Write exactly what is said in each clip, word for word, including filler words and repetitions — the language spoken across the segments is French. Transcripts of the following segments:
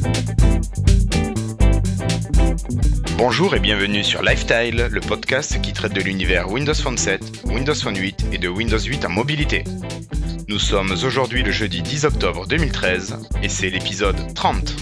Bonjour et bienvenue sur Lifestyle, le podcast qui traite de l'univers Windows Phone sept, Windows Phone huit et de Windows huit en mobilité. Nous sommes aujourd'hui le jeudi dix octobre deux mille treize et c'est l'épisode trente.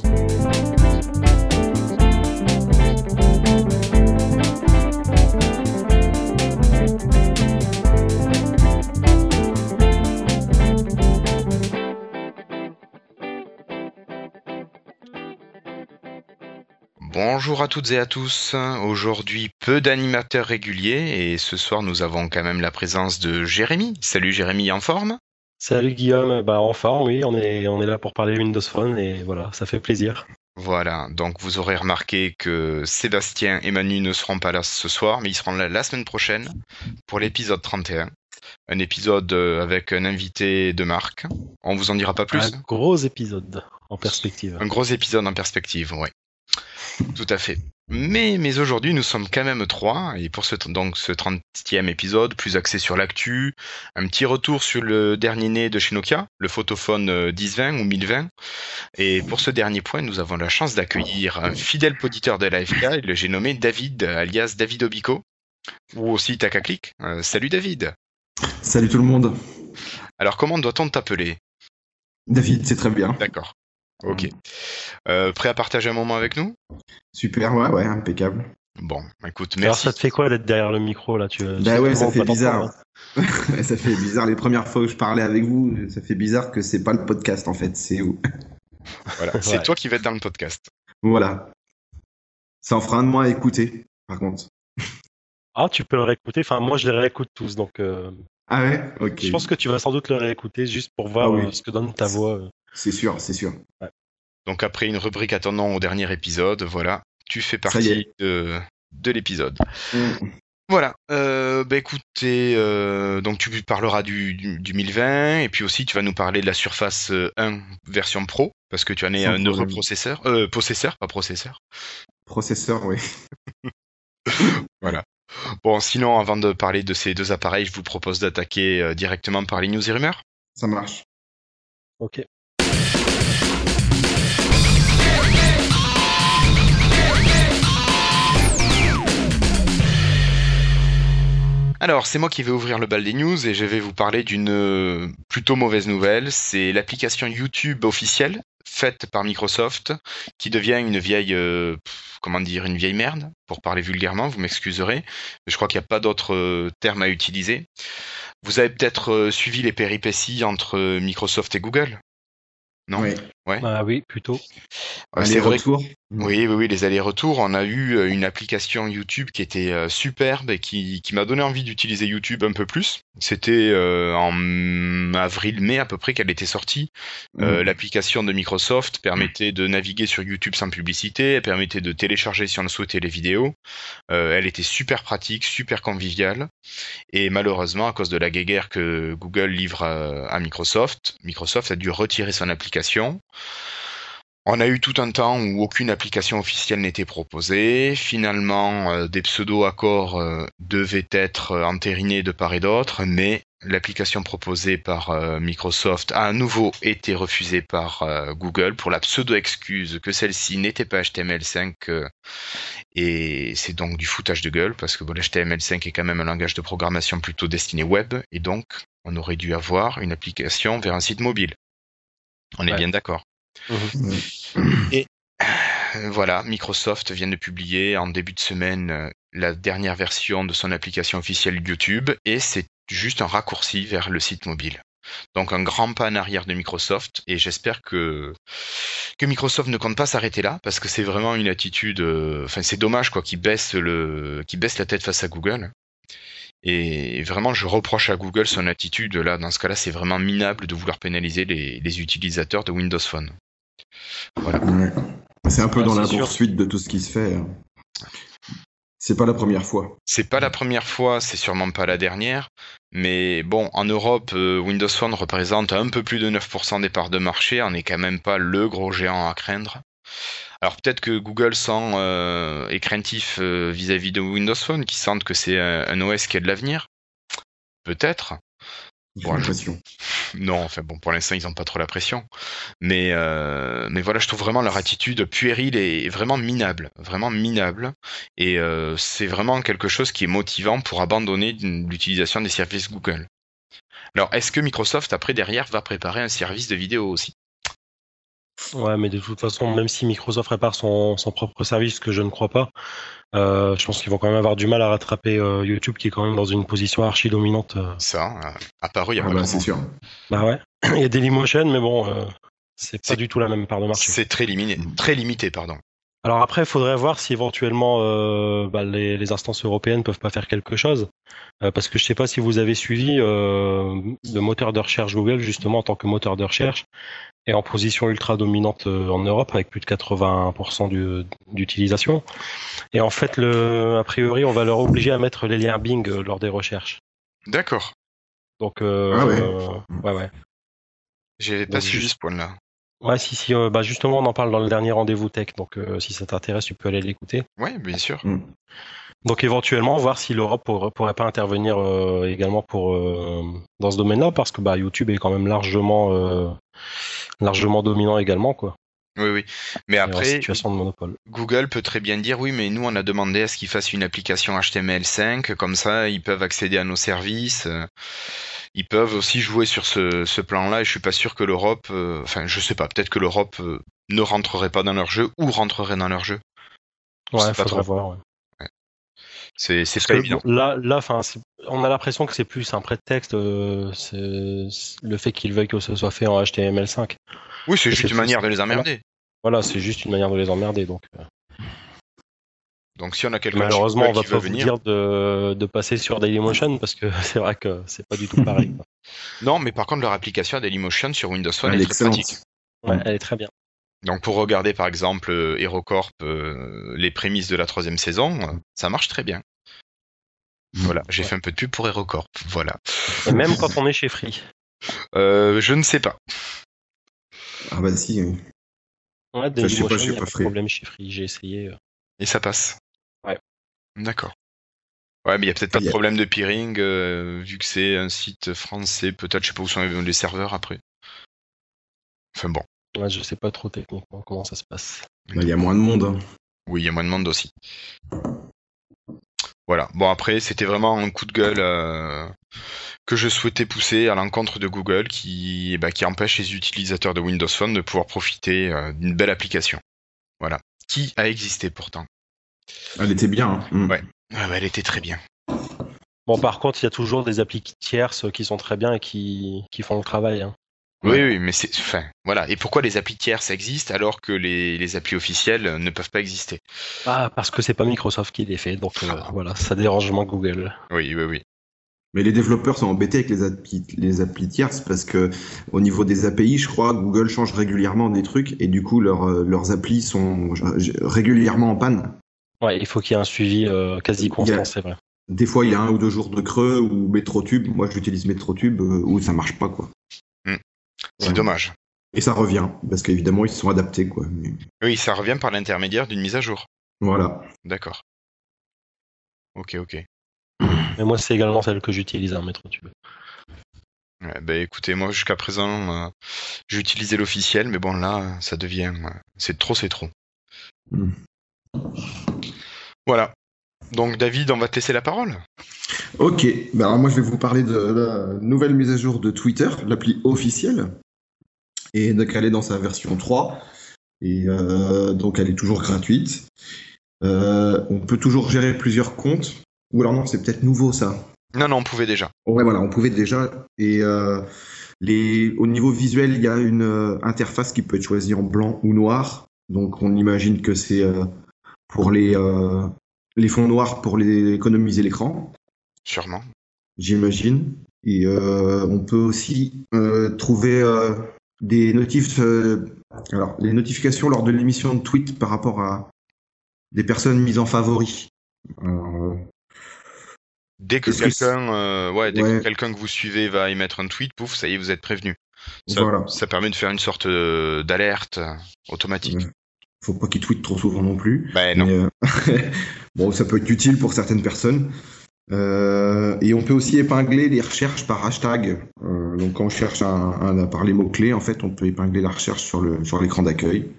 Bonjour à toutes et à tous, aujourd'hui peu d'animateurs réguliers et ce soir nous avons quand même la présence de Jérémy. Salut Jérémy, en forme ? Salut Guillaume, bah en forme, oui, on est, on est là pour parler Windows Phone et voilà, ça fait plaisir. Voilà, donc vous aurez remarqué que Sébastien et Manu ne seront pas là ce soir, mais ils seront là la semaine prochaine pour l'épisode trente et un. Un épisode avec un invité de marque. On vous en dira pas plus ? Un gros épisode en perspective. Un gros épisode en perspective, oui. Tout à fait. Mais, mais aujourd'hui, nous sommes quand même trois, et pour ce, donc, ce trentième épisode, plus axé sur l'actu, un petit retour sur le dernier né de chez Nokia, le Photophone dix vingt ou mille vingt. Et pour ce dernier point, nous avons la chance d'accueillir un fidèle auditeur de la F K, le j'ai nommé David, alias David Obico, ou aussi Takaclick. Euh, salut David. Salut tout le monde. Alors, comment doit-on t'appeler ? David, c'est très bien. D'accord. Ok. Euh, prêt à partager un moment avec nous ? Super, ouais, ouais, impeccable. Bon, écoute, merci. Alors ça te fait quoi d'être derrière le micro là tu, Bah tu ouais, ça fait pas bizarre. Hein. Ça fait bizarre les premières fois où je parlais avec vous. Ça fait bizarre que c'est pas le podcast en fait, c'est où. Voilà, c'est Ouais. toi qui vas être dans le podcast. Voilà. Ça en fera un de moins à écouter, par contre. Ah, tu peux le réécouter, enfin moi je les réécoute tous, donc euh, Ah ouais, ok. je pense que tu vas sans doute le réécouter juste pour voir Ah oui. euh, ce que donne ta voix. euh. C'est sûr, c'est sûr. Donc après une rubrique attendant au dernier épisode, voilà, tu fais Ça y partie est. de, de l'épisode. Mm. Voilà, euh, bah écoutez, euh, donc tu parleras du, du, du mille vingt et puis aussi tu vas nous parler de la Surface un version Pro parce que tu en es Sans un problème. neuroprocesseur, euh, possesseur, pas processeur. Processeur, oui. Voilà. Bon, sinon avant de parler de ces deux appareils, je vous propose d'attaquer euh, directement par les news et rumeurs. Ça marche. Ok. Alors, c'est moi qui vais ouvrir le bal des news et je vais vous parler d'une euh, plutôt mauvaise nouvelle. C'est l'application YouTube officielle faite par Microsoft qui devient une vieille, euh, pff, comment dire, une vieille merde, pour parler vulgairement, vous m'excuserez. Mais je crois qu'il n'y a pas d'autre euh, terme à utiliser. Vous avez peut-être euh, suivi les péripéties entre euh, Microsoft et Google ? Non ? Oui. Ouais. Ah oui, plutôt. Euh, c'est vrai. Aller-retour. Oui, oui, oui, les allers-retours. On a eu euh, une application YouTube qui était euh, superbe et qui, qui m'a donné envie d'utiliser YouTube un peu plus. C'était euh, en avril-mai à peu près qu'elle était sortie. Euh, Mm. L'application de Microsoft permettait de naviguer sur YouTube sans publicité, elle permettait de télécharger si on le souhaitait les vidéos. Euh, elle était super pratique, super conviviale. Et malheureusement, à cause de la guéguerre que Google livre à, à Microsoft, Microsoft a dû retirer son application. On a eu tout un temps où aucune application officielle n'était proposée. Finalement, euh, des pseudo-accords euh, devaient être euh, entérinés de part et d'autre, mais l'application proposée par euh, Microsoft a à nouveau été refusée par euh, Google pour la pseudo-excuse que celle-ci n'était pas H T M L cinq euh, et c'est donc du foutage de gueule parce que bon, l'H T M L cinq est quand même un langage de programmation plutôt destiné web et donc on aurait dû avoir une application vers un site mobile. On est Ouais. bien d'accord. Mhm. Ouais. Euh, Voilà, Microsoft vient de publier en début de semaine euh, la dernière version de son application officielle YouTube et c'est juste un raccourci vers le site mobile. Donc un grand pas en arrière de Microsoft et j'espère que que Microsoft ne compte pas s'arrêter là parce que c'est vraiment une attitude, euh, enfin c'est dommage quoi, qu'ils baissent le, qu'ils baissent la tête face à Google. Et vraiment, je reproche à Google son attitude là. Dans ce cas-là, c'est vraiment minable de vouloir pénaliser les, les utilisateurs de Windows Phone. Voilà. Ouais. C'est un peu Ouais, dans la c'est sûr. poursuite de tout ce qui se fait. hein. C'est pas la première fois. C'est pas la première fois, c'est sûrement pas la dernière, mais bon, en Europe, euh, Windows Phone représente un peu plus de neuf pour cent des parts de marché, on n'est quand même pas le gros géant à craindre. Alors peut-être que Google sent euh, est craintif euh, vis-à-vis de Windows Phone, qui sentent que c'est un, un O S qui a de l'avenir. Peut-être. Ils ont Bon, l'impression. non, enfin bon, pour l'instant, ils n'ont pas trop la pression. Mais, euh, mais voilà, je trouve vraiment leur attitude puérile et vraiment minable. Vraiment minable. Et euh, c'est vraiment quelque chose qui est motivant pour abandonner l'utilisation des services Google. Alors, est-ce que Microsoft, après, derrière, va préparer un service de vidéo aussi? Ouais, mais de toute façon, même si Microsoft prépare son, son propre service, ce que je ne crois pas, euh, je pense qu'ils vont quand même avoir du mal à rattraper euh, YouTube, qui est quand même dans une position archi dominante. euh. Ça, euh, apparu il y a Ah pas bah, longtemps. c'est sûr. Bah ouais. Il y a Dailymotion, mais bon, euh, c'est pas C'est- du tout la même part de marché. C'est très limité, très limité, pardon. Alors après, il faudrait voir si éventuellement euh, bah, les, les instances européennes peuvent pas faire quelque chose. Euh, parce que je sais pas si vous avez suivi euh, le moteur de recherche Google, justement, en tant que moteur de recherche, est en position ultra dominante euh, en Europe, avec plus de quatre-vingts pour cent du- d'utilisation. Et en fait, le, a priori, on va leur obliger à mettre les liens Bing euh, lors des recherches. D'accord. Donc, euh, Ah ouais. euh, ouais, ouais. J'avais pas Donc, suivi juste- ce point-là. Ouais, si, si, euh, bah justement, on en parle dans le dernier rendez-vous tech. Donc, euh, si ça t'intéresse, tu peux aller l'écouter. Ouais, bien sûr. Mm. Donc éventuellement voir si l'Europe pour- pourrait pas intervenir euh, également pour euh, dans ce domaine-là, parce que bah YouTube est quand même largement euh, largement dominant également, quoi. Oui, oui. Mais Et en après, situation de monopole. Google peut très bien dire oui, mais nous on a demandé à ce qu'ils fassent une application H T M L cinq, comme ça ils peuvent accéder à nos services. euh, Ils peuvent aussi jouer sur ce, ce plan-là et je suis pas sûr que l'Europe, euh, enfin je sais pas, peut-être que l'Europe euh, ne rentrerait pas dans leur jeu ou rentrerait dans leur jeu. Je Ouais, sais pas faudra trop. voir. Ouais. C'est c'est Parce pas que évident. bon, là, là, enfin, c'est- on a l'impression que c'est plus un prétexte, euh, c'est c'est le fait qu'ils veuillent que ce soit fait en H T M L cinq. Oui, c'est Et juste c'est une plus- manière de les emmerder. Voilà, c'est juste une manière de les emmerder. Donc euh, Donc si on a quelqu'un de chez malheureusement, on Google va qui pas veut vous venir, dire de, de passer sur Dailymotion parce que c'est vrai que c'est pas du tout pareil, quoi. non, mais par contre leur application à Dailymotion sur Windows Phone Elle est est très excellente. pratique. Ouais, Mm. elle est très bien. Donc pour regarder par exemple euh, HeroCorp, euh, les prémices de la troisième saison, euh, ça marche très bien. Voilà, j'ai Ouais. fait un peu de pub pour HeroCorp. Voilà. Et même quand on est chez Free. Euh, je ne sais pas. Ah bah si. oui. Ouais, je sais pas, Dailymotion, je il suis y a pas pas de Free. problème chez Free, j'ai essayé. euh. Et ça passe. Ouais. D'accord. Ouais, mais il y a peut-être pas Il de y a- problème de peering, euh, vu que c'est un site français, peut-être, je sais pas où sont les serveurs après. Enfin bon. Ouais, je sais pas trop techniquement comment ça se passe. Bah, il y a moins de monde. hein. Oui, il y a moins de monde aussi. Voilà. Bon, après, c'était vraiment un coup de gueule euh, que je souhaitais pousser à l'encontre de Google qui, bah, qui empêche les utilisateurs de Windows Phone de pouvoir profiter euh, d'une belle application. Voilà. Qui a existé pourtant. Elle était bien. hein. Mm. Ouais. Ah bah, elle était très bien. Bon, par contre, il y a toujours des applis tierces qui sont très bien et qui, qui font le travail. Hein. Oui, Ouais. oui, mais c'est, enfin, voilà. Et pourquoi les applis tierces existent alors que les, les applis officielles ne peuvent pas exister? Ah, parce que c'est pas Microsoft qui les fait, donc euh, voilà, ça dérange moins Google. Oui, oui, oui. Mais les développeurs sont embêtés avec les applis, les applis tierces parce que au niveau des A P I, je crois, Google change régulièrement des trucs et du coup leurs euh, leurs applis sont euh, régulièrement en panne. Ouais, il faut qu'il y ait un suivi euh, quasi Il y constant, a- c'est vrai. Des fois, il y a un ou deux jours de creux ou MetroTube. Moi, j'utilise MetroTube euh, où ça marche pas quoi. C'est Ouais. dommage. Et ça revient parce qu'évidemment ils se sont adaptés quoi. Mais Oui, ça revient par l'intermédiaire d'une mise à jour. voilà. D'accord. Ok, ok. Mais moi, c'est également celle que j'utilise, un MetroTube. Ouais, bah écoutez, moi jusqu'à présent, euh, j'ai utilisé l'officiel, mais bon là, ça devient, euh, c'est trop, c'est trop. Mm. Voilà. Donc David, on va te laisser la parole. Ok. Bah, alors moi, je vais vous parler de la nouvelle mise à jour de Twitter, l'appli officielle. Et donc elle est dans sa version trois. Et euh, donc elle est toujours gratuite. Euh, on peut toujours gérer plusieurs comptes. Ou alors non, c'est peut-être nouveau ça. Non, non, on pouvait déjà. Ouais, voilà, on pouvait déjà. Et euh, les, au niveau visuel, il y a une euh, interface qui peut être choisie en blanc ou noir. Donc on imagine que c'est euh, pour les, euh, les fonds noirs pour les, économiser l'écran, Sûrement. j'imagine. Et euh, on peut aussi euh, trouver euh, des notifs, euh, alors les notifications lors de l'émission de tweet par rapport à des personnes mises en favoris. Alors, euh, Dès que Est-ce que quelqu'un, euh, ouais, dès Ouais. que quelqu'un que vous suivez va émettre un tweet, pouf, ça y est, vous êtes prévenu. Ça, Voilà. ça permet de faire une sorte euh, d'alerte euh, automatique. Ouais. Faut pas qu'ils tweetent trop souvent non plus. Ben non. Mais, euh, bon, ça peut être utile pour certaines personnes. Euh, et on peut aussi épingler les recherches par hashtag. Euh, donc quand on cherche un, un, par les mots-clés, en fait, on peut épingler la recherche sur le sur l'écran d'accueil.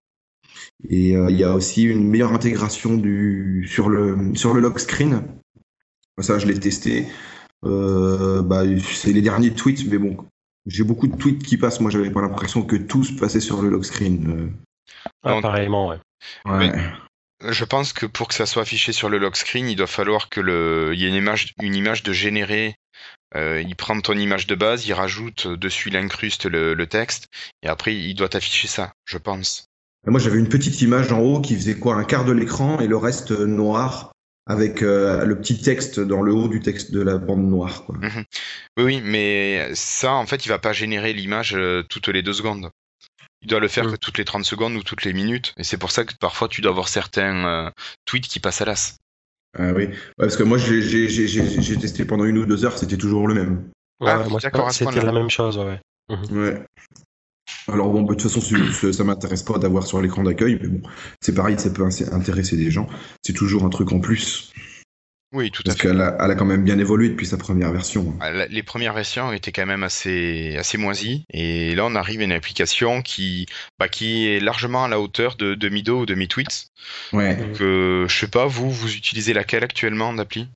Et euh, il y a aussi une meilleure intégration du sur le sur le lock screen. Ça, je l'ai testé. Euh, bah, c'est les derniers tweets, mais bon, j'ai beaucoup de tweets qui passent. Moi, j'avais pas l'impression que tous passaient sur le lock screen. Ah, Donc, pareillement, ouais. Ouais. Mais je pense que pour que ça soit affiché sur le lock screen, il doit falloir que le, il y ait une image, une image de générer. Euh, il prend ton image de base, il rajoute dessus, il incruste le, le texte, et après il doit t'afficher ça, je pense. Moi, j'avais une petite image en haut qui faisait quoi, un quart de l'écran et le reste euh, noir avec euh, le petit texte dans le haut du texte de la bande noire, quoi. Mhm. Oui, oui, mais ça, en fait, il va pas générer l'image euh, toutes les deux secondes. Il doit le faire Mm. que toutes les trente secondes ou toutes les minutes, et c'est pour ça que parfois tu dois avoir certains euh, tweets qui passent à l'as. Ah oui, ouais, parce que moi, j'ai j'ai- j'ai- j'ai- j'ai testé pendant une ou deux heures, c'était toujours le même. Ouais, Ah ouais, oui, moi, d'accord, à ce c'était point-là. la même chose, ouais. Mhm. Ouais. Alors bon, bah, de toute façon, c'est- c'est- ça m'intéresse pas d'avoir sur l'écran d'accueil, mais bon, c'est pareil, ça peut ins- intéresser des gens. C'est toujours un truc en plus, Oui, tout à parce fait. qu'elle a, elle a quand même bien évolué depuis sa première version. Ah, la- Les premières versions étaient quand même assez, assez moisies, et là on arrive à une application qui, bah, qui est largement à la hauteur de, de Mido ou de MeTweets. Ouais. Donc, euh, je sais pas, vous, vous utilisez laquelle actuellement d'appli?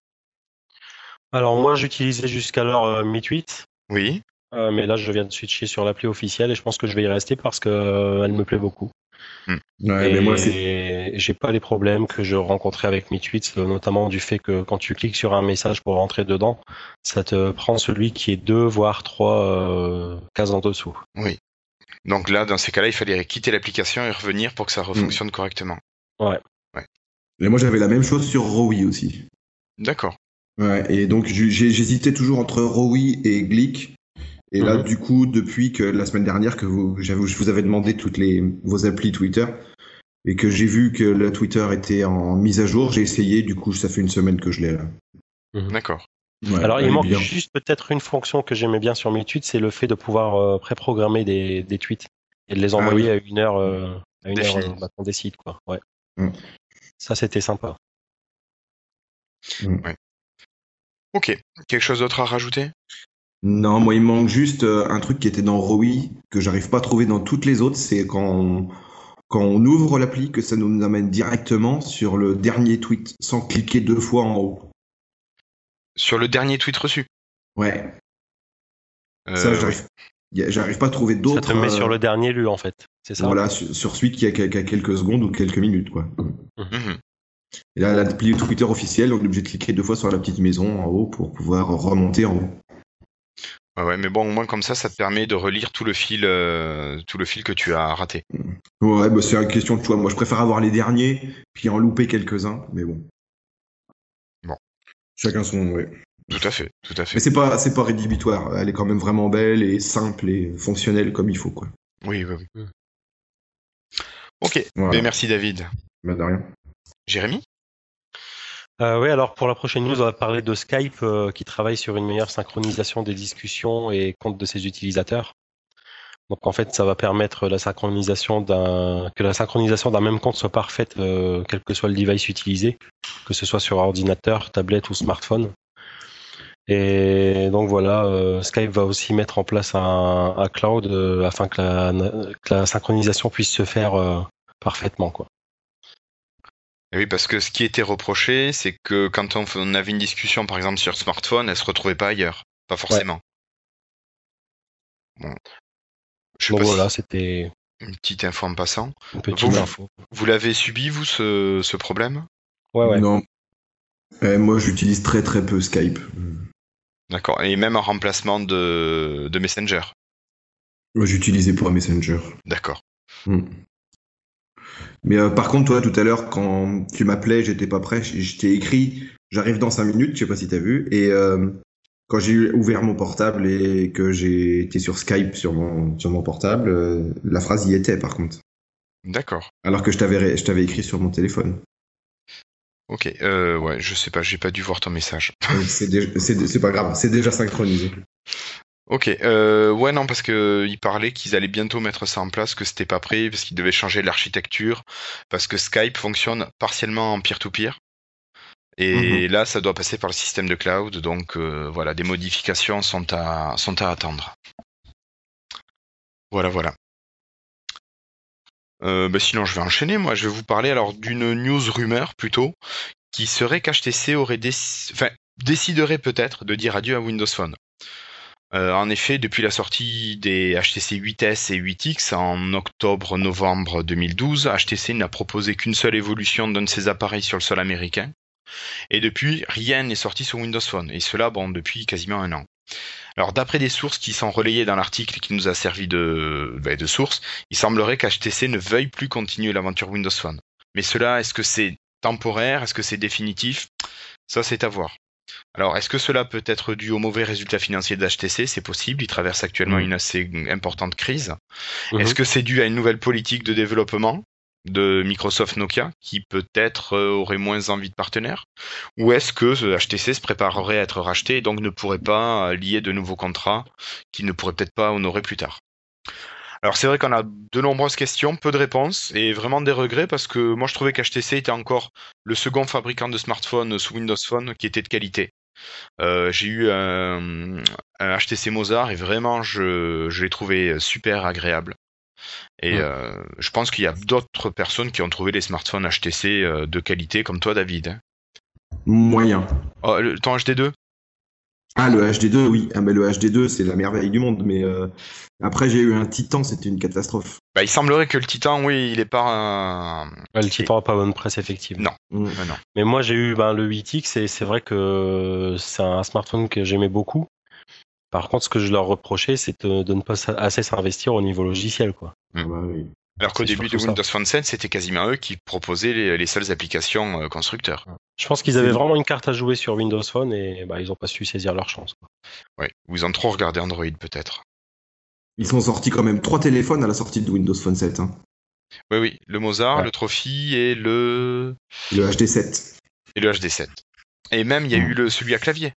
Alors moi, j'utilisais jusqu'alors euh, MeTweet, Oui, euh, mais là, je viens de switcher sur l'appli officielle et je pense que je vais y rester parce que euh, elle me plaît beaucoup. Ouais, mais moi, c'est. Et j'ai pas les problèmes que je rencontrais avec MeTweets, euh, notamment du fait que quand tu cliques sur un message pour rentrer dedans, ça te prend celui qui est deux voire trois euh, cases en dessous. oui. Donc là, dans ces cas-là, il fallait quitter l'application et revenir pour que ça refonctionne correctement. Ouais. Et moi, j'avais la même chose sur Rowie aussi. D'accord. Ouais, et donc j'ai- j'hésitais toujours entre Rowie et Glick. Et là, Mhm. du coup, depuis que la semaine dernière que vous, j'avais- je vous avais demandé toutes les vos applis Twitter et que j'ai vu que le Twitter était en mise à jour, j'ai essayé. Du coup, ça fait une semaine que je l'ai là. D'accord. Ouais, Alors, elle il est manque bien. juste peut-être une fonction que j'aimais bien sur MeTweets, c'est le fait de pouvoir euh, préprogrammer des, des tweets et de les envoyer Ah oui. à une heure, euh, à une heure Défini. euh, bah, qu'on décide, quoi. Ouais. Mm. Ça, c'était sympa. Mm. Ouais. Ok. Quelque chose d'autre à rajouter? Non, moi, il me manque juste euh, un truc qui était dans Rowie que j'arrive pas à trouver dans toutes les autres, c'est quand on, quand on ouvre l'appli que ça nous amène directement sur le dernier tweet sans cliquer deux fois en haut. Sur le dernier tweet reçu. Ouais, Euh, ça, oui. j'arrive y a- j'arrive pas à trouver Ça d'autres. te met euh, sur le dernier lu, en fait. C'est ça? Voilà, sur, sur suite qui a, qui a- qui a quelques secondes ou quelques minutes, quoi. Mhm. Et là, l'appli Twitter officielle, on est obligé de cliquer deux fois sur la petite maison en haut pour pouvoir remonter en haut. Ouais, ouais, mais bon, au moins comme ça, ça te permet de relire tout le fil, euh, tout le fil que tu as raté. Ouais, bah, c'est une question de choix. Moi, je préfère avoir les derniers, puis en louper quelques-uns, mais bon. Bon. Chacun son, ouais. Tout à fait, tout à Mais fait. c'est pas, c'est pas rédhibitoire. Elle est quand même vraiment belle et simple et fonctionnelle comme il faut, quoi. Oui, oui, oui. Mm. Ok. Voilà. Ben, merci David. Bah, de rien. Jérémy? Euh, oui, alors pour la prochaine news, on va parler de Skype euh, qui travaille sur une meilleure synchronisation des discussions et comptes de ses utilisateurs. Donc en fait, ça va permettre la synchronisation d'un que la synchronisation d'un même compte soit parfaite, euh, quel que soit le device utilisé, que ce soit sur ordinateur, tablette ou smartphone. Et donc voilà, euh, Skype va aussi mettre en place un, un cloud euh, afin que la, que la synchronisation puisse se faire euh, parfaitement, quoi. Eh oui, parce que ce qui était reproché, c'est que quand on, on avait une discussion, par exemple, sur smartphone, elle se retrouvait pas ailleurs. Pas forcément. Bon. Je sais Donc pas voilà, si c'était une petite info en passant. une petite Vous, info. vous l'avez subi, vous, ce, ce problème? Ouais, ouais. Non. Eh, moi, j'utilise très très peu Skype. D'accord. Et même en remplacement de, de Messenger. Moi, j'utilisais pas Messenger. D'accord. Hmm. Mais euh, par contre, toi, tout à l'heure, quand tu m'appelais, j'étais pas prêt, je je t'ai écrit, j'arrive dans cinq minutes, je sais pas si t'as vu, et euh, quand j'ai ouvert mon portable et que j'ai été sur Skype sur mon, sur mon portable, euh, la phrase y était par contre. D'accord. Alors que je t'avais, ré- je t'avais écrit sur mon téléphone. Ok. Euh, ouais, je sais pas, j'ai pas dû voir ton message. Donc, C'est dé- c'est dé- c'est pas grave, c'est déjà synchronisé. Ok, euh, ouais, non, parce que ils parlaient qu'ils allaient bientôt mettre ça en place, que c'était pas prêt, parce qu'ils devaient changer l'architecture, parce que Skype fonctionne partiellement en peer-to-peer, Et mmh. là, ça doit passer par le système de cloud, donc euh, voilà, des modifications sont à, sont à attendre. Voilà, voilà. Euh, bah sinon, je vais enchaîner. Moi, je vais vous parler alors d'une news rumeur plutôt, qui serait qu'H T C aurait déc... enfin, déciderait peut-être de dire adieu à Windows Phone. Euh, en effet, depuis la sortie des H T C huit S et huit X en octobre-novembre deux mille douze, H T C n'a proposé qu'une seule évolution d'un de ses appareils sur le sol américain. Et depuis, rien n'est sorti sur Windows Phone. Et cela, bon, depuis quasiment un an. Alors, d'après des sources qui sont relayées dans l'article qui nous a servi de, bah, de source, il semblerait qu'H T C ne veuille plus continuer l'aventure Windows Phone. Mais cela, est-ce que c'est temporaire? Est-ce que c'est définitif? Ça, c'est à voir. Alors, est-ce que cela peut être dû aux mauvais résultats financiers d'H T C? C'est possible, il traverse actuellement mmh. une assez importante crise. Mmh. Est-ce que c'est dû à une nouvelle politique de développement de Microsoft Nokia, qui peut-être euh, aurait moins envie de partenaires? Ou est-ce que H T C se préparerait à être racheté et donc ne pourrait pas lier de nouveaux contrats qu'il ne pourrait peut-être pas honorer plus tard? Alors c'est vrai qu'on a de nombreuses questions, peu de réponses, et vraiment des regrets parce que moi je trouvais qu'H T C était encore le second fabricant de smartphones sous Windows Phone qui était de qualité. Euh, j'ai eu un, un H T C Mozart et vraiment je, je l'ai trouvé super agréable. Et mmh. euh, je pense qu'il y a d'autres personnes qui ont trouvé les smartphones H T C euh, de qualité, comme toi, David. Moyen. Oh, le, ton H D deux? Ah, le H D deux, oui. Ah, mais le H D deux, c'est la merveille du monde. Mais euh, après, j'ai eu un Titan, c'était une catastrophe. Bah, il semblerait que le Titan, oui, il est pas un... Ouais, le Titan n'a pas bonne presse, effectivement. Non. Mmh. Euh, non. Mais moi, j'ai eu ben, le huit X et c'est vrai que c'est un smartphone que j'aimais beaucoup. Par contre, ce que je leur reprochais, c'est de, de ne pas assez s'investir au niveau logiciel, quoi. Mmh. Ah, oui. Alors qu'au début de Windows Phone sept, c'était quasiment eux qui proposaient les, les seules applications euh, constructeurs. Je pense qu'ils avaient vraiment une carte à jouer sur Windows Phone et bah, ils n'ont pas su saisir leur chance, quoi. Oui, ou ils ont trop regardé Android, peut-être. Ils sont sortis quand même trois téléphones à la sortie de Windows Phone sept. Hein. Oui, oui, le Mozart, ouais. le Trophy et le... Le H D sept. Et le H D sept. Et même, il y a mmh. eu le, celui à clavier.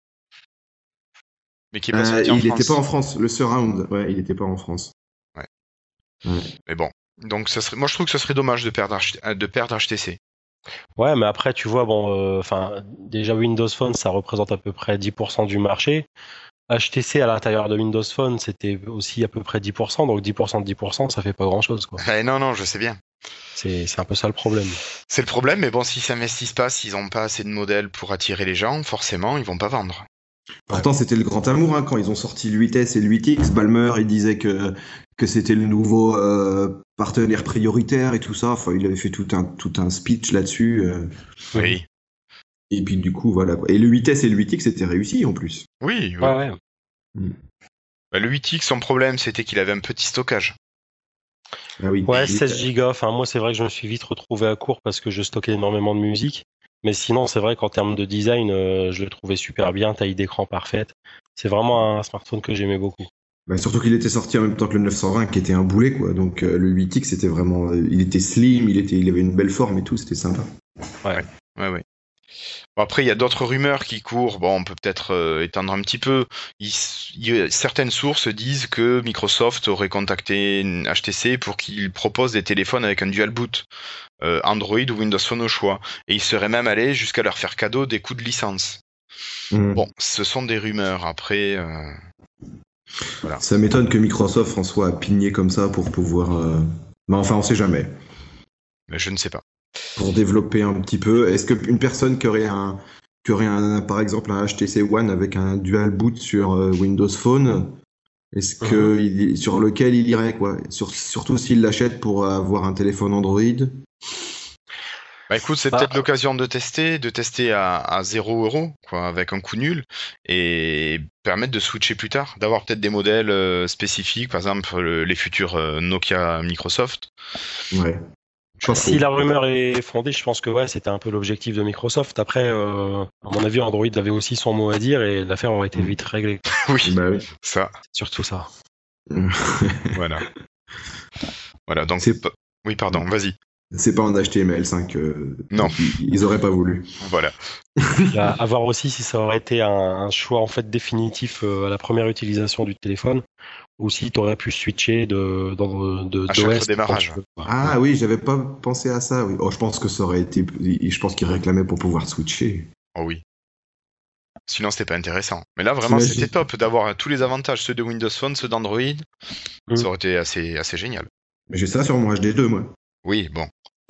Mais qui est pas euh, sorti en il France. Il n'était pas en France, le Surround, ouais, il n'était pas en France. Ouais. ouais. Mais bon, donc ça serait, moi je trouve que ce serait dommage de perdre, de perdre H T C. Ouais, mais après, tu vois, bon, enfin, euh, déjà Windows Phone, ça représente à peu près dix pour cent du marché. H T C à l'intérieur de Windows Phone, c'était aussi à peu près dix pour cent, donc dix pour cent de dix pour cent, ça fait pas grand-chose, quoi. Eh non, non, je sais bien. C'est, c'est un peu ça le problème. C'est le problème, mais bon, s'ils s'investissent pas, s'ils ont pas assez de modèles pour attirer les gens, forcément, ils vont pas vendre. Pourtant, ouais. C'était le grand amour, hein, quand ils ont sorti le huit S et le huit X. Ballmer, il disait que, que c'était le nouveau euh, partenaire prioritaire et tout ça. Enfin, il avait fait tout un, tout un speech là-dessus. Euh. Oui. Et puis, du coup, voilà. Et le huit S et le huit X étaient réussis en plus. Oui, oui. Ouais, ouais. Mm. Bah, le huit X, son problème, c'était qu'il avait un petit stockage. Ah oui. Ouais, seize gigas. Enfin, moi, c'est vrai que je me suis vite retrouvé à court parce que je stockais énormément de musique. Mais sinon, c'est vrai qu'en termes de design, euh, je le trouvais super bien, taille d'écran parfaite. C'est vraiment un smartphone que j'aimais beaucoup. Bah, surtout qu'il était sorti en même temps que le neuf cent vingt, qui était un boulet, quoi. Donc euh, le huit X, c'était vraiment, euh, il était slim, il était, il avait une belle forme et tout, c'était sympa. Ouais, ouais, ouais. Bon, après, il y a d'autres rumeurs qui courent. Bon, on peut peut-être euh, étendre un petit peu. Il, il, certaines sources disent que Microsoft aurait contacté H T C pour qu'il propose des téléphones avec un dual boot, euh, Android ou Windows Phone au choix. Et il serait même allé jusqu'à leur faire cadeau des coûts de licence. Mmh. Bon, ce sont des rumeurs. Après, euh... voilà. Ça m'étonne que Microsoft, François, a pigné comme ça pour pouvoir... Euh... Mais enfin, on sait jamais. Mais je ne sais pas. Pour développer un petit peu, est-ce qu'une personne qui aurait un, qui aurait un, par exemple un H T C One avec un dual boot sur euh, Windows Phone, est-ce que uh-huh. il, sur lequel il irait, quoi, sur, surtout s'il l'achète pour avoir un téléphone Android? Bah écoute, c'est bah, peut-être l'occasion de tester, de tester à, à zéro euro, quoi, avec un coup nul, et permettre de switcher plus tard, d'avoir peut-être des modèles euh, spécifiques, par exemple le, les futurs euh, Nokia Microsoft. Ouais. Si la rumeur est fondée, je pense que ouais, c'était un peu l'objectif de Microsoft. Après, euh, à mon avis, Android avait aussi son mot à dire et l'affaire aurait été vite réglée. Oui, bah oui, ça. C'est surtout ça. Voilà. Voilà, donc c'est pas... Oui, pardon, vas-y. C'est pas en H T M L cinq. Euh, non. Ils, ils auraient pas voulu. Voilà. À voir aussi si ça aurait été un, un choix en fait définitif euh, à la première utilisation du téléphone, ou si tu aurais pu switcher de, de, de, à d'O S chaque démarrage. Ah ouais. Oui, j'avais pas pensé à ça. Oui. Oh, je pense que ça aurait été. Je pense qu'ils réclamaient pour pouvoir switcher. Oh oui. Sinon, c'était pas intéressant. Mais là, vraiment, T'imagines- c'était top d'avoir tous les avantages, ceux de Windows Phone, ceux d'Android. Mm. Ça aurait été assez, assez génial. Mais j'ai ça sur mon H D deux, moi. Oui, bon.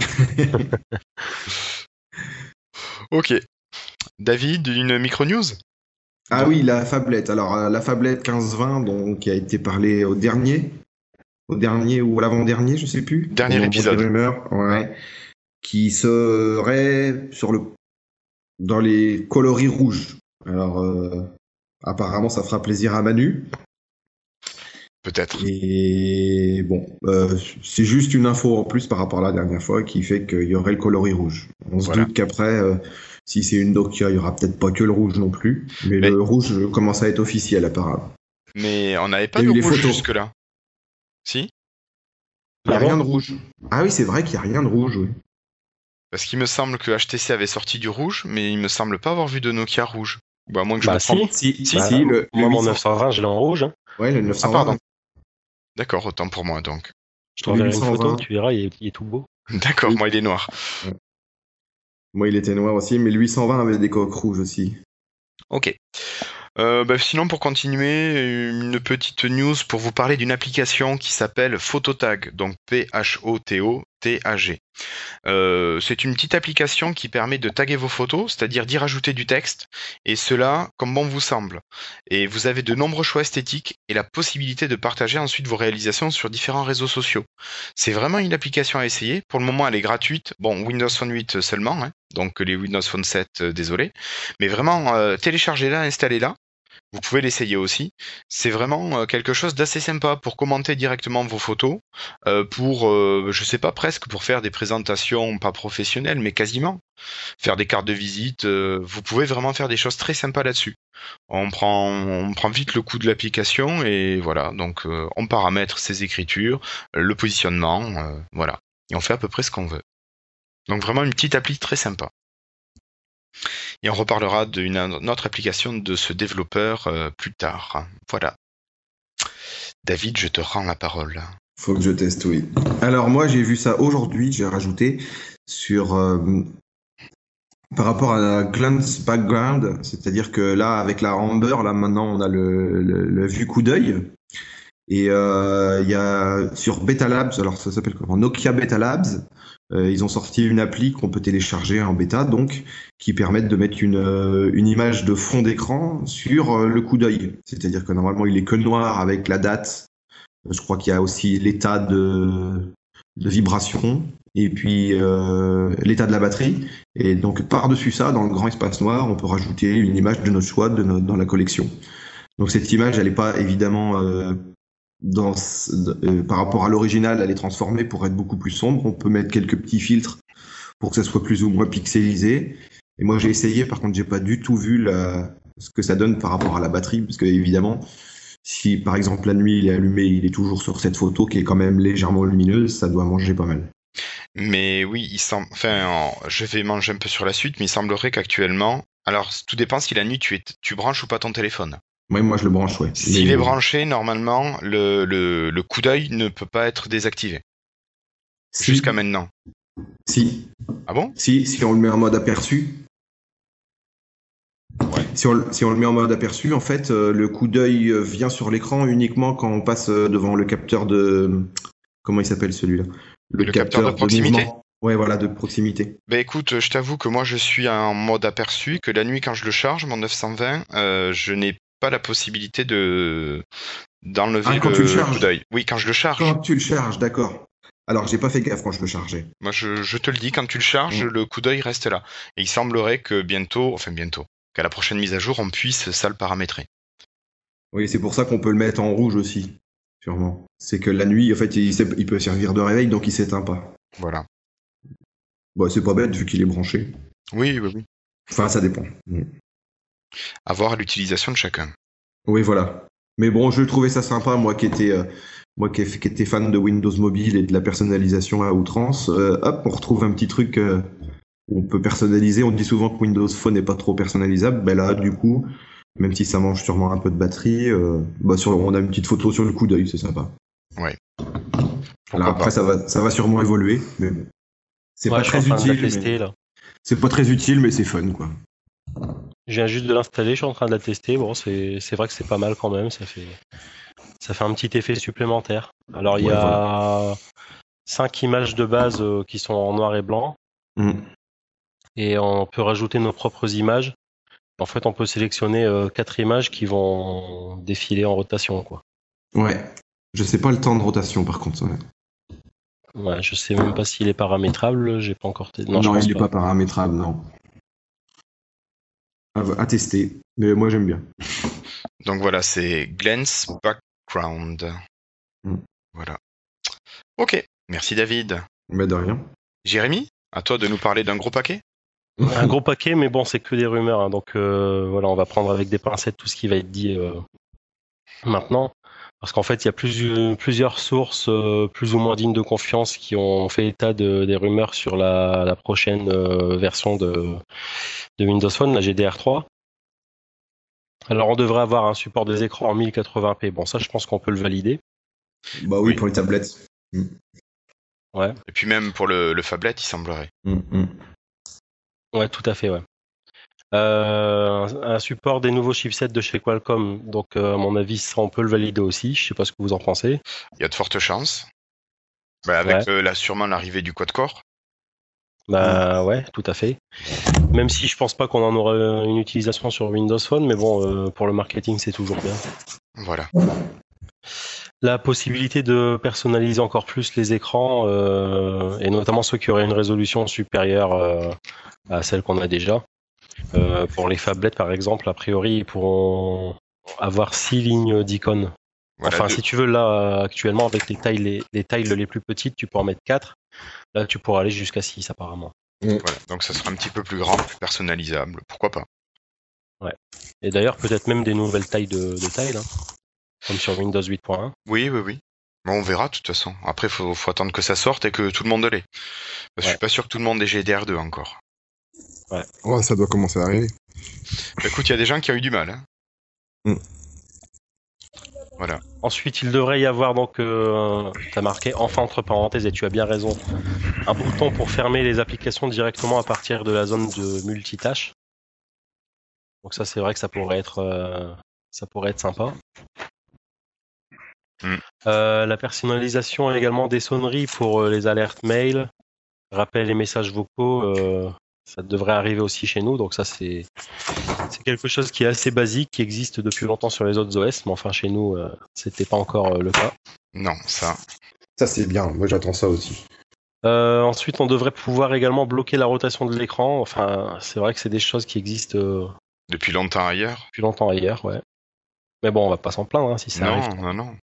Ok. David, une micro-news? Ah oui, la phablette. Alors, euh, la phablette quinze vingt, donc, qui a été parlé au dernier, au dernier ou à l'avant-dernier, je sais plus. Dernier Au moment épisode. des rumeurs, ouais. Qui serait sur le, dans les coloris rouges. Alors, euh, apparemment, ça fera plaisir à Manu. Peut-être. Et bon, euh, c'est juste une info en plus par rapport à la dernière fois qui fait qu'il y aurait le coloris rouge. On se Voilà. doute qu'après, euh, si c'est une Nokia, il y aura peut-être pas que le rouge non plus, mais, Mais- le rouge commence à être officiel apparemment. Mais on n'avait pas Il y de a eu les rouge photos. jusque-là. Si? Il n'y a Ah bon rien de rouge. Ah oui, c'est vrai qu'il n'y a rien de rouge, oui. Parce qu'il me semble que H T C avait sorti du rouge, mais il me semble pas avoir vu de Nokia rouge. Bah, à moins que je Bah me trompe. si, Si, si, Bah, si, le, moi le mon huit cents neuf cent vingt je l'ai en rouge. Hein. Ouais, le neuf cent vingt. Ah, pardon. D'accord, autant pour moi donc. Je t'enverrai une huit cent vingt. photo, tu verras, il est, il est tout beau. D'accord, Oui. moi il est noir. Moi, il était noir aussi, mais le huit cent vingt avait des coques rouges aussi. Ok. Euh, bah, sinon, pour continuer, une petite news pour vous parler d'une application qui s'appelle Phototag, donc P H O T O T A G. Euh, c'est une petite application qui permet de taguer vos photos, c'est-à-dire d'y rajouter du texte, et cela comme bon vous semble. Et vous avez de nombreux choix esthétiques et la possibilité de partager ensuite vos réalisations sur différents réseaux sociaux. C'est vraiment une application à essayer. Pour le moment, elle est gratuite. Bon, Windows Phone huit seulement, hein, donc les Windows Phone sept, euh, désolé. Mais vraiment, euh, téléchargez-la, installez-la. Vous pouvez l'essayer aussi. C'est vraiment euh, quelque chose d'assez sympa pour commenter directement vos photos, euh, pour, euh, je sais pas, presque pour faire des présentations pas professionnelles, mais quasiment. Faire des cartes de visite, euh, vous pouvez vraiment faire des choses très sympas là-dessus. On prend, on prend vite le coup de l'application et voilà. Donc, euh, on paramètre ses écritures, le positionnement, euh, voilà. Et on fait à peu près ce qu'on veut. Donc vraiment une petite appli très sympa. Et on reparlera d'une autre application de ce développeur euh, plus tard. Voilà. David, je te rends la parole. Faut que je teste, oui. Alors moi, j'ai vu ça aujourd'hui, j'ai rajouté sur euh, par rapport à la glance background, c'est-à-dire que là, avec la Amber, là maintenant, on a le, le, le vue coup d'œil. Et euh, il y a sur Beta Labs, alors ça s'appelle comment? Nokia Beta Labs. Euh, ils ont sorti une appli qu'on peut télécharger en bêta, donc qui permettent de mettre une, euh, une image de fond d'écran sur euh, le coup d'œil. C'est-à-dire que normalement, il est que noir avec la date. Je crois qu'il y a aussi l'état de, de vibration et puis euh, l'état de la batterie. Et donc par-dessus ça, dans le grand espace noir, on peut rajouter une image de notre choix de notre, dans la collection. Donc cette image, elle n'est pas évidemment euh, dans, euh, par rapport à l'original, elle est transformée pour être beaucoup plus sombre. On peut mettre quelques petits filtres pour que ça soit plus ou moins pixelisé. Et moi j'ai essayé, par contre j'ai pas du tout vu la, ce que ça donne par rapport à la batterie, parce que évidemment, si par exemple la nuit il est allumé, il est toujours sur cette photo qui est quand même légèrement lumineuse, ça doit manger pas mal. Mais oui, il semble. Enfin, en- je vais manger un peu sur la suite, mais il semblerait qu'actuellement. Alors, tout dépend si la nuit tu, es... tu branches ou pas ton téléphone. Ouais, moi je le branche, ouais. S'il Mais- est branché, normalement, le, le, le coup d'œil ne peut pas être désactivé. Si, Jusqu'à maintenant. si, Ah bon? si, si on le met en mode aperçu. Ouais. Si on, le- si on le met en mode aperçu, en fait, euh, le coup d'œil euh, vient sur l'écran uniquement quand on passe euh, devant le capteur de. Comment il s'appelle celui-là? Le capteur de proximité? mouvement. Ouais, voilà, de proximité. Ben écoute, je t'avoue que moi je suis en mode aperçu, que la nuit quand je le charge, mon neuf cent vingt, euh, je n'ai pas la possibilité de d'enlever Ah, quand le tu le charges. coup d'œil. Oui, quand je le charge. Quand tu le charges, d'accord. Alors, j'ai pas fait gaffe quand je le chargeais. Moi je, je te le dis, quand tu le charges, Mm. le coup d'œil reste là. Et il semblerait que bientôt, enfin bientôt, qu'à la prochaine mise à jour, on puisse ça le paramétrer. Oui, c'est pour ça qu'on peut le mettre en rouge aussi, sûrement. C'est que la nuit, en fait, il, s'est- il peut servir de réveil, donc il s'éteint pas. Voilà. Bon, c'est pas bête vu qu'il est branché. Oui, oui, oui. Enfin, ça dépend. Mm. À voir l'utilisation de chacun. Oui, voilà. Mais bon, je trouvais ça sympa, moi qui étais, euh, moi qui, qui étais fan de Windows Mobile et de la personnalisation à outrance. Euh, hop, on retrouve un petit truc euh, où on peut personnaliser. On dit souvent que Windows Phone n'est pas trop personnalisable. Ben là, du coup, même si ça mange sûrement un peu de batterie, euh, bah sur, on a une petite photo sur le coup d'œil, c'est sympa. Ouais. Alors Pourquoi après, pas. ça va, ça va sûrement évoluer, mais bon. C'est Ouais, pas je suis en très train de la utile. tester mais- là. C'est pas très utile, mais c'est fun, quoi. Je viens juste de l'installer, je suis en train de la tester. Bon, c'est c'est vrai que c'est pas mal quand même. Ça fait ça fait un petit effet supplémentaire. Alors il y Ouais, voilà. a cinq images de base euh, qui sont en noir et blanc Mm. et on peut rajouter nos propres images. En fait, on peut sélectionner euh, quatre images qui vont défiler en rotation, quoi. Ouais. Je sais pas le temps de rotation par contre. Ouais. Ouais, je sais même pas s'il est paramétrable. J'ai pas encore. t- Non, je Non, pense il est pas. pas paramétrable, non. À, à tester. Mais moi j'aime bien. Donc voilà, c'est Glenn's Background. Mm. Voilà. Ok, merci David. Mais de rien. Jérémy, à toi de nous parler d'un gros paquet. Un gros paquet, mais bon, c'est que des rumeurs, hein, donc euh, voilà, on va prendre avec des pincettes tout ce qui va être dit euh, maintenant, parce qu'en fait, il y a plus- plusieurs sources euh, plus ou moins dignes de confiance qui ont fait état de, des rumeurs sur la, la prochaine euh, version de, de Windows Phone, la G D R trois. Alors, on devrait avoir un support des écrans en mille quatre-vingts p. Bon, ça, je pense qu'on peut le valider. Bah oui, Oui. pour les tablettes. Mm. Ouais, Et puis même pour le, le phablet, il semblerait. Mm, mm. ouais, tout à fait, ouais. Euh, un, un support des nouveaux chipsets de chez Qualcomm, donc euh, à mon avis, ça, on peut le valider aussi. Je sais pas ce que vous en pensez. Il y a de fortes chances. Bah, avec Ouais. euh, là, sûrement l'arrivée du quad-core. Bah ouais, tout à fait. Même si je pense pas qu'on en aura une utilisation sur Windows Phone, mais bon, euh, pour le marketing, c'est toujours bien. Voilà. La possibilité de personnaliser encore plus les écrans, euh, et notamment ceux qui auraient une résolution supérieure euh, à celle qu'on a déjà. Euh, pour les phablettes, par exemple, a priori, ils pourront avoir six lignes d'icônes. Voilà, Enfin, deux- si tu veux, là, actuellement, avec les tailles les, les tailles les plus petites, tu peux en mettre quatre. Là, tu pourras aller jusqu'à six, apparemment. voilà. Donc ça sera un petit peu plus grand, plus personnalisable. Pourquoi pas. Ouais. Et d'ailleurs, peut-être même des nouvelles tailles de, de taille, hein, comme sur Windows huit point un. Oui, oui, oui. Bon, on verra de toute façon. Après, faut, faut attendre que ça sorte et que tout le monde l'ait. Parce que Je Ouais. suis pas sûr que tout le monde ait G D R deux encore. Ouais, ça doit commencer à arriver. Bah, écoute, il y a des gens qui ont eu du mal. Hein. Mm. Voilà. Ensuite, il devrait y avoir donc, euh, t'as marqué enfin entre parenthèses et tu as bien raison, un bouton pour fermer les applications directement à partir de la zone de multitâche. Donc ça, c'est vrai que ça pourrait être, euh, ça pourrait être sympa. Mm. Euh, la personnalisation également des sonneries pour euh, les alertes mail, rappels et messages vocaux, euh, ça devrait arriver aussi chez nous. Donc ça, c'est c'est quelque chose qui est assez basique, qui existe depuis longtemps sur les autres O S, mais enfin chez nous, euh, c'était pas encore euh, le cas. Non, ça. Ça, c'est bien. Moi, j'attends ça aussi. Euh, ensuite, on devrait pouvoir également bloquer la rotation de l'écran. Enfin, c'est vrai que c'est des choses qui existent euh, Depuis longtemps ailleurs. depuis longtemps ailleurs, ouais. Mais bon, on va pas s'en plaindre hein, si ça Non, arrive. non, non.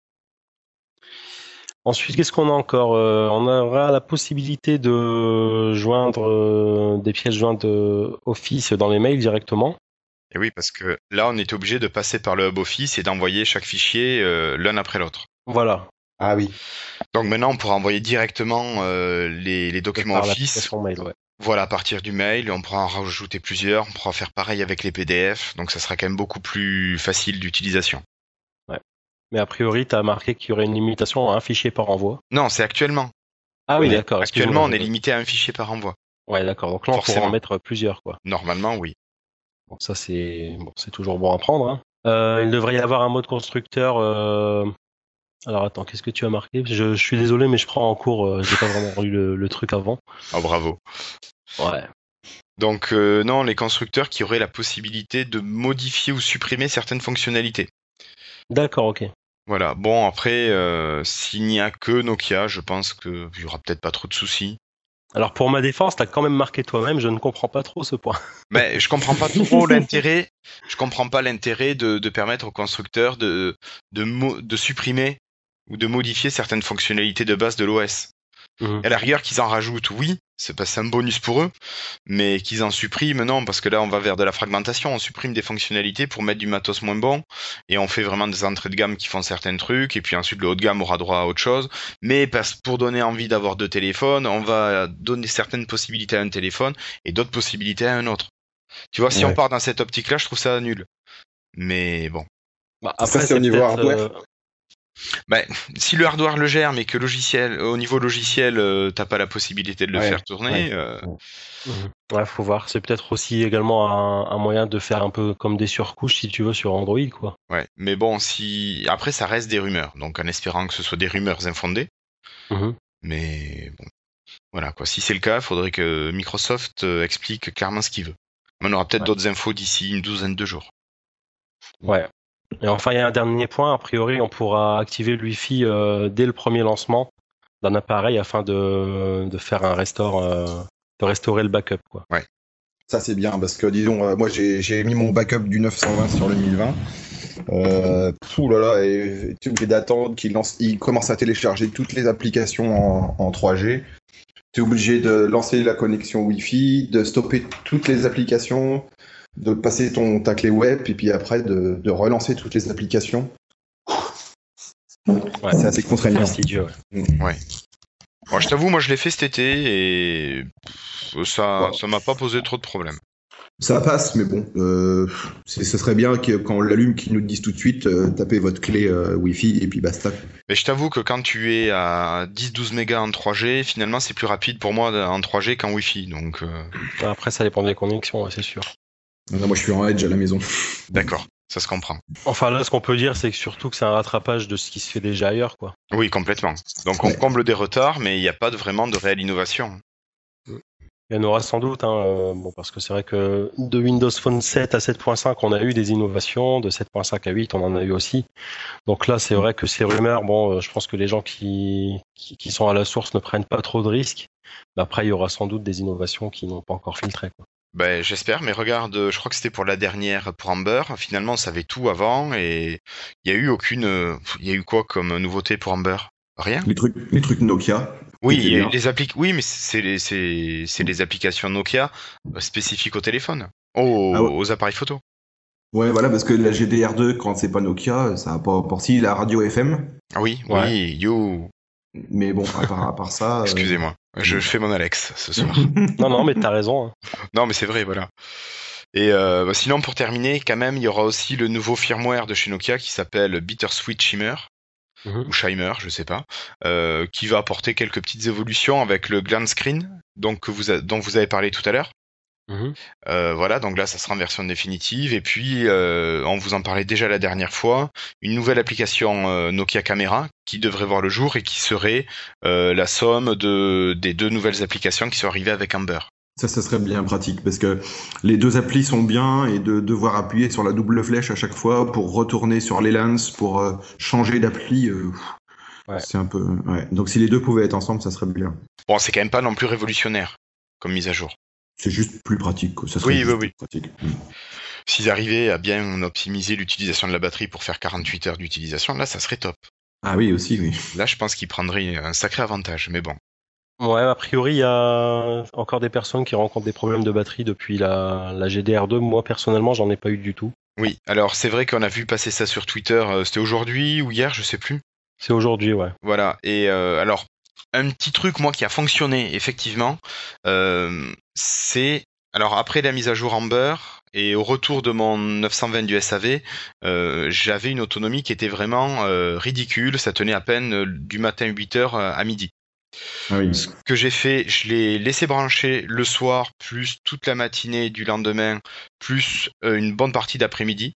Ensuite, qu'est-ce qu'on a encore Euh, On aura la possibilité de joindre euh, des pièces jointes euh, Office dans les mails directement. Et oui, parce que là, on est obligé de passer par le Hub Office et d'envoyer chaque fichier euh, l'un après l'autre. Voilà, Ah oui. Donc maintenant, on pourra envoyer directement euh, les, les documents par Office. l'application mail, ouais. Voilà, à partir du mail, on pourra en rajouter plusieurs. On pourra faire pareil avec les P D F. Donc ça sera quand même beaucoup plus facile d'utilisation. Mais a priori, tu as marqué qu'il y aurait une limitation à un fichier par envoi. Non, c'est actuellement. Ah oui, On est- d'accord. Actuellement, on excuse-moi. est limité à un fichier par envoi. Ouais, d'accord. Donc là, on pourra Forcément. en mettre plusieurs, quoi. Normalement, oui. Bon, ça, c'est bon, c'est toujours bon à prendre. Hein. Euh, il devrait y avoir un mode constructeur. Euh... Alors attends, qu'est-ce que tu as marqué je, je suis désolé, mais je prends en cours. Euh, j'ai pas vraiment lu le, le truc avant. Oh, bravo. Ouais. Donc euh, non, les constructeurs qui auraient la possibilité de modifier ou supprimer certaines fonctionnalités. D'accord, ok. Voilà. Bon, après, euh, s'il n'y a que Nokia, je pense qu'il y aura peut-être pas trop de soucis. Alors pour ma défense, t'as quand même marqué toi-même. Je ne comprends pas trop ce point. Mais je comprends pas trop l'intérêt. Je comprends pas l'intérêt de, de permettre aux constructeurs de de, mo- de supprimer ou de modifier certaines fonctionnalités de base de l'O S. Mhm. À la rigueur qu'ils en rajoutent, oui, c'est pas c'est un bonus pour eux, mais qu'ils en suppriment, non, parce que là on va vers de la fragmentation, on supprime des fonctionnalités pour mettre du matos moins bon, et on fait vraiment des entrées de gamme qui font certains trucs, et puis ensuite le haut de gamme aura droit à autre chose, mais parce, pour donner envie d'avoir deux téléphones, on va donner certaines possibilités à un téléphone, et d'autres possibilités à un autre. Tu vois, si Ouais. on part dans cette optique-là, je trouve ça nul. Mais bon. Bah, Ça, c'est au niveau peut-être, hardware. euh, Bah, si le hardware le gère, mais que logiciel, au niveau logiciel, euh, t'as pas la possibilité de le Ouais, faire tourner. ouais. euh, Mhm. Ouais, faut voir. C'est peut-être aussi également un, un moyen de faire un peu comme des surcouches, si tu veux, sur Android, quoi. Ouais, mais bon, si après ça reste des rumeurs, donc en espérant que ce soit des rumeurs infondées. Mhm. Mais bon, voilà quoi. Si c'est le cas, il faudrait que Microsoft euh, explique clairement ce qu'il veut. On aura peut-être Ouais. d'autres infos d'ici une douzaine de jours. Ouais. Et enfin, il y a un dernier point. A priori, on pourra activer le Wi-Fi euh, dès le premier lancement d'un appareil afin de, de faire un restore, euh, de restaurer le backup, quoi. Ça, c'est bien parce que, disons, euh, moi, j'ai j'ai mis mon backup du neuf cent vingt sur le mille vingt. Euh, pouh là là, et tu es obligé d'attendre qu'il lance, il commence à télécharger toutes les applications en, en trois G. Tu es obligé de lancer la connexion Wi-Fi, de stopper toutes les applications, de passer ton, ta clé web, et puis après de, de relancer toutes les applications. Ouais. C'est assez contraignant. Fastidieux, ouais. Bon, je t'avoue, moi je l'ai fait cet été et pff, ça, ça m'a pas posé trop de problèmes. Ça passe, mais bon, euh, c'est- ce serait bien que quand on l'allume, qu'ils nous disent tout de suite, euh, tapez votre clé euh, Wi-Fi et puis basta. Mais je t'avoue que quand tu es à dix douze mégas en trois G, finalement c'est plus rapide pour moi en trois G qu'en Wi-Fi. Donc euh, Après, ça dépend des connexions, ouais, c'est sûr. Non, moi, je suis en Edge à la maison. d'accord, ça se comprend. Enfin, là, ce qu'on peut dire, c'est que surtout que c'est un rattrapage de ce qui se fait déjà ailleurs, quoi. Oui, complètement. Donc on Ouais. comble des retards, mais il n'y a pas de, vraiment de réelle innovation. Il y en aura sans doute, hein, euh, bon, parce que c'est vrai que de Windows Phone sept à sept point cinq, on a eu des innovations, de sept point cinq à huit, on en a eu aussi. Donc là, c'est vrai que ces rumeurs, bon, euh, je pense que les gens qui, qui, qui sont à la source ne prennent pas trop de risques. Mais après, il y aura sans doute des innovations qui n'ont pas encore filtré, quoi. Ben, j'espère, mais regarde, je crois que c'était pour la dernière, pour Amber. Finalement, on savait tout avant et il y a eu aucune. Il y a eu quoi comme nouveauté pour Amber? Rien? Les trucs, les trucs Nokia. Oui, c'était il y a eu bien. les appli- oui, mais c'est les, c'est, c'est les applications Nokia euh, spécifiques au téléphone, aux, Ah ouais. aux appareils photo. Ouais, voilà, parce que la G D R deux, quand c'est pas Nokia, ça a pas pour si la radio F M. Ah oui, Ouais. oui, you. Mais bon, à part, à part ça. euh, Excusez-moi, je fais mon Alex ce soir. Non, non, mais t'as raison, hein. Non, mais c'est vrai, voilà. Et euh, bah, sinon, pour terminer, quand même, il y aura aussi le nouveau firmware de chez Nokia qui s'appelle Bittersweet Shimmer, Mhm. ou Shimmer, je sais pas, euh, qui va apporter quelques petites évolutions avec le glance screen, donc, que vous a- dont vous avez parlé tout à l'heure. Mhm. Euh, voilà, donc là, ça sera en version définitive. Et puis, euh, on vous en parlait déjà la dernière fois, une nouvelle application euh, Nokia Camera qui devrait voir le jour et qui serait euh, la somme de, des deux nouvelles applications qui sont arrivées avec Amber. Ça, ça serait bien pratique parce que les deux applis sont bien et de devoir appuyer sur la double flèche à chaque fois pour retourner sur les lens, pour euh, changer d'appli, euh, Ouais. c'est un peu. Ouais. Donc si les deux pouvaient être ensemble, ça serait bien. Bon, c'est quand même pas non plus révolutionnaire comme mise à jour. C'est juste plus pratique. Quoi. Ça serait Oui, juste oui, plus oui. pratique. S'ils arrivaient à bien optimiser l'utilisation de la batterie pour faire quarante-huit heures d'utilisation, là, ça serait top. Ah oui, aussi, oui. Là, je pense qu'ils prendraient un sacré avantage, mais bon. Ouais, a priori, il y a encore des personnes qui rencontrent des problèmes de batterie depuis la, la G D R deux. Moi, personnellement, j'en ai pas eu du tout. Oui, alors c'est vrai qu'on a vu passer ça sur Twitter, euh, c'était aujourd'hui ou hier, je sais plus. C'est aujourd'hui, ouais. Voilà, et euh, alors, un petit truc, moi, qui a fonctionné, effectivement, euh, c'est... Alors, après la mise à jour Amber, et au retour de mon neuf cent vingt du S A V, euh, j'avais une autonomie qui était vraiment euh, ridicule, ça tenait à peine euh, du matin huit heures à midi. Ah oui. Ce que j'ai fait, je l'ai laissé brancher le soir, plus toute la matinée du lendemain, plus euh, une bonne partie d'après-midi.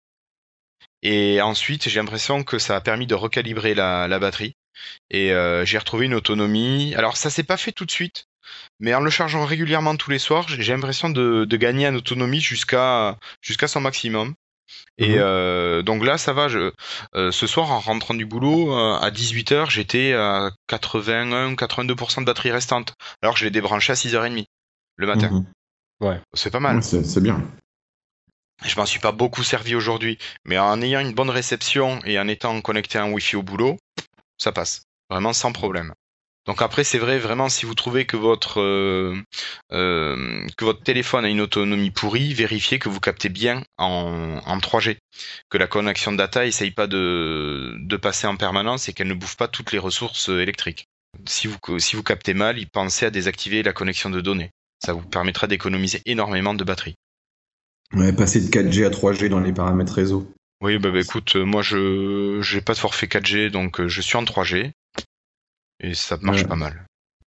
Et ensuite, j'ai l'impression que ça a permis de recalibrer la, la batterie. Et euh, j'ai retrouvé une autonomie. Alors, ça s'est pas fait tout de suite, mais en le chargeant régulièrement tous les soirs, j'ai l'impression de, de gagner en autonomie jusqu'à jusqu'à son maximum. Et Mhm. euh, donc là, ça va. Je, euh, ce soir, en rentrant du boulot, euh, à dix-huit heures, j'étais à quatre-vingt-un quatre-vingt-deux pour cent de batterie restante. Alors que je l'ai débranché à six heures trente le matin. Mhm. Ouais. C'est pas mal. Ouais, c'est c'est bien. Je m'en suis pas beaucoup servi aujourd'hui, mais en ayant une bonne réception et en étant connecté à un Wi-Fi au boulot, ça passe. Vraiment sans problème. Donc après, c'est vrai, vraiment, si vous trouvez que votre euh, euh, que votre téléphone a une autonomie pourrie, vérifiez que vous captez bien en, en trois G, que la connexion data essaye pas de, de passer en permanence et qu'elle ne bouffe pas toutes les ressources électriques. Si vous si vous captez mal, pensez à désactiver la connexion de données. Ça vous permettra d'économiser énormément de batterie. Ouais, passer de quatre G à trois G dans les paramètres réseau. Oui, bah, bah écoute, euh, moi je j'ai pas de forfait quatre G, donc euh, je suis en trois G et ça marche Ouais. pas mal.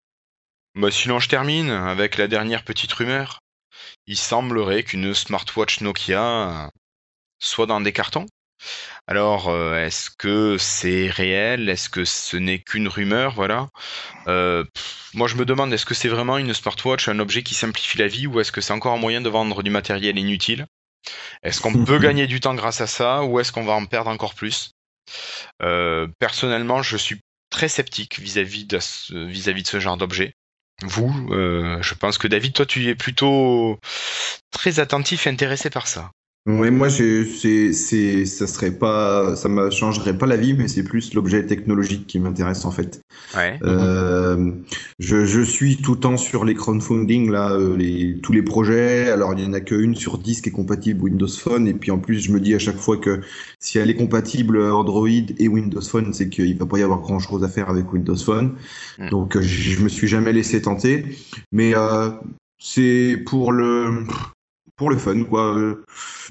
Bah sinon je termine avec la dernière petite rumeur. Il semblerait qu'une smartwatch Nokia soit dans des cartons. Alors, euh, est-ce que c'est réel? Est-ce que ce n'est qu'une rumeur? Voilà. Euh, pff, moi, je me demande, est-ce que c'est vraiment une smartwatch, un objet qui simplifie la vie, ou est-ce que c'est encore un moyen de vendre du matériel inutile? Est-ce qu'on peut gagner du temps grâce à ça, ou est-ce qu'on va en perdre encore plus? Euh, personnellement, je suis très sceptique vis-à-vis de ce, vis-à-vis de ce genre d'objet. Vous, euh, je pense que David, toi, tu es plutôt très attentif et intéressé par ça. Ouais, moi, j'ai, c'est, c'est, ça serait pas, ça me changerait pas la vie, mais c'est plus l'objet technologique qui m'intéresse en fait. Ouais. Euh, je, je suis tout le temps sur les crowdfunding là, euh, les, tous les projets. Alors il y en a qu'une sur dix qui est compatible Windows Phone, et puis en plus je me dis à chaque fois que si elle est compatible Android et Windows Phone, c'est qu'il va pas y avoir grand chose à faire avec Windows Phone. Mm. Donc euh, je, je me suis jamais laissé tenter, mais euh, c'est pour le pour le fun quoi. Euh,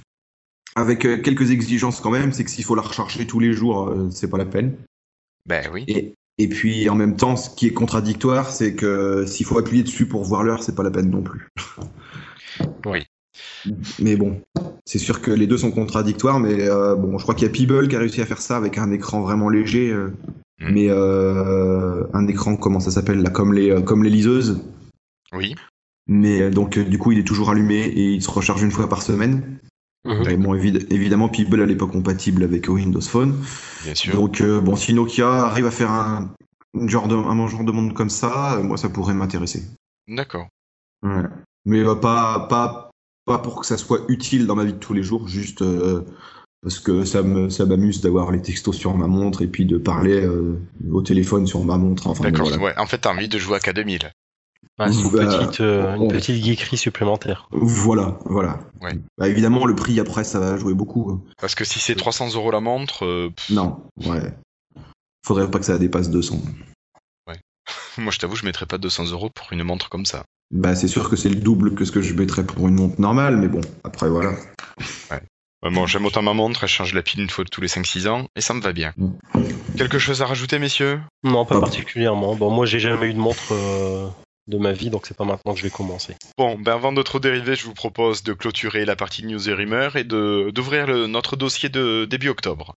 avec euh, quelques exigences quand même, c'est que s'il faut la recharger tous les jours, euh, c'est pas la peine. Ben oui. Et, et puis en même temps, ce qui est contradictoire, c'est que s'il faut appuyer dessus pour voir l'heure, c'est pas la peine non plus. Oui. Mais bon, c'est sûr que les deux sont contradictoires, mais euh, bon, je crois qu'il y a Peeble qui a réussi à faire ça avec un écran vraiment léger, euh, Mm. mais euh, un écran, comment ça s'appelle là, comme les, euh, comme les liseuses. Oui. Mais euh, donc euh, du coup, il est toujours allumé et il se recharge une fois par semaine. Mhm. Et bon, évid- évidemment, Peeble elle n'est pas compatible avec Windows Phone. Bien sûr. Donc euh, bon, si Nokia arrive à faire un genre de, un genre de monde comme ça, euh, moi ça pourrait m'intéresser. D'accord. Ouais. Mais euh, pas, pas, pas pour que ça soit utile dans ma vie de tous les jours, juste euh, parce que ça me, ça m'amuse d'avoir les textos sur ma montre et puis de parler euh, au téléphone sur ma montre. Enfin, bon, D'accord. voilà. Ouais. En fait, t'as envie de jouer à K deux mille. Ouais, c'est une Bah, petite, euh, une on- petite geekerie supplémentaire. Voilà, voilà. Ouais. Bah, évidemment, le prix après, ça va jouer beaucoup. hein. Parce que si c'est trois cents euros la montre, euh, pff, Non, ouais. Faudrait pas que ça dépasse deux cents. moi je t'avoue, je mettrais pas deux cents euros pour une montre comme ça. Bah, c'est sûr que c'est le double que ce que je mettrais pour une montre normale, mais bon, après, voilà. Ouais, bon, j'aime autant ma montre, elle change la pile une fois tous les cinq six ans, et ça me va bien. Mm. Quelque chose à rajouter, messieurs? Non, pas Hop. particulièrement. Bon, moi, j'ai jamais eu de montre euh, de ma vie, donc c'est pas maintenant que je vais commencer. Bon, ben avant de trop dériver, je vous propose de clôturer la partie news et rumeurs et de d'ouvrir le- notre dossier de début octobre.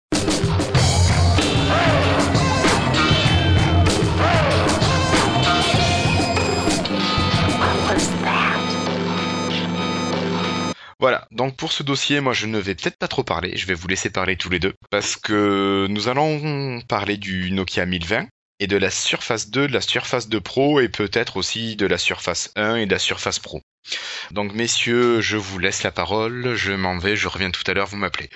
Voilà, donc pour ce dossier, moi je ne vais peut-être pas trop parler, je vais vous laisser parler tous les deux, parce que nous allons parler du Nokia mille vingt et de la Surface deux, de la Surface deux Pro et peut-être aussi de la Surface un et de la Surface Pro. Donc messieurs, je vous laisse la parole, je m'en vais, je reviens tout à l'heure, vous m'appelez.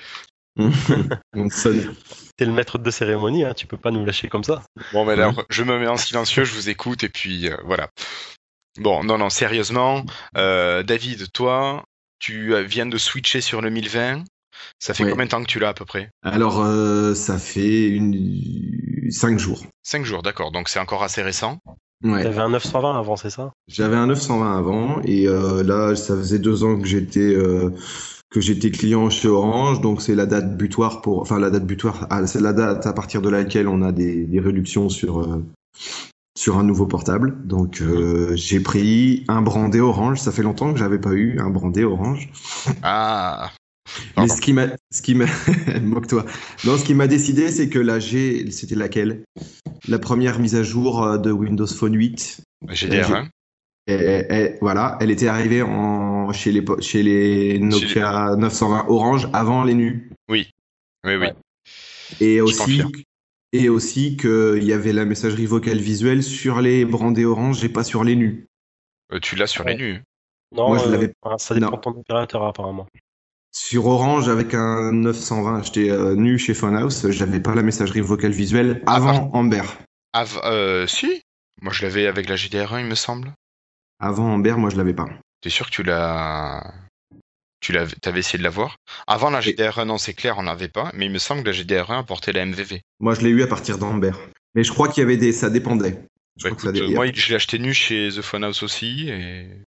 On sonne. T'es le maître de cérémonie, hein, tu peux pas nous lâcher comme ça. Bon, ben alors, je me mets en silencieux, je vous écoute et puis euh, voilà. Bon, non, non, sérieusement, euh, David, toi, tu euh, viens de switcher sur le mille vingt. Ça fait Ouais. combien de temps que tu l'as à peu près? Alors, euh, ça fait une... cinq jours. Cinq jours, d'accord. Donc c'est encore assez récent. Ouais. T'avais un neuf cent vingt avant, c'est ça? J'avais un neuf cent vingt avant, et euh, là, ça faisait deux ans que j'étais euh, que j'étais client chez Orange, donc c'est la date butoir pour, enfin la date butoir, ah, c'est la date à partir de laquelle on a des, des réductions sur euh, sur un nouveau portable. Donc euh, j'ai pris un brandé Orange. Ça fait longtemps que j'avais pas eu un brandé Orange. Ah, Mais Pardon. ce qui m'a, ce qui m'a, moque-toi. Non, ce qui m'a décidé, c'est que la G, c'était laquelle? La première mise à jour euh, de Windows Phone huit. G D R un. Et, et- et voilà, elle était arrivée en, chez les, po- chez les Nokia neuf cent vingt Orange avant les nus. Oui, oui, oui. Ouais. Et Je aussi, confirme. et aussi qu'il y avait la messagerie vocale visuelle sur les brandés Orange et pas sur les nus. Euh, tu l'as sur Ouais. les nus. Non, Moi, je euh, l'avais- enfin, ça dépend non. de ton opérateur apparemment. Sur Orange, avec un neuf cent vingt acheté euh, nu chez Phonehouse, j'avais pas la messagerie vocale visuelle avant Amber. Av- euh, si. Moi je l'avais avec la G D R un, il me semble. Avant Amber, moi je l'avais pas. T'es sûr que tu l'as... Tu l'avais... T'avais essayé de l'avoir? Avant la G D R un, non, c'est clair, on n'avait pas. Mais il me semble que la G D R un apportait la M V V. Moi je l'ai eu à partir d'Amber. Mais je crois qu'il y avait des, ça dépendait. Je Bah, crois que ça écoute, dé- euh, moi je l'ai acheté nu chez The Phone House aussi. Et...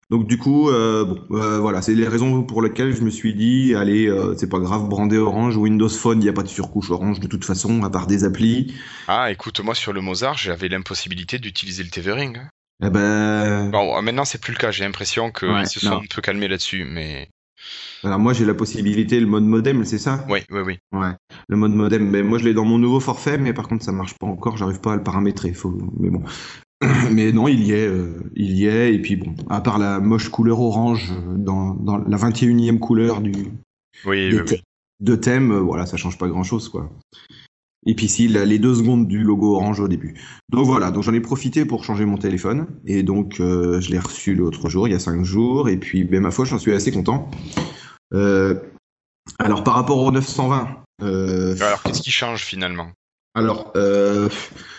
Donc du coup, euh, bon, euh, voilà, c'est les raisons pour lesquelles je me suis dit, allez, euh, c'est pas grave, brander Orange, Windows Phone, il n'y a pas de surcouche Orange de toute façon, à part des applis. Ah, écoute, moi sur le Mozart, j'avais l'impossibilité d'utiliser le tethering. hein. Eh ben, Bon, maintenant c'est plus le cas. J'ai l'impression qu'ils ouais, se sont non. un peu calmés là-dessus, mais Alors moi j'ai la possibilité, le mode modem, c'est ça? oui, oui, oui. Ouais, le mode modem. Mais moi je l'ai dans mon nouveau forfait, mais par contre ça marche pas encore, j'arrive pas à le paramétrer. Faut... Mais bon. Mais non, il y est, euh, il y est. Et puis bon, à part la moche couleur orange euh, dans, dans la vingt et unième couleur du Oui, des oui, thè- oui. de thème, euh, voilà, ça change pas grand-chose quoi. Et puis si la- les deux secondes du logo orange au début. Donc voilà, donc j'en ai profité pour changer mon téléphone et donc euh, je l'ai reçu l'autre jour, il y a cinq jours, et puis ben ma foi, j'en suis assez content. Euh, alors par rapport au neuf cent vingt, euh, Alors, qu'est-ce qui change finalement? alors euh,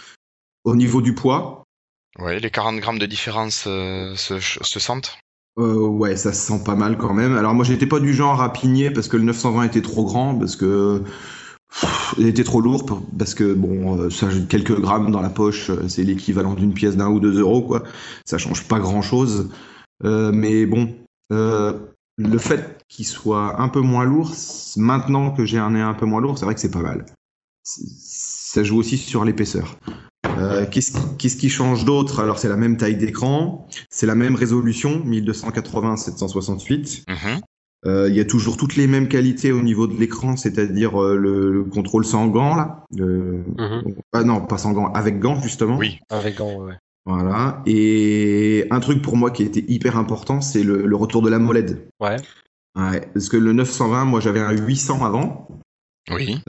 au niveau du poids, Oui, les quarante grammes de différence euh, se, se sentent? euh, ouais, ça se sent pas mal quand même. Alors moi j'étais pas du genre à pigner parce que le neuf cent vingt était trop grand, parce que pff, il était trop lourd, pour- parce que bon, euh, ça quelques grammes dans la poche, euh, c'est l'équivalent d'une pièce d'un ou deux euros quoi. Ça change pas grand-chose. Euh, mais bon, euh, le fait qu'il soit un peu moins lourd, c- maintenant que j'ai un nez un peu moins lourd, c'est vrai que c'est pas mal. C- Ça joue aussi sur l'épaisseur. Euh, qu'est-ce qui, qu'est-ce qui change d'autre? Alors c'est la même taille d'écran, c'est la même résolution, mille deux cent quatre-vingts par sept cent soixante-huit. Mhm. Euh, Il y a toujours toutes les mêmes qualités au niveau de l'écran, c'est-à-dire euh, le, le contrôle sans gants là. Le- Mhm. Ah non, pas sans gants, avec gants justement. Oui, Avec gants, ouais. Voilà. Et un truc pour moi qui était hyper important, c'est le, le retour de la MOLED. Ouais. Ouais, parce que le neuf cent vingt, moi j'avais un huit cents avant, oui.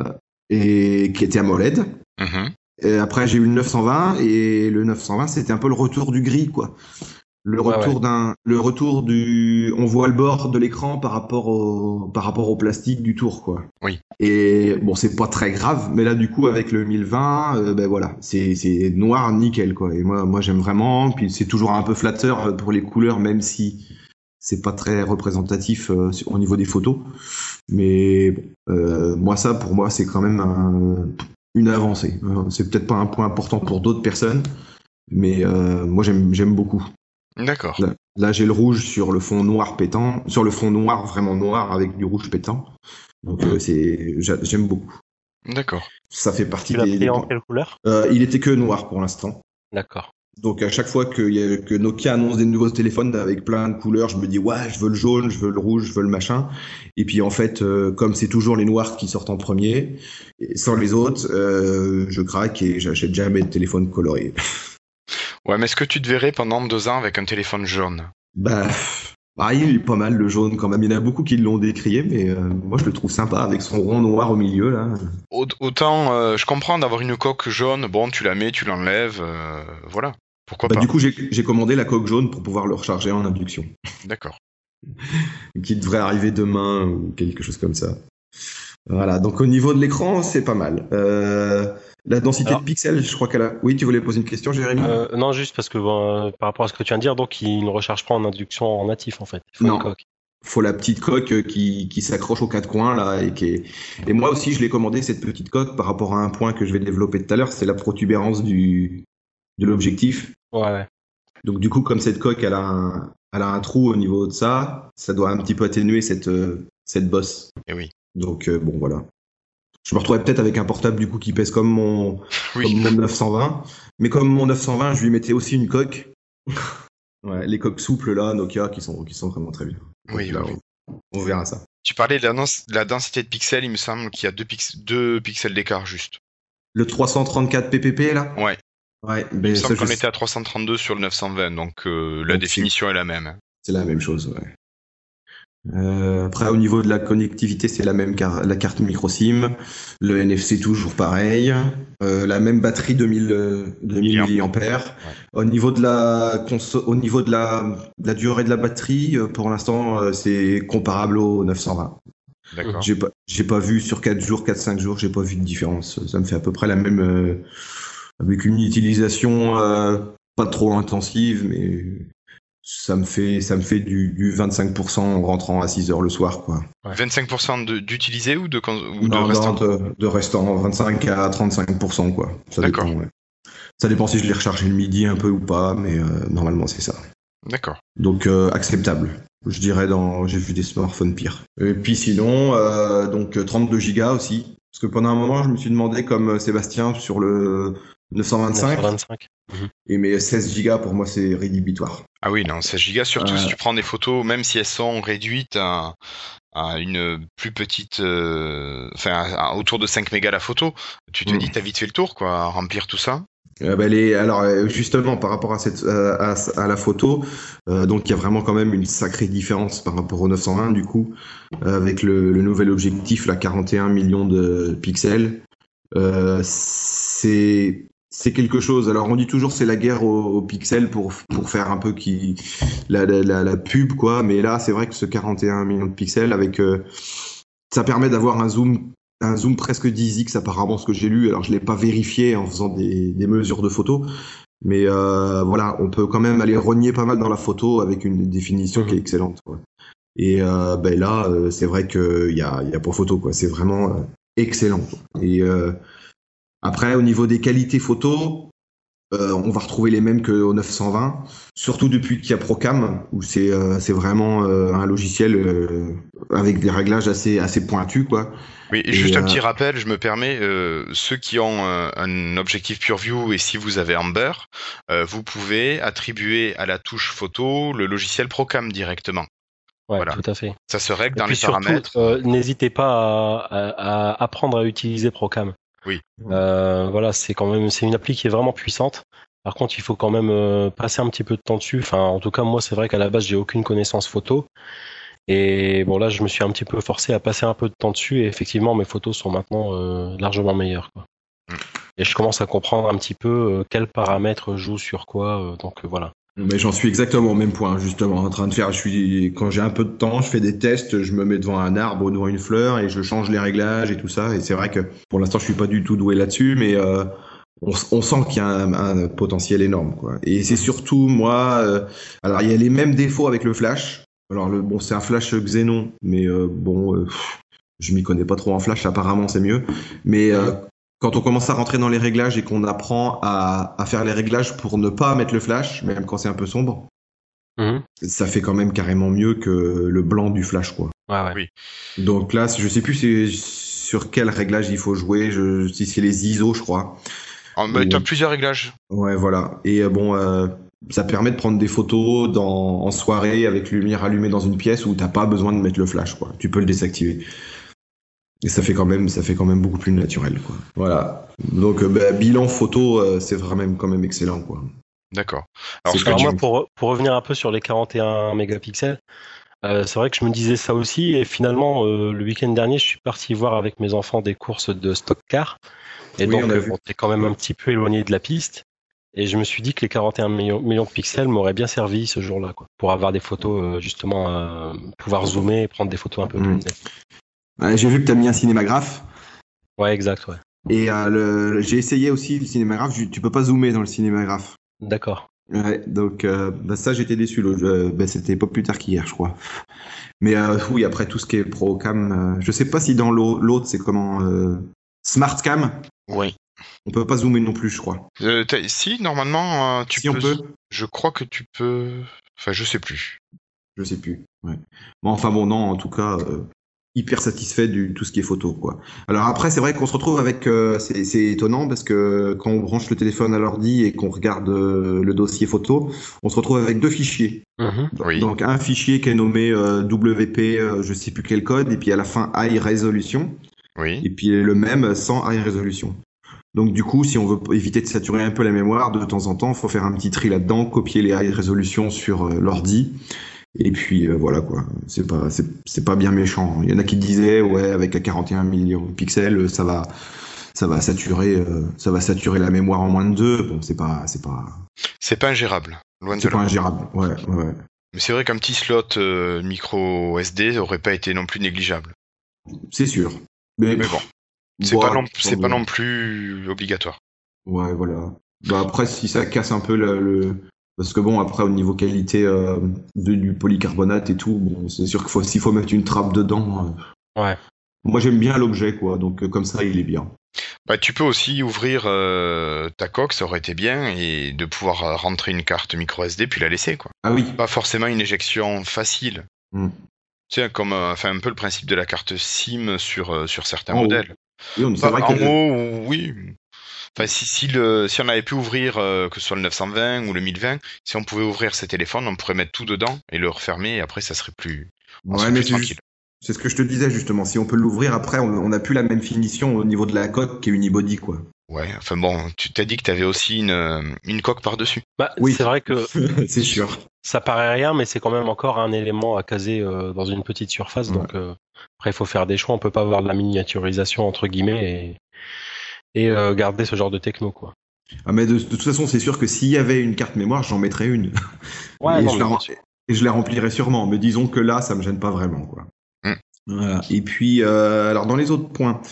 et qui était AMOLED. Mhm. Et après j'ai eu le neuf cent vingt, et le neuf cent vingt c'était un peu le retour du gris, quoi. Le Ouais, retour ouais. d'un, le retour du, on voit le bord de l'écran par rapport au, par rapport au plastique du tour, quoi. Oui. Et bon, c'est pas très grave, mais là du coup avec le mille vingt, euh, ben voilà, c'est c'est noir nickel, quoi. Et moi, moi j'aime vraiment. Puis c'est toujours un peu flatteur pour les couleurs, même si c'est pas très représentatif euh, sur- au niveau des photos. Mais bon, euh, moi ça, pour moi, c'est quand même un- une avancée. Euh, C'est peut-être pas un point important pour d'autres personnes, mais euh, moi j'aime j'aime beaucoup. D'accord. Là, là, j'ai le rouge sur le fond noir pétant, sur le fond noir vraiment noir avec du rouge pétant. Donc euh, c'est j'a- j'aime beaucoup. D'accord. Ça fait partie Tu l'as des, pris des en points. quelle couleur? Euh, il était que noir pour l'instant. D'accord. Donc à chaque fois que, y a- que Nokia annonce des nouveaux téléphones avec plein de couleurs, je me dis ouais, je veux le jaune, je veux le rouge, je veux le machin. Et puis en fait, euh, comme c'est toujours les noirs qui sortent en premier, et sans les autres, euh, je craque et j'achète jamais de téléphone coloré. Ouais, mais est-ce que tu te verrais pendant deux ans avec un téléphone jaune? Bah, bah, il est pas mal le jaune quand même. Il y en a beaucoup qui l'ont décrié, mais euh, moi je le trouve sympa avec son rond noir au milieu là. Au- Autant, euh, je comprends d'avoir une coque jaune, bon, tu la mets, tu l'enlèves, euh, voilà. Pourquoi Bah, pas? du coup, j'ai j'ai commandé la coque jaune pour pouvoir le recharger en induction, D'accord. qui devrait arriver demain ou quelque chose comme ça. Voilà, donc au niveau de l'écran, c'est pas mal. Euh, la densité Alors- de pixels, je crois qu'elle a. Oui, tu voulais poser une question, Jérémy? Euh, non, juste parce que bon, euh, par rapport à ce que tu viens de dire, donc il ne recharge pas en induction en natif en fait. Il faut Non. une coque. Faut la petite coque euh, qui, qui s'accroche aux quatre coins là et qui est... Et moi aussi, je l'ai commandé cette petite coque par rapport à un point que je vais développer tout à l'heure, c'est la protubérance du de l'objectif. Ouais, ouais. Donc du coup, comme cette coque, elle a un, elle a un trou au niveau de ça, ça doit un petit peu atténuer cette, euh, cette bosse. Et oui. Donc euh, bon, voilà. Je me retrouverais peut-être avec un portable du coup qui pèse comme mon, Oui. comme mon neuf cent vingt. Mais comme mon neuf cent vingt, je lui mettais aussi une coque. Ouais, les coques souples là, Nokia, qui sont, qui sont vraiment très bien. Donc, Oui, là, oui, oui. on, on verra ça. Tu parlais de la, dens- de la densité de pixels, il me semble qu'il y a deux, pix- deux pixels d'écart juste. Le trois cent trente-quatre ppp là? Ouais. Ouais, Il mais me ça, semble je qu'on sais- était à trois cent trente-deux sur le neuf cent vingt, donc euh, la Donc, définition est la même. c'est la même chose, ouais. Euh, après, au niveau de la connectivité, c'est la même car la carte micro SIM, le N F C toujours pareil, euh, la même batterie deux mille, euh, deux mille milliampères. Au niveau de la conso- au niveau de la, de la durée de la batterie, euh, pour l'instant, euh, c'est comparable au neuf cent vingt. D'accord. J'ai pas, j'ai pas vu sur quatre jours, quatre cinq jours, j'ai pas vu de différence. Ça me fait à peu près la même, euh, avec une utilisation euh, pas trop intensive, mais ça me fait, ça me fait du, du vingt-cinq pour cent en rentrant à six heures le soir, quoi. vingt-cinq pour cent de- d'utilisé ou de, cons- ou de Non, restant? non, de, de restant, vingt-cinq à trente-cinq pour cent, quoi. Ça D'accord. dépend, ouais. Ça dépend si je l'ai rechargé le midi un peu ou pas, mais euh, normalement c'est ça. D'accord. Donc euh, acceptable. Je dirais dans, j'ai vu des smartphones pires. Et puis sinon, euh, donc trente-deux gigas aussi. Parce que pendant un moment, je me suis demandé comme Sébastien sur le neuf cent vingt-cinq. neuf cent vingt-cinq. Mhm. Et mais seize gigas pour moi c'est rédhibitoire. Ah oui, non, seize gigas, surtout Euh. si tu prends des photos, même si elles sont réduites à, à une plus petite, euh, enfin, à- à autour de cinq mégas la photo, tu te Mm. dis, t'as vite fait le tour, quoi, à remplir tout ça. Euh, bah, les, alors euh, justement par rapport à cette euh, à, à la photo, euh, donc il y a vraiment quand même une sacrée différence par rapport au neuf cent vingt du coup, euh, avec le, le nouvel objectif, la quarante et un millions de pixels. Euh, c'est c'est quelque chose. Alors on dit toujours c'est la guerre aux, aux pixels pour pour faire un peu qui la, la, la, la pub quoi, mais là c'est vrai que ce quarante et un millions de pixels avec euh, ça permet d'avoir un zoom un zoom presque dix x apparemment ce que j'ai lu. Alors je l'ai pas vérifié en faisant des, des mesures de photos, mais euh, voilà, on peut quand même aller rogner pas mal dans la photo avec une définition qui est excellente quoi. Et euh, ben là euh, c'est vrai que il y a il y a pour photo quoi, c'est vraiment euh, excellent. Et euh, après au niveau des qualités photos, euh, on va retrouver les mêmes qu'au neuf cent vingt, surtout depuis qu'il y a Procam, où c'est euh, c'est vraiment euh, un logiciel euh, avec des réglages assez assez pointus quoi. Oui, et Et, juste un euh, petit rappel, je me permets, euh, ceux qui ont euh, un objectif PureView et si vous avez Amber, euh, vous pouvez attribuer à la touche photo le logiciel Procam directement. Ouais, Voilà. tout à fait. Ça se règle Et dans puis les surtout, paramètres. euh, n'hésitez pas à, à- à apprendre à utiliser Procam. Oui. Euh, voilà, c'est quand même c'est une appli qui est vraiment puissante. Par contre, il faut quand même euh, passer un petit peu de temps dessus. Enfin, en tout cas, moi, c'est vrai qu'à la base, j'ai aucune connaissance photo. Et bon, là, je me suis un petit peu forcé à passer un peu de temps dessus. Et effectivement, mes photos sont maintenant euh, largement meilleures, quoi. Mm. Et je commence à comprendre un petit peu euh, quels paramètres jouent sur quoi. euh, donc euh, voilà. Mais j'en suis exactement au même point, justement, en train de faire. Je suis quand j'ai un peu de temps, je fais des tests, je me mets devant un arbre ou devant une fleur et je change les réglages et tout ça. Et c'est vrai que pour l'instant, je suis pas du tout doué là-dessus, mais euh, on, on sent qu'il y a un, un potentiel énorme, quoi. Et c'est surtout moi. Euh, alors, il y a les mêmes défauts avec le flash. Alors, le, bon, c'est un flash Xenon, mais euh, bon, euh, pff, je m'y connais pas trop en flash. Apparemment, c'est mieux. Mais euh, quand on commence à rentrer dans les réglages et qu'on apprend à, à faire les réglages pour ne pas mettre le flash, même quand c'est un peu sombre, Mhm. ça fait quand même carrément mieux que le blanc du flash, quoi. Ouais, ouais. Oui. Donc là, je sais plus c'est- sur quel réglage il faut jouer, je, si c'est les I S O, je crois. Oh, bah, Oui. t'as plusieurs réglages. Ouais, voilà. Et euh, bon, euh, ça permet de prendre des photos dans, en soirée avec lumière allumée dans une pièce où t'as pas besoin de mettre le flash, quoi. Tu peux le désactiver. Et ça fait quand même, ça fait quand même beaucoup plus naturel, quoi. Voilà. Donc, euh, bah, bilan photo, euh, c'est vraiment quand même excellent, quoi. D'accord. Alors, C'est ce que pas Alors tu... moi, pour, pour revenir un peu sur les quarante et un mégapixels, euh, c'est vrai que je me disais ça aussi. Et finalement, euh, le week-end dernier, je suis parti voir avec mes enfants des courses de stock car. Et Oui, donc, on a euh, vu. bon, t'es quand même un petit peu éloigné de la piste. Et je me suis dit que les quarante et un millions, millions de pixels m'auraient bien servi ce jour-là, quoi, pour avoir des photos, euh, justement, euh, pouvoir zoomer et prendre des photos un peu plus Mm. nettes. Ouais, j'ai vu que t'as mis un cinémagraphe. Ouais, exact, ouais. Et euh, le, j'ai essayé aussi le cinémagraphe. je- Tu peux pas zoomer dans le cinémagraphe. D'accord. Ouais, donc euh, bah ça j'étais déçu. l'autre- euh, bah, c'était pas plus tard qu'hier, je crois. Mais euh, oui, après tout ce qui est Procam, euh, je sais pas si dans l'au- l'autre c'est comment euh, SmartCam, Oui. on peut pas zoomer non plus, je crois. Euh, t'as- si, normalement, euh, tu Si on peux... peut, Je crois que tu peux... Enfin, je sais plus. je sais plus. Ouais. Bon, enfin bon, non, en tout cas, euh, hyper satisfait du tout ce qui est photo, quoi. Alors après, c'est vrai qu'on se retrouve avec, euh, c'est c'est étonnant parce que quand on branche le téléphone à l'ordi et qu'on regarde euh, le dossier photo, on se retrouve avec deux fichiers. Mhm. Oui. Donc un fichier qui est nommé euh, W P, euh, je sais plus quel code, et puis à la fin High Resolution, Oui. et puis le même sans High Resolution. Donc du coup, si on veut éviter de saturer un peu la mémoire, de temps en temps, il faut faire un petit tri là-dedans, copier les High Resolution sur euh, l'ordi, et puis euh, voilà quoi. C'est pas, c'est, c'est pas bien méchant. Il y en a qui disaient ouais, avec la quarante et un millions de pixels, ça va, ça va saturer, euh, ça va saturer la mémoire en moins de deux. Bon, c'est pas, c'est pas, C'est pas ingérable. Loin de c'est là. pas ingérable. Ouais, ouais, ouais. Mais c'est vrai qu'un petit slot euh, micro S D aurait pas été non plus négligeable. C'est sûr. Mais, Mais bon, c'est bon, pas non, c'est bon, pas non plus obligatoire. Ouais, voilà. Bah après, si ça casse un peu le, le- parce que bon, après au niveau qualité euh, de, du polycarbonate et tout, bon, c'est sûr qu'il faut s'il faut mettre une trappe dedans. euh, Ouais. Moi, j'aime bien l'objet, quoi. Donc euh, comme ça, il est bien. Bah, tu peux aussi ouvrir euh, ta coque, ça aurait été bien, et de pouvoir euh, rentrer une carte micro S D puis la laisser, quoi. Ah oui. Pas forcément une éjection facile. Mm. Tu sais, comme euh, enfin un peu le principe de la carte SIM sur euh, sur certains En haut. modèles. Oui, on- c'est Pas vrai en que haut, oui. Enfin, si, si, le, si on avait pu ouvrir, euh, que ce soit le neuf cent vingt ou le mille vingt, si on pouvait ouvrir ces téléphones, on pourrait mettre tout dedans et le refermer, et après, ça serait plus, on ouais, serait mais plus c'est tranquille. juste- c'est ce que je te disais justement. Si on peut l'ouvrir après, on n'a plus la même finition au niveau de la coque qui est unibody, quoi. Ouais, enfin bon, tu t'as dit que t'avais aussi une, euh, une coque par-dessus. Bah, Oui. c'est vrai que C'est sûr. ça paraît rien, mais c'est quand même encore un élément à caser euh, dans une petite surface. Ouais. Donc euh, après, il faut faire des choix. On peut pas avoir de la miniaturisation entre guillemets et, et euh, garder ce genre de techno, quoi. Ah, mais de, de toute façon, c'est sûr que s'il y avait une carte mémoire, j'en mettrais une. Ouais, et, non, je mais la, bien sûr. et je la remplirais sûrement. Mais disons que là, ça me gêne pas vraiment, quoi. Mm. Voilà. Et puis, euh, alors dans les autres points.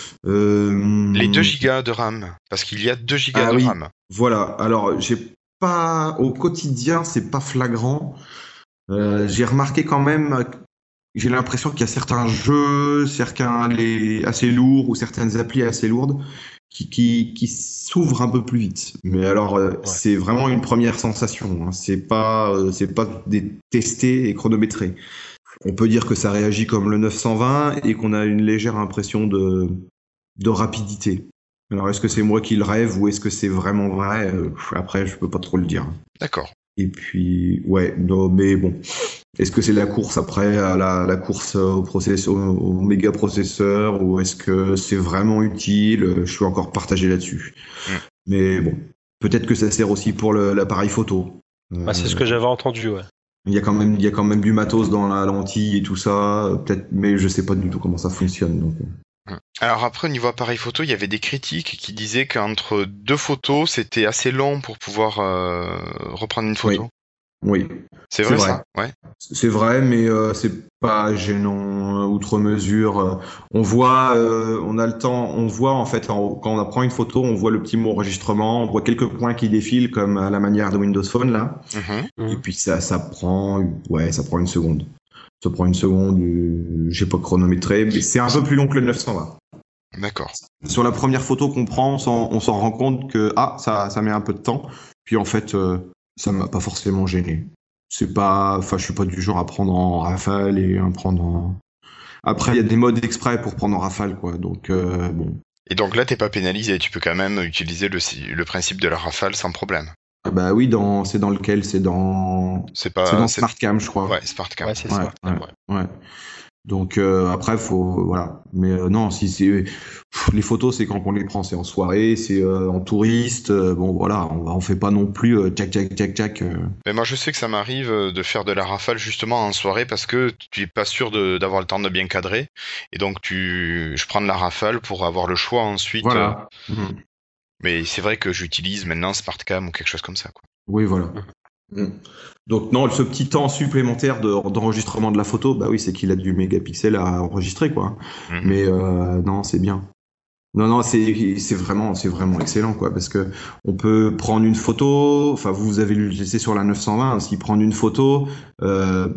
euh, Les deux gigas de RAM, parce qu'il y a deux gigas Ah de oui. RAM. Voilà. Alors, j'ai pas au quotidien, c'est pas flagrant. Euh, j'ai remarqué quand même. J'ai l'impression qu'il y a certains jeux, certains les assez lourds ou certaines applis assez lourdes qui qui, qui s'ouvrent un peu plus vite. Mais alors, euh, c'est vraiment une première sensation. Hein. C'est pas euh, c'est pas des testé et chronométré. On peut dire que ça réagit comme le neuf cent vingt et qu'on a une légère impression de de rapidité. Alors, est-ce que c'est moi qui le rêve ou est-ce que c'est vraiment vrai? Euh, Après, je peux pas trop le dire. D'accord. Et puis, ouais, non, mais bon. Est-ce que c'est la course après, à la, la course au, process, au, au méga processeur, ou est-ce que c'est vraiment utile? Je suis encore partagé là-dessus. Mm. Mais bon, peut-être que ça sert aussi pour le- l'appareil photo. Bah, c'est ce que j'avais entendu, ouais. Il y a quand même, il y a quand même du matos dans la lentille et tout ça, peut-être, mais je sais pas du tout comment ça fonctionne. Donc. Alors après, au niveau appareil photo, il y avait des critiques qui disaient qu'entre deux photos, c'était assez long pour pouvoir euh, reprendre une photo. Oui. C'est C'est vrai, vrai. ça? Ouais. C'est vrai, mais euh, c'est pas gênant euh, outre mesure. Euh, on voit, euh, on a le temps, on voit en fait en- quand on prend une photo, on voit le petit mot enregistrement, on voit quelques points qui défilent comme à la manière de Windows Phone là, Mhm. et puis ça, ça prend, ouais, ça prend une seconde. Ça prend une seconde. euh, J'ai pas chronométré, mais c'est un peu plus long que le neuf cent vingt. D'accord. Sur la première photo qu'on prend, on s'en, on s'en rend compte que ah, ça, ça met un peu de temps. Puis en fait, euh, ça m'a pas forcément gêné. C'est pas, enfin, je suis pas du genre à prendre en rafale et à prendre en. Après, il y a des modes exprès pour prendre en rafale, quoi. Donc euh, bon. Et donc là, t'es pas pénalisé, tu peux quand même utiliser le, le principe de la rafale sans problème. Ah bah oui, dans, c'est dans lequel, c'est dans, C'est pas. c'est dans SmartCam, je crois. Ouais, SmartCam. Ouais, c'est Ouais, ça. ouais, Ouais. ouais. Donc euh, après, faut voilà. Mais euh, non, si c'est pff, les photos, c'est quand on les prend, c'est en soirée, c'est euh, en touriste. euh, bon voilà, on, on fait pas non plus euh, tchac tchac tchac tchac. euh. Mais moi, je sais que ça m'arrive euh, de faire de la rafale justement en soirée parce que tu es pas sûr de- d'avoir le temps de bien cadrer. Et donc, tu, je prends de la rafale pour avoir le choix ensuite. euh, Voilà. Mhm. Mais c'est vrai que j'utilise maintenant SmartCam ou quelque chose comme ça, quoi. Oui, voilà. Mm. Donc non, ce petit temps supplémentaire de- d'enregistrement de la photo, bah oui, c'est qu'il a du mégapixel à enregistrer, quoi. Mhm. Mais euh, non, c'est bien. Non, non, c'est c'est vraiment, c'est vraiment excellent, quoi, parce que on peut prendre une photo. Enfin, vous avez laissé sur la neuf cent vingt aussi, prendre une photo, euh,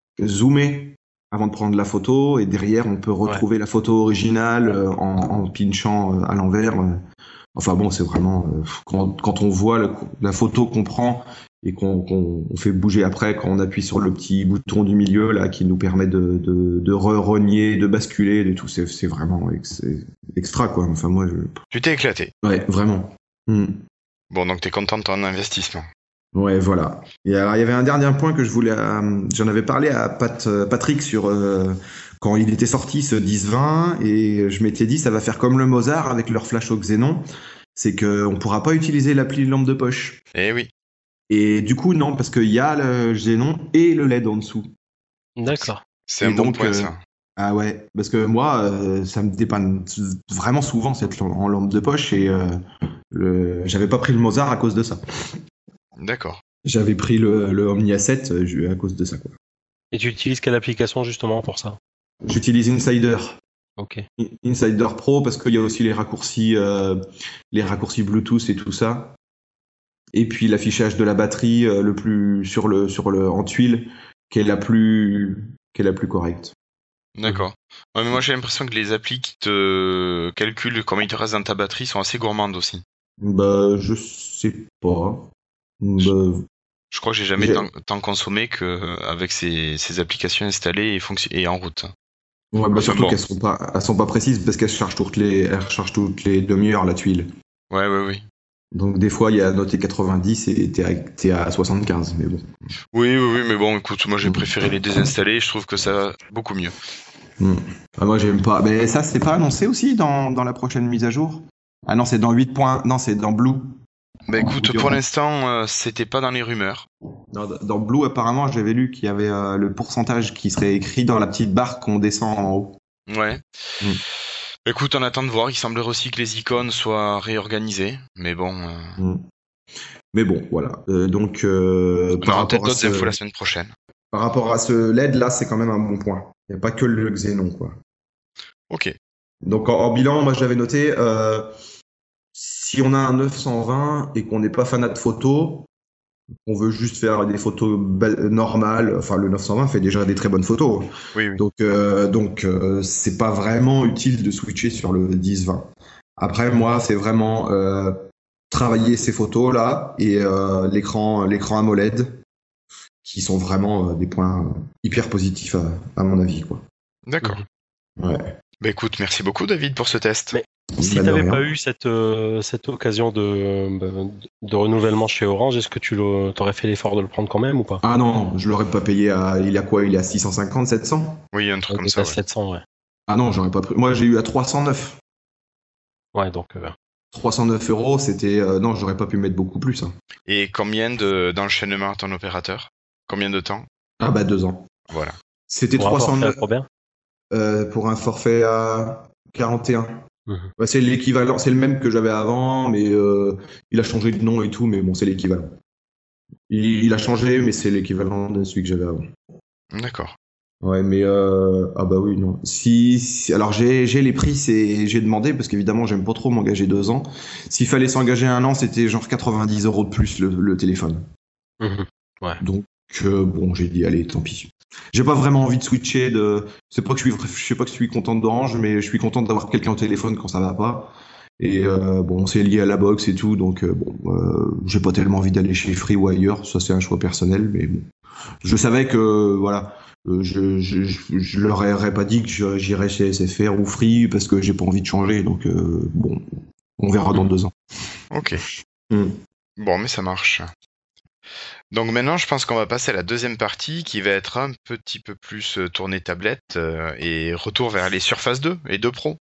zoomer avant de prendre la photo, et derrière, on peut retrouver la photo originale euh, en, en pinchant euh, à l'envers. euh. Enfin bon, c'est vraiment euh, quand, quand on voit la, la photo qu'on prend et qu'on qu'on on fait bouger après, quand on appuie sur le petit bouton du milieu là qui nous permet de, de, de re-rogner, de basculer, de tout, c'est c'est vraiment ex- extra, quoi. Enfin moi, je... Tu t'es éclaté. ouais, vraiment. Hmm. Bon, donc t'es content de ton investissement. Ouais, voilà. Et alors, il y avait un dernier point que je voulais. euh, J'en avais parlé à Pat, euh, Patrick sur euh, quand il était sorti ce dix vingt, et je m'étais dit ça va faire comme le Mozart avec leur flash au Xenon, c'est que on pourra pas utiliser l'appli lampe de poche. Eh oui. Et du coup non, parce qu'il y a le Xenon et le L E D en dessous. D'accord. C'est Et un bon donc, point, euh, ça. Ah ouais, parce que moi, euh, ça me dépanne vraiment souvent cette lampe- en lampe de poche, et euh, le... j'avais pas pris le Mozart à cause de ça. D'accord. J'avais pris le, le Omni A sept euh, à cause de ça, quoi. Et tu utilises quelle application justement pour ça? J'utilise Insider. Ok. Insider Pro parce qu'il y a aussi les raccourcis, euh, les raccourcis Bluetooth et tout ça. Et puis l'affichage de la batterie euh, le plus sur le sur le en tuile qui est la plus qui est la plus correcte. D'accord. Ouais, mais moi j'ai l'impression que les applis qui te calculent combien il te reste dans ta batterie sont assez gourmandes aussi. Bah, je sais pas. Bah, Je crois que j'ai jamais J'ai- tant, tant consommé qu'avec ces, ces applications installées et, fonction- et en route. ouais, bah, Enfin, surtout bon. qu'elles sont pas, elles sont pas précises parce qu'elles chargent toutes les, elles rechargent toutes les demi-heures la tuile. Ouais, ouais, oui. Donc des fois il y a noté quatre-vingt-dix et t'es à, t'es à soixante-quinze, mais bon. Oui, oui, oui, mais bon, écoute, moi j'ai Mm. préféré les désinstaller, je trouve que ça va beaucoup mieux. Mm. Ah, moi j'aime pas. Mais ça c'est pas annoncé aussi dans, dans la prochaine mise à jour? Ah non, c'est dans huit points. Non, c'est dans Blue. Bah écoute, Oui, pour on- l'instant, euh, c'était pas dans les rumeurs. Dans, dans Blue, apparemment, j'avais lu qu'il y avait euh, le pourcentage qui serait écrit dans la petite barre qu'on descend en haut. Ouais. Mm. Écoute, on attend de voir, il semblerait aussi que les icônes soient réorganisées, mais bon, euh, Mm. Mais bon, voilà. Euh, donc, euh, on par, aura peut-être rapport à d'autres ce, infos la semaine prochaine. par rapport à ce L E D, là, c'est quand même un bon point. Il n'y a pas que le Xenon, quoi. Ok. Donc, en, en bilan, moi, j'avais noté, euh, si on a un neuf cent vingt et qu'on n'est pas fanat de photos, on veut juste faire des photos belles- normales, enfin, le neuf cent vingt fait déjà des très bonnes photos. Oui, oui. Donc, euh, donc euh, c'est pas vraiment utile de switcher sur le dix vingt. Après, moi, c'est vraiment euh, travailler ces photos là et euh, l'écran, l'écran AMOLED, qui sont vraiment euh, des points hyper positifs à, à mon avis, quoi. D'accord. Ouais. Bah écoute, merci beaucoup David pour ce test. Mais si Bah, de t'avais rien. pas eu cette, euh, cette occasion de, bah, de renouvellement chez Orange, est-ce que tu le- t'aurais fait l'effort de le prendre quand même ou pas? Ah non, je l'aurais pas payé à. Il a quoi? Il est à six cent cinquante, sept cents? Oui, un truc Ouais, comme t'es ça, à ouais. sept cents, ouais. Ah non, j'aurais pas pris. Moi, j'ai eu à trois cent neuf. Ouais, donc, euh, trois cent neuf euros, c'était. euh, non, j'aurais pas pu mettre beaucoup plus, hein. Et combien de d'enchaînement à ton opérateur? Combien de temps? Ah bah, deux ans. Voilà. C'était pour un forfait à trois cent neuf combien? euh, pour un forfait à quarante et un. Mhm. Bah, c'est l'équivalent, c'est le même que j'avais avant, mais euh, il a changé de nom et tout, mais bon, c'est l'équivalent. Il, il a changé, mais c'est l'équivalent de celui que j'avais avant. D'accord. Ouais, mais euh, ah bah oui, non. Si, si- alors j'ai j'ai les prix, c'est j'ai demandé parce qu'évidemment j'aime pas trop m'engager deux ans. S'il fallait s'engager un an, c'était genre quatre-vingt-dix euros de plus le, le téléphone. Mhm. Ouais. Donc euh, bon, j'ai dit allez, tant pis. J'ai pas vraiment envie de switcher. De, c'est pas que je suis, je sais pas que je suis content d'Orange, mais je suis content d'avoir quelqu'un au téléphone quand ça va pas. Et euh, bon, c'est lié à la box et tout, donc euh, bon, euh, j'ai pas tellement envie d'aller chez Free ou ailleurs. Ça c'est un choix personnel, mais bon, je savais que voilà. Euh, je, je, je, je leur aurais pas dit que je- j'irais chez S F R ou Free parce que j'ai pas envie de changer. Donc euh, bon, on verra dans deux ans. Ok. Mm. Bon, mais ça marche. Donc maintenant, je pense qu'on va passer à la deuxième partie qui va être un petit peu plus euh, tournée tablette euh, et retour vers les Surface deux et deux Pro.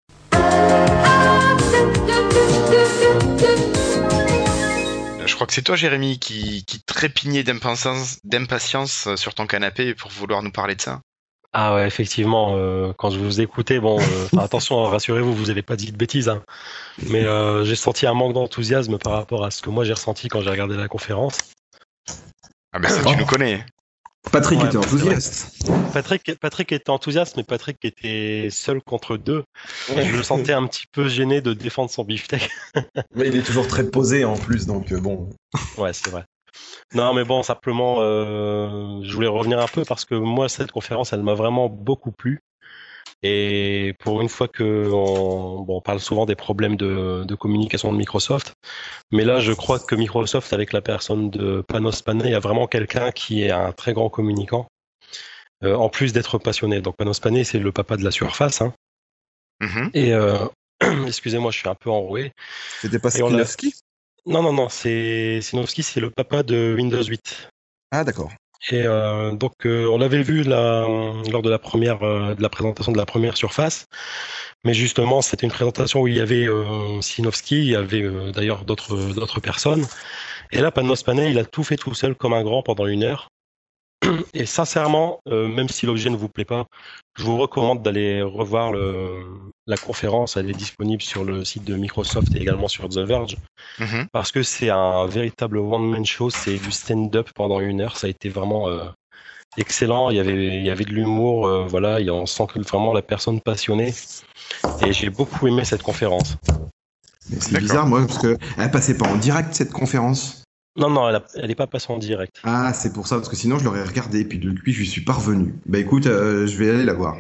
Je crois que c'est toi, Jérémy, qui, qui trépignait d'impatience, d'impatience sur ton canapé pour vouloir nous parler de ça. Ah ouais, effectivement, euh, quand je vous écoutais, bon, euh, enfin, attention, rassurez-vous, vous avez pas dit de bêtises, hein, mais euh, j'ai senti un manque d'enthousiasme par rapport à ce que moi j'ai ressenti quand j'ai regardé la conférence. Ah ben ça, tu nous connais. Patrick Ouais, était bah, c'est enthousiaste. Patrick, Patrick était enthousiaste, mais Patrick était seul contre deux. Je le sentais un petit peu gêné de défendre son beefsteak. Mais il est toujours très posé en plus, donc euh, bon. Ouais, c'est vrai. Non, mais bon, simplement, euh, je voulais revenir un peu parce que moi, cette conférence, elle m'a vraiment beaucoup plu. Et pour une fois que on, bon, on parle souvent des problèmes de, de communication de Microsoft, mais là, je crois que Microsoft, avec la personne de Panos Panay, a vraiment quelqu'un qui est un très grand communicant, euh, en plus d'être passionné. Donc Panos Panay, c'est le papa de la Surface, hein. Mhm. Et euh, excusez-moi, je suis un peu enroué. C'était pas Et on l'a- Spinowski? Non, non, non, c'est Sinowski, c'est le papa de Windows huit. Ah, d'accord. Et euh, donc euh, on l'avait vu là, lors de la première euh, de la présentation de la première Surface, mais justement c'était une présentation où il y avait euh, Sinowski, il y avait euh, d'ailleurs d'autres d'autres personnes. Et là Panos Panay, il a tout fait tout seul comme un grand pendant une heure. Et sincèrement, euh, même si l'objet ne vous plaît pas, je vous recommande d'aller revoir le, la conférence. Elle est disponible sur le site de Microsoft et également sur The Verge. Mhm. Parce que c'est un véritable one-man show, c'est du stand-up pendant une heure, ça a été vraiment euh, excellent, il y avait, il y avait de l'humour, euh, voilà, et on sent que vraiment la personne passionnée, et j'ai beaucoup aimé cette conférence. Mais c'est D'accord. bizarre, moi, parce que elle passait pas en direct cette conférence. Non, non, elle, a- elle est pas passée en direct. Ah, c'est pour ça, parce que sinon je l'aurais regardé, puis depuis je suis parvenu. Bah écoute, euh, je vais aller la voir.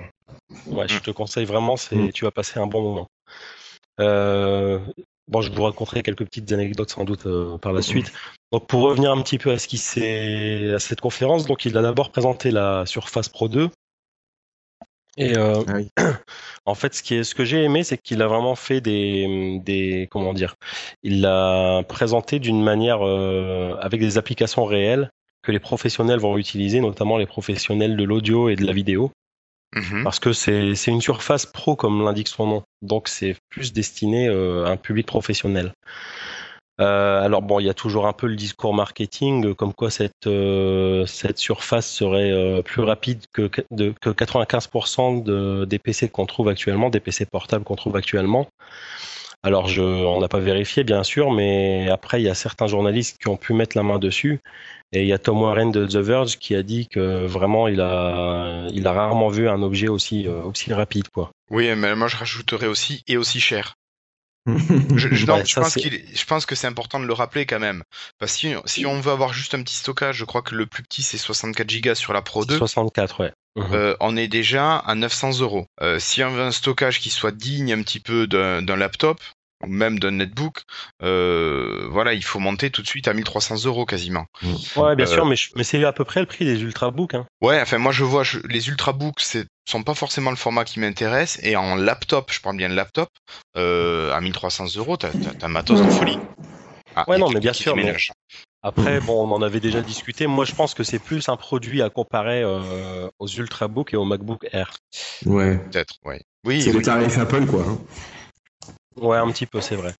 Ouais, je te conseille vraiment, c'est, Mm. tu vas passer un bon moment. Euh, bon, je vous raconterai quelques petites anecdotes sans doute euh, par la suite. Donc, pour revenir un petit peu à ce qui s'est, à cette conférence, donc il a d'abord présenté la Surface Pro deux. Et euh, Ah oui. en fait, ce qui est, ce que j'ai aimé, c'est qu'il a vraiment fait des, des, comment dire, il l'a présenté d'une manière euh, avec des applications réelles que les professionnels vont utiliser, notamment les professionnels de l'audio et de la vidéo. Mhm. Parce que c'est c'est une surface pro comme l'indique son nom, donc c'est plus destiné euh, à un public professionnel. Euh, alors bon, il y a toujours un peu le discours marketing, euh, comme quoi cette euh, cette surface serait euh, plus rapide que de, que quatre-vingt-quinze pour cent de, des P C qu'on trouve actuellement, des P C portables qu'on trouve actuellement. Alors je, on n'a pas vérifié bien sûr, mais après il y a certains journalistes qui ont pu mettre la main dessus. Et il y a Tom Warren de The Verge qui a dit que vraiment il a, il a rarement vu un objet aussi, euh, aussi rapide, quoi. Oui, mais moi je rajouterais aussi et aussi cher. Je, je- non, Ouais, je ça pense c'est. qu'il est- je pense que c'est important de le rappeler quand même. Parce que si, si on veut avoir juste un petit stockage, je crois que le plus petit c'est soixante-quatre gigas sur la Pro C'est deux, soixante-quatre, ouais. Mhm. euh, on est déjà à neuf cents euros. Euh, si on veut un stockage qui soit digne un petit peu d'un d'un laptop, ou même d'un netbook, euh, voilà, il faut monter tout de suite à mille trois cents euros quasiment. Ouais, bien Euh, sûr, mais, je- mais c'est à peu près le prix des ultrabooks, hein. Ouais, enfin moi je vois je- les ultrabooks c'est sont pas forcément le format qui m'intéresse et en laptop, je parle bien de laptop, euh, à mille trois cents euros, t'as t'as t'as un matos de folie. Ah, il Ouais, y a non, mais quelqu'un bien qui sûr, mais déménage. après, bon, on en avait déjà discuté. Moi, je pense que c'est plus un produit à comparer euh, aux ultrabooks et aux MacBook Air. Ouais. Peut-être, ouais. Oui, C'est les oui. tarifs Apple, quoi. hein. Ouais, un petit peu, c'est vrai.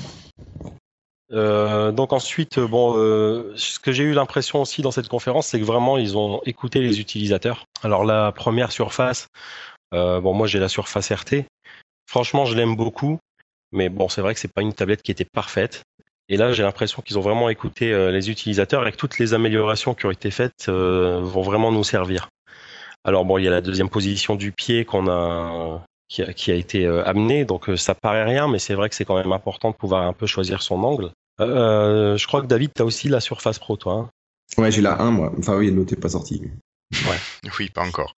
Euh, donc ensuite, euh, bon, euh, ce que j'ai eu l'impression aussi dans cette conférence, c'est que vraiment ils ont écouté les utilisateurs. Alors la première surface, euh, bon, moi j'ai la Surface R T. Franchement, je l'aime beaucoup, mais bon, c'est vrai que c'est pas une tablette qui était parfaite. Et là, j'ai l'impression qu'ils ont vraiment écouté euh, les utilisateurs et que toutes les améliorations qui ont été faites euh, vont vraiment nous servir. Alors bon, il y a la deuxième position du pied qu'on a qui a, qui a été euh, amenée, donc euh, ça paraît rien, mais c'est vrai que c'est quand même important de pouvoir un peu choisir son angle. Euh, je crois que David, tu as aussi la Surface Pro, toi. Hein. Ouais, j'ai la un, moi. Enfin, oui, l'autre n'est pas sorti. Oui, pas encore.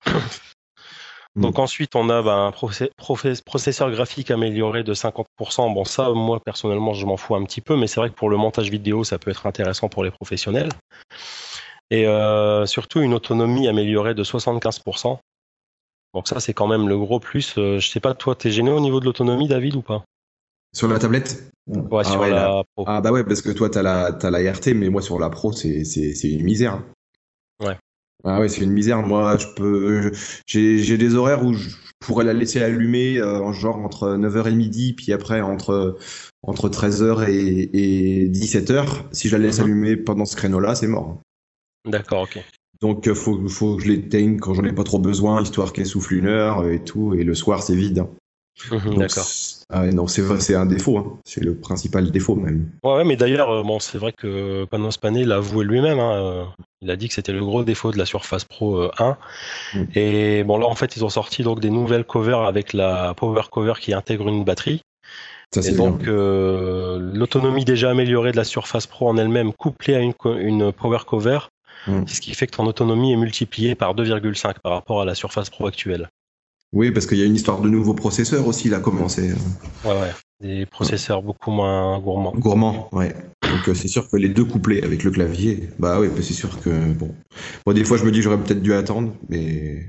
Donc ensuite, on a bah, un procé- profé- processeur graphique amélioré de cinquante pour cent. Bon, ça, moi, personnellement, je m'en fous un petit peu, mais c'est vrai que pour le montage vidéo, ça peut être intéressant pour les professionnels. Et euh, surtout, une autonomie améliorée de soixante-quinze pour cent. Donc ça, c'est quand même le gros plus. Euh, je sais pas, toi, t'es gêné au niveau de l'autonomie, David, ou pas? Sur la tablette Ouais, ah sur ouais, la la- Pro. Ah bah ouais, parce que toi, t'as la, t'as la R T, mais moi, sur la Pro, c'est c'est- c'est une misère. Ouais. Ah ouais, c'est une misère. Moi, je peux, j'ai j'ai des horaires où je pourrais la laisser allumer, euh, en genre entre neuf heures et midi, puis après entre, entre treize heures et, et dix-sept heures. Si je la laisse Mhm. allumer pendant ce créneau-là, c'est mort. D'accord, ok. Donc, euh, faut, faut que je l'éteigne quand j'en ai pas trop besoin, histoire qu'elle souffle une heure et tout. Et le soir, c'est vide. hein. Mhm, Donc, D'accord. c'est- ah ouais, non, c'est vrai, c'est un défaut. hein. C'est le principal défaut même. Ouais, ouais, mais d'ailleurs, euh, bon, c'est vrai que Panos Panay l'a avoué lui-même. Hein, euh, il a dit que c'était le gros défaut de la Surface Pro euh, un. Mm. Et bon, là, en fait, ils ont sorti donc des nouvelles covers avec la Power Cover qui intègre une batterie. Ça, Et c'est donc, bien. euh, l'autonomie déjà améliorée de la Surface Pro en elle-même, couplée à une, co- une Power Cover, Mm. ce qui fait que ton autonomie est multipliée par deux virgule cinq par rapport à la Surface Pro actuelle. Oui, parce qu'il y a une histoire de nouveaux processeurs aussi, là, commencé. Ouais, ouais. Des processeurs beaucoup moins gourmands. Gourmand, ouais. Donc euh, c'est sûr que les deux couplés avec le clavier, bah oui, bah, c'est sûr que bon. Moi, des fois, je me dis que j'aurais peut-être dû attendre, mais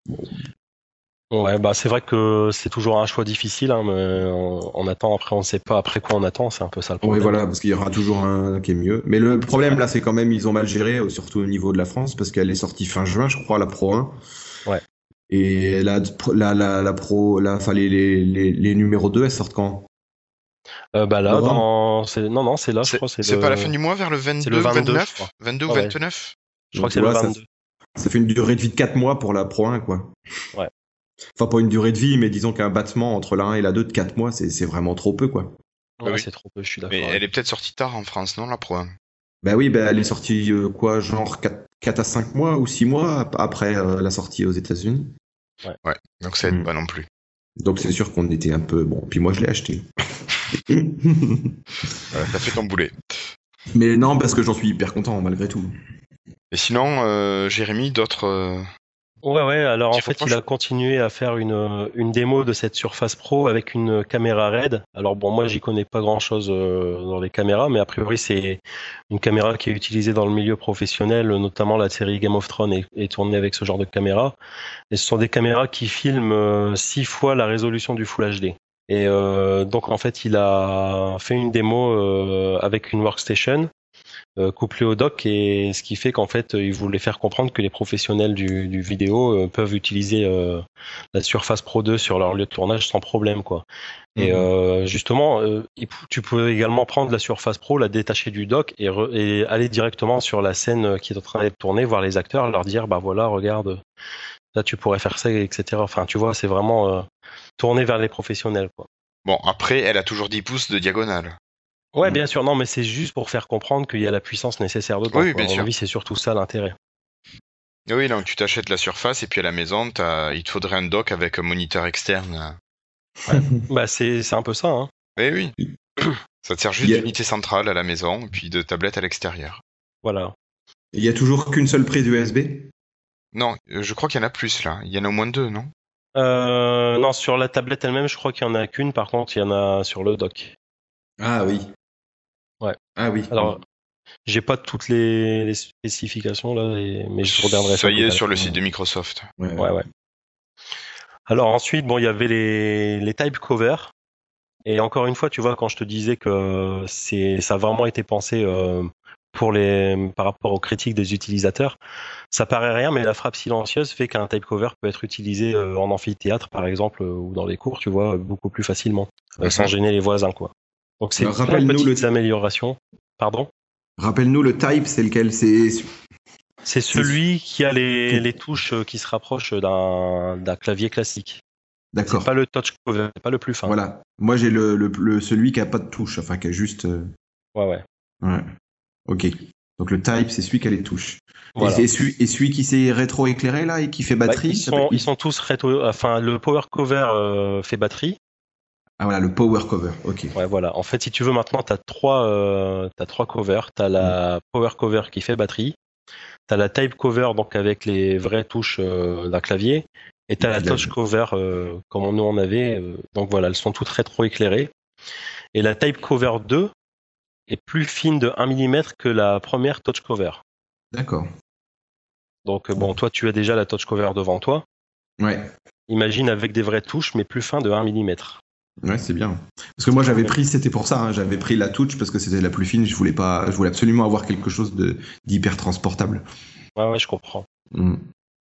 Ouais, bah c'est vrai que c'est toujours un choix difficile, hein, mais on, on attend, après on ne sait pas après quoi on attend, c'est un peu ça le oui, problème. voilà, parce qu'il y aura toujours un qui est mieux. Mais le problème là, c'est quand même ils ont mal géré, euh, surtout au niveau de la France, parce qu'elle est sortie fin juin, je crois, la Pro un. Ouais. Et la la la, la Pro, la, enfin les, les les les numéros deux, elles sortent quand? Euh, bah là, Novembre dans, c'est, non non, c'est là, je C'est crois, c'est c'est le, pas la fin du mois, vers le c'est vingt-deux, le vingt-deux, je vingt-neuf, crois. vingt-deux ou Ouais, ouais. vingt-neuf. Je crois Donc, que c'est tu le vois, ça, vingt-deux. ça fait une durée de vie de quatre mois pour la Pro un, quoi. Ouais. Enfin, pas une durée de vie, mais disons qu'un battement entre la un et la deux de quatre mois, c'est c'est vraiment trop peu, quoi. Ouais, oui. c'est trop peu, je suis d'accord. Mais ouais. elle est peut-être sortie tard en France, non, la Pro un? Bah oui, bah, elle est sortie euh, quoi, genre quatre à cinq mois ou six mois ap- après euh, la sortie aux États-Unis. Ouais, donc ça aide Mm. pas non plus. Donc c'est sûr qu'on était un peu bon. Puis moi je l'ai acheté. Voilà, t'as fait ton boulet. Mais non, parce que j'en suis hyper content malgré tout. Et sinon, euh, Jérémy, d'autres euh, Ouais, ouais, alors en Tu fait, reproches il a continué à faire une, une démo de cette Surface Pro avec une caméra RED. Alors bon, moi, j'y connais pas grand-chose euh, dans les caméras, mais a priori, c'est une caméra qui est utilisée dans le milieu professionnel, notamment la série Game of Thrones est, est tournée avec ce genre de caméra. Et ce sont des caméras qui filment euh, six fois la résolution du Full H D. Et euh, donc, en fait, il a fait une démo euh, avec une workstation euh, couplé au dock, et ce qui fait qu'en fait euh, ils voulaient faire comprendre que les professionnels du, du vidéo euh, peuvent utiliser euh, la Surface Pro deux sur leur lieu de tournage sans problème quoi. Et Mhm. euh, justement, euh, il pou- tu peux également prendre la Surface Pro, la détacher du dock et, re- et aller directement sur la scène qui est en train d'être tournée, voir les acteurs, leur dire bah voilà, regarde, là tu pourrais faire ça, et cetera. Enfin, tu vois, c'est vraiment euh, tourné vers les professionnels quoi. Bon, après, elle a toujours dix pouces de diagonale. Ouais, Mm. bien sûr, non, mais c'est juste pour faire comprendre qu'il y a la puissance nécessaire dedans. Oui, Quoi. À bien mon sûr. avis, c'est surtout ça l'intérêt. Oui, donc tu t'achètes la Surface et puis à la maison, t'as... il te faudrait un dock avec un moniteur externe. Bah c'est c'est un peu ça. Hein. Oui, oui. Ça te sert juste Il y a- d'unité centrale à la maison et puis de tablette à l'extérieur. Voilà. Il y a toujours qu'une seule prise U S B? Non, euh, je crois qu'il y en a plus là. Il y en a au moins deux, non? Euh, non, sur la tablette elle-même, je crois qu'il y en a qu'une. Par contre, il y en a sur le dock. Ah oui. Ouais. Ah oui. Alors, j'ai pas toutes les, les spécifications là, et- mais je regarderai ça. Ça y tout est, à sur l'heure. le site de Microsoft. Ouais, Ouais, ouais. Alors ensuite, bon, il y avait les les type covers. Et encore une fois, tu vois, quand je te disais que c'est ça a vraiment été pensé euh, pour les par rapport aux critiques des utilisateurs, ça paraît rien, mais la frappe silencieuse fait qu'un type cover peut être utilisé euh, en amphithéâtre, par exemple, euh, ou dans les cours, tu vois, beaucoup plus facilement, euh, Mhm. sans gêner les voisins, quoi. Donc c'est Alors, plein de rappelle-nous petites le- améliorations. Pardon? Rappelle-nous le type, c'est lequel? C'est. C'est celui qui a les, les touches euh, qui se rapprochent d'un d'un clavier classique. C'est D'accord. pas le touch cover, c'est pas le plus fin. Voilà. Moi, j'ai le, le, le- celui qui a pas de touche, enfin qui a juste. euh, Ouais, ouais. Ouais. Ok. Donc le type, c'est celui qui a les touches. Voilà. Et, et celui, et celui qui s'est rétro-éclairé là et qui fait Bah, batterie, ils, ça s'appelle- sont, ils sont tous rétro, enfin le power cover euh, fait batterie. Ah voilà, le power cover. Ok. Ouais, voilà. En fait, si tu veux maintenant, t'as trois, euh, t'as trois covers. T'as la power cover qui fait batterie. T'as la type cover donc avec les vraies touches euh, d'un clavier. Et t'as la puis la- touch cover euh, comme nous on avait. euh, donc voilà, elles sont toutes rétro éclairées. Et la type cover deux est plus fine de un millimètre que la première touch cover. D'accord. Donc euh, bon, toi tu as déjà la touch cover devant toi. Ouais. Imagine avec des vraies touches, mais plus fin de un millimètre. Ouais, c'est bien. Parce que moi, j'avais pris, c'était pour ça, hein, j'avais pris la touch parce que c'était la plus fine. Je voulais pas, je voulais absolument avoir quelque chose de d'hyper transportable. Ouais, ouais, je comprends. Mm.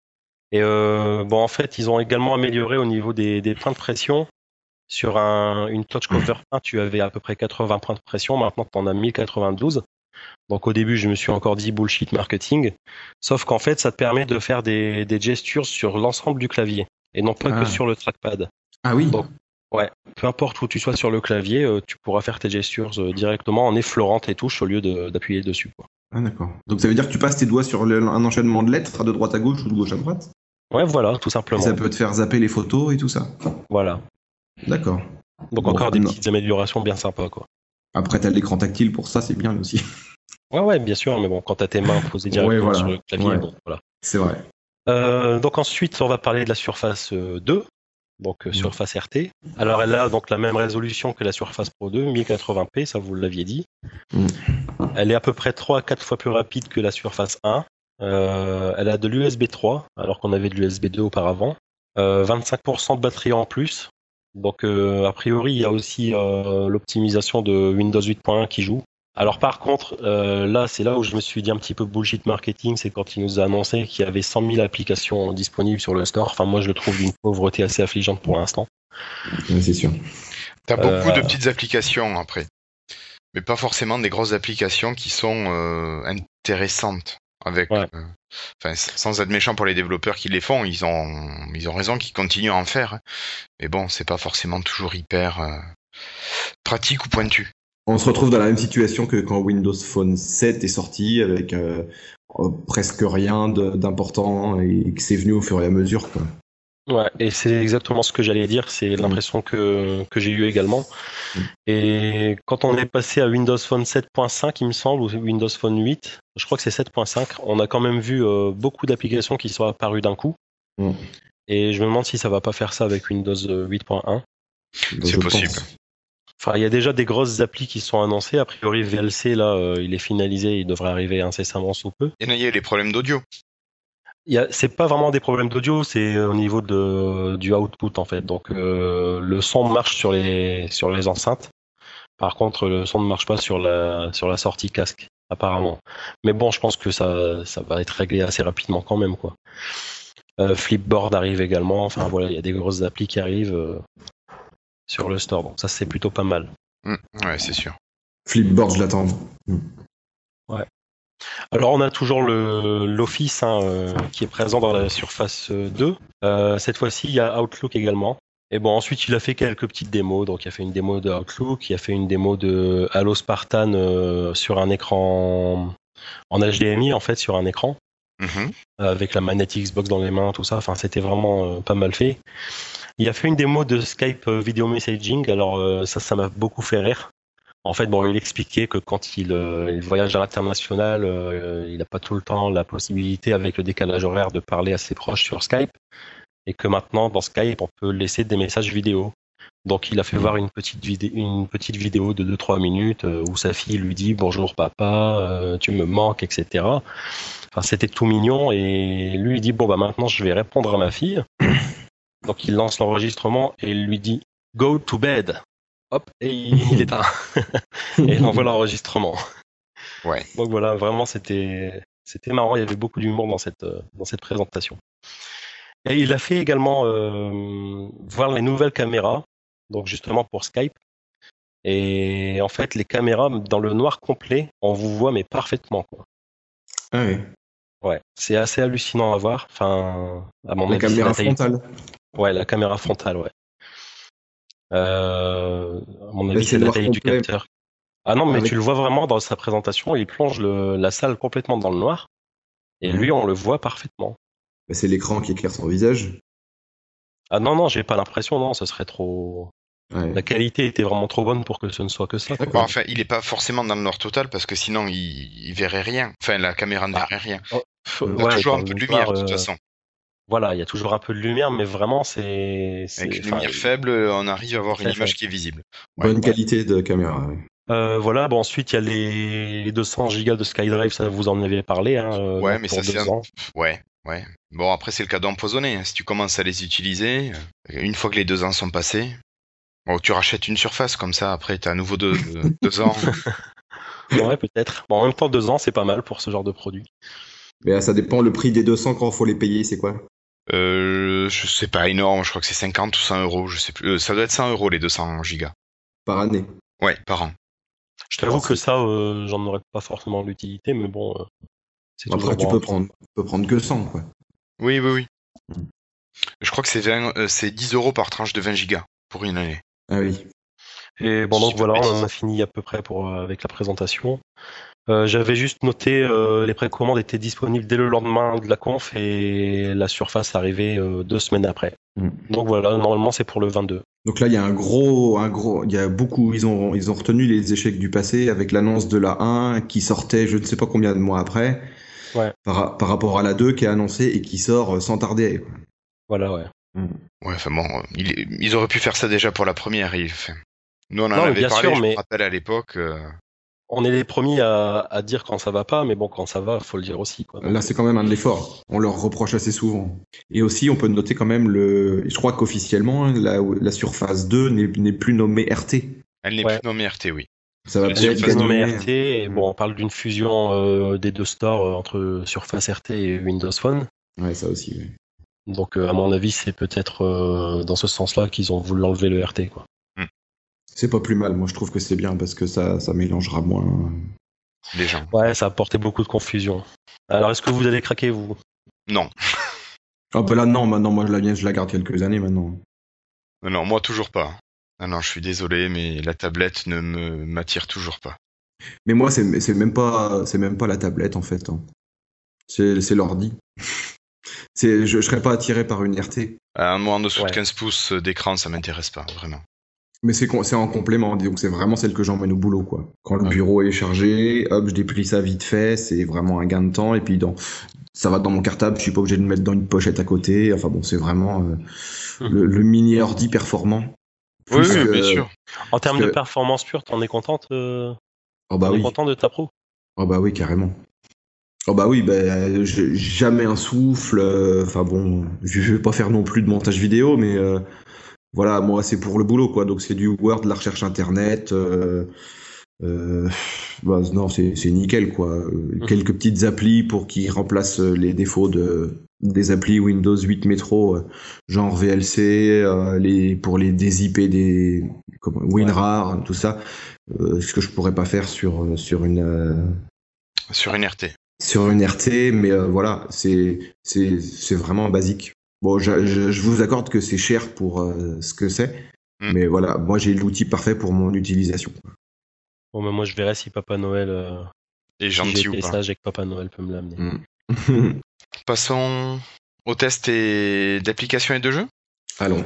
Et euh, bon, en fait, ils ont également amélioré au niveau des, des points de pression. Sur un, une touch cover un, tu avais à peu près quatre-vingts points de pression. Maintenant, tu en as mille quatre-vingt-douze. Donc au début, je me suis encore dit bullshit marketing. Sauf qu'en fait, ça te permet de faire des, des gestures sur l'ensemble du clavier et non pas Ah. que sur le trackpad. Ah oui. Donc, ouais, peu importe où tu sois sur le clavier, euh, tu pourras faire tes gestures euh, directement en effleurant tes touches au lieu de- d'appuyer dessus. Quoi. Ah d'accord. Donc ça veut dire que tu passes tes doigts sur le- un enchaînement de lettres de droite à gauche ou de gauche à droite. Ouais, voilà, tout Et simplement. ça peut te faire zapper les photos et tout ça. Voilà. D'accord. Donc Bon, encore des non. petites améliorations bien sympas, quoi. Après, t'as l'écran tactile pour ça, c'est bien aussi. Ouais, ouais, bien sûr, mais bon, quand t'as tes mains posées directement Ouais, voilà. sur le clavier, Ouais. bon, voilà. C'est vrai. Euh, donc ensuite, on va parler de la Surface euh, deux, donc euh, Mm. Surface R T. Alors elle a donc la même résolution que la Surface Pro deux, mille quatre-vingts p, ça vous l'aviez dit. Mm. Elle est à peu près trois à quatre fois plus rapide que la Surface un. Euh, elle a de l'U S B trois, alors qu'on avait de l'U S B deux auparavant. Euh, vingt-cinq pour cent de batterie en plus. Donc euh, a priori, il y a aussi euh, l'optimisation de Windows huit point un qui joue. Alors par contre, euh, là, c'est là où je me suis dit un petit peu bullshit marketing, c'est quand il nous a annoncé qu'il y avait cent mille applications disponibles sur le store. Enfin, moi, je le trouve d'une pauvreté assez affligeante pour l'instant. Ouais, c'est sûr. T'as beaucoup Euh, de petites applications après. Mais pas forcément des grosses applications qui sont euh, intéressantes. Avec, Ouais. euh, enfin, sans être méchant pour les développeurs qui les font, ils ont, ils ont raison qu'ils continuent à en faire. hein. Mais bon, c'est pas forcément toujours hyper euh, pratique ou pointu. On se retrouve dans la même situation que quand Windows Phone sept est sorti, avec euh, euh, presque rien de- d'important et que c'est venu au fur et à mesure. Quoi. Ouais, et c'est exactement ce que j'allais dire, c'est l'impression que, que j'ai eu également. Mm. Et quand on est passé à Windows Phone sept point cinq, il me semble, ou Windows Phone huit, je crois que c'est sept point cinq, on a quand même vu euh, beaucoup d'applications qui sont apparues d'un coup. Mm. Et je me demande si ça va pas faire ça avec Windows huit point un. C'est Je possible. pense. Enfin, il y a déjà des grosses applis qui sont annoncées. A priori, V L C, là, euh, il est finalisé. Il devrait arriver incessamment sous peu. Et non, il y a les problèmes d'audio. Il y a, c'est pas vraiment des problèmes d'audio, c'est au niveau de, du output, en fait. Donc, euh, le son marche sur les, sur les enceintes. Par contre, le son ne marche pas sur la, sur la sortie casque, apparemment. Mais bon, je pense que ça, ça va être réglé assez rapidement quand même, quoi. Euh, Flipboard arrive également. Enfin, voilà, il y a des grosses applis qui arrivent euh, sur le store. Donc, ça, c'est plutôt pas mal. Mm, ouais, c'est sûr. Flipboard, je l'attends. Mm. Alors, on a toujours le, l'Office hein, euh, qui est présent dans la Surface deux. Euh, cette fois-ci, il y a Outlook également. Et bon, ensuite, il a fait quelques petites démos. Donc, il a fait une démo de Outlook, il a fait une démo de Halo Spartan euh, sur un écran en H D M I, en fait, sur un écran, Mhm. avec la manette Xbox dans les mains, tout ça. Enfin, c'était vraiment euh, pas mal fait. Il a fait une démo de Skype euh, Video Messaging. Alors, euh, ça, ça m'a beaucoup fait rire. En fait, bon, il expliquait que quand il, euh, il voyage à l'international, euh, il n'a pas tout le temps la possibilité, avec le décalage horaire, de parler à ses proches sur Skype. Et que maintenant, dans Skype, on peut laisser des messages vidéo. Donc, il a fait voir une petite, vidé- une petite vidéo de deux trois minutes euh, où sa fille lui dit « Bonjour papa, euh, tu me manques, et cetera » Enfin, c'était tout mignon. Et lui, il dit « Bon, bah maintenant, je vais répondre à ma fille. » Donc, il lance l'enregistrement et il lui dit « Go to bed ». Hop, et il, il éteint. Et il envoie l'enregistrement. Ouais. Donc voilà, vraiment, c'était, c'était marrant. Il y avait beaucoup d'humour dans cette, euh, dans cette présentation. Et il a fait également euh, voir les nouvelles caméras, donc justement pour Skype. Et en fait, les caméras dans le noir complet, on vous voit mais parfaitement, quoi. Ah oui. Ouais, c'est assez hallucinant à voir. Enfin, à mon La avis, c'est caméra la taille- frontale. Ouais, la caméra frontale, ouais. Euh, à mon Mais avis, c'est c'est la noir taille du complet. capteur. Ah non, mais Avec- tu le vois vraiment dans sa présentation, il plonge le, la salle complètement dans le noir. Et Mhm. lui, on le voit parfaitement. Bah, c'est l'écran qui éclaire son visage. Ah non, non, j'ai pas l'impression, non, ce serait trop. Ouais. La qualité était vraiment trop bonne pour que ce ne soit que ça. quoi. Bon, D'accord. enfin, il est pas forcément dans le noir total parce que sinon il, il verrait rien. Enfin, la caméra ne verrait rien. Oh, pff, Il y a Il y a ouais, toujours dans un peu le de lumière noir, de toute euh, façon. Voilà, il y a toujours un peu de lumière, mais vraiment, c'est. c'est- Avec une enfin, lumière faible, on arrive à avoir très une image faible. qui est visible. Ouais. Bonne qualité de caméra. Ouais. Euh, voilà, bon, ensuite, il y a les, les deux cents gigas de SkyDrive, ça vous en avez parlé, hein, euh, Ouais, donc mais pour ça c'est deux un... ans. Ouais, ouais. Bon, après c'est le cas d'empoisonné. hein. Si tu commences à les utiliser, euh, une fois que les deux ans sont passés, bon, tu rachètes une surface comme ça. Après, t'as à nouveau deux, deux, deux ans. Ouais, peut-être. Bon, en même temps, deux ans, c'est pas mal pour ce genre de produit. Mais ah, ça dépend, le prix des deux cents quand il faut les payer, c'est quoi? Euh, je sais pas, énorme. Je crois que c'est cinquante ou cent euros. Je sais plus. Euh, ça doit être cent euros les deux cents gigas. Par année. Ouais, par an. Je t'avoue que ça, euh, j'en aurais pas forcément l'utilité, mais bon, euh, c'est toujours Après, tu bon. peux prendre, tu peux prendre que cent, quoi. Oui, oui, oui. Je crois que c'est vingt, euh, c'est dix euros par tranche de vingt gigas pour une année. Ah oui. Et bon, Si donc je peux voilà, pas on en dire. a fini à peu près pour, euh, avec la présentation. Euh, j'avais juste noté, euh, les précommandes étaient disponibles dès le lendemain de la conf et la surface arrivait euh, deux semaines après. Mm. Donc voilà, normalement c'est pour le vingt-deux. Donc là, il y a un gros, un gros, il y a beaucoup, ils ont, ils ont retenu les échecs du passé avec l'annonce de la un qui sortait, je ne sais pas combien de mois après, Ouais. par, par rapport à la deux qui est annoncée et qui sort sans tarder. quoi. Voilà, ouais. Ouais, enfin bon, euh, il- ils auraient pu faire ça déjà pour la première. il- enfin, nous, on en Non, mais avait bien parlé, sûr, je mais- me rappelle à l'époque. euh, On est les premiers à, à dire quand ça va pas, mais bon, quand ça va, faut le dire aussi, quoi. Là, c'est quand même un de l'effort. On leur reproche assez souvent. Et aussi, on peut noter quand même le, je crois qu'officiellement, la, la Surface deux n'est n'est plus nommée R T. Elle n'est Ouais. plus nommée R T, oui. Ça va La peut-être Surface nommé gagner. R T, et bon, on parle d'une fusion euh, des deux stores euh, entre Surface R T et Windows Phone. Ouais, ça aussi. ouais. Donc, euh, à mon avis, c'est peut-être euh, dans ce sens-là qu'ils ont voulu enlever le R T, quoi. C'est pas plus mal. Moi, je trouve que c'est bien parce que ça, ça mélangera moins. Les gens. Ouais, ça a apporté beaucoup de confusion. Alors, est-ce que vous allez craquer, vous? Non. Ah bah là, non, maintenant, moi, la mienne, je la garde quelques années maintenant. Non, non, moi toujours pas. Ah non, je suis désolé, mais la tablette ne me m'attire toujours pas. Mais moi, c'est c'est même pas, c'est même pas la tablette en fait. hein. C'est c'est l'ordi. C'est, je, je serais pas attiré par une R T. À moi, en dessous Ouais. de quinze pouces d'écran, ça m'intéresse pas, vraiment. Mais c'est con- c'est en complément, donc c'est vraiment celle que j'emmène au boulot, quoi. Quand le Ouais. bureau est chargé, hop, je déplie ça vite fait, c'est vraiment un gain de temps. Et puis dans, ça va dans mon cartable, je suis pas obligé de le mettre dans une pochette à côté. Enfin bon, c'est vraiment euh, Mhm. le, le mini ordi performant. Oui, Plus oui, que- bien sûr. En termes que- de performance pure, t'en es contente euh, Oh bah T'en es oui, content de ta pro? oh bah oui, carrément. Oh bah oui, bah, je- jamais un souffle. euh, Enfin bon, je je vais pas faire non plus de montage vidéo, mais euh, voilà, moi c'est pour le boulot, quoi. Donc c'est du Word, de la recherche internet. Euh, euh, bah, non, c'est c'est nickel, quoi. Euh, Quelques petites applis pour qui remplacent euh, les défauts de des applis Windows huit Metro, euh, genre V L C, euh, les pour les dézipper des comment, WinRAR, tout ça. Euh, ce que je pourrais pas faire sur euh, sur une euh, Sur une R T. sur une R T, mais euh, voilà, c'est c'est c'est vraiment basique. Bon, je, je, je vous accorde que c'est cher pour euh, ce que c'est, Mm. mais voilà, moi j'ai l'outil parfait pour mon utilisation. Bon, mais moi, je verrai si Papa Noël, euh, Et si gentil j'ai ou été pas. sage et que Papa Noël peut me l'amener. Mm. Passons au test et d'applications et de jeux. Allons.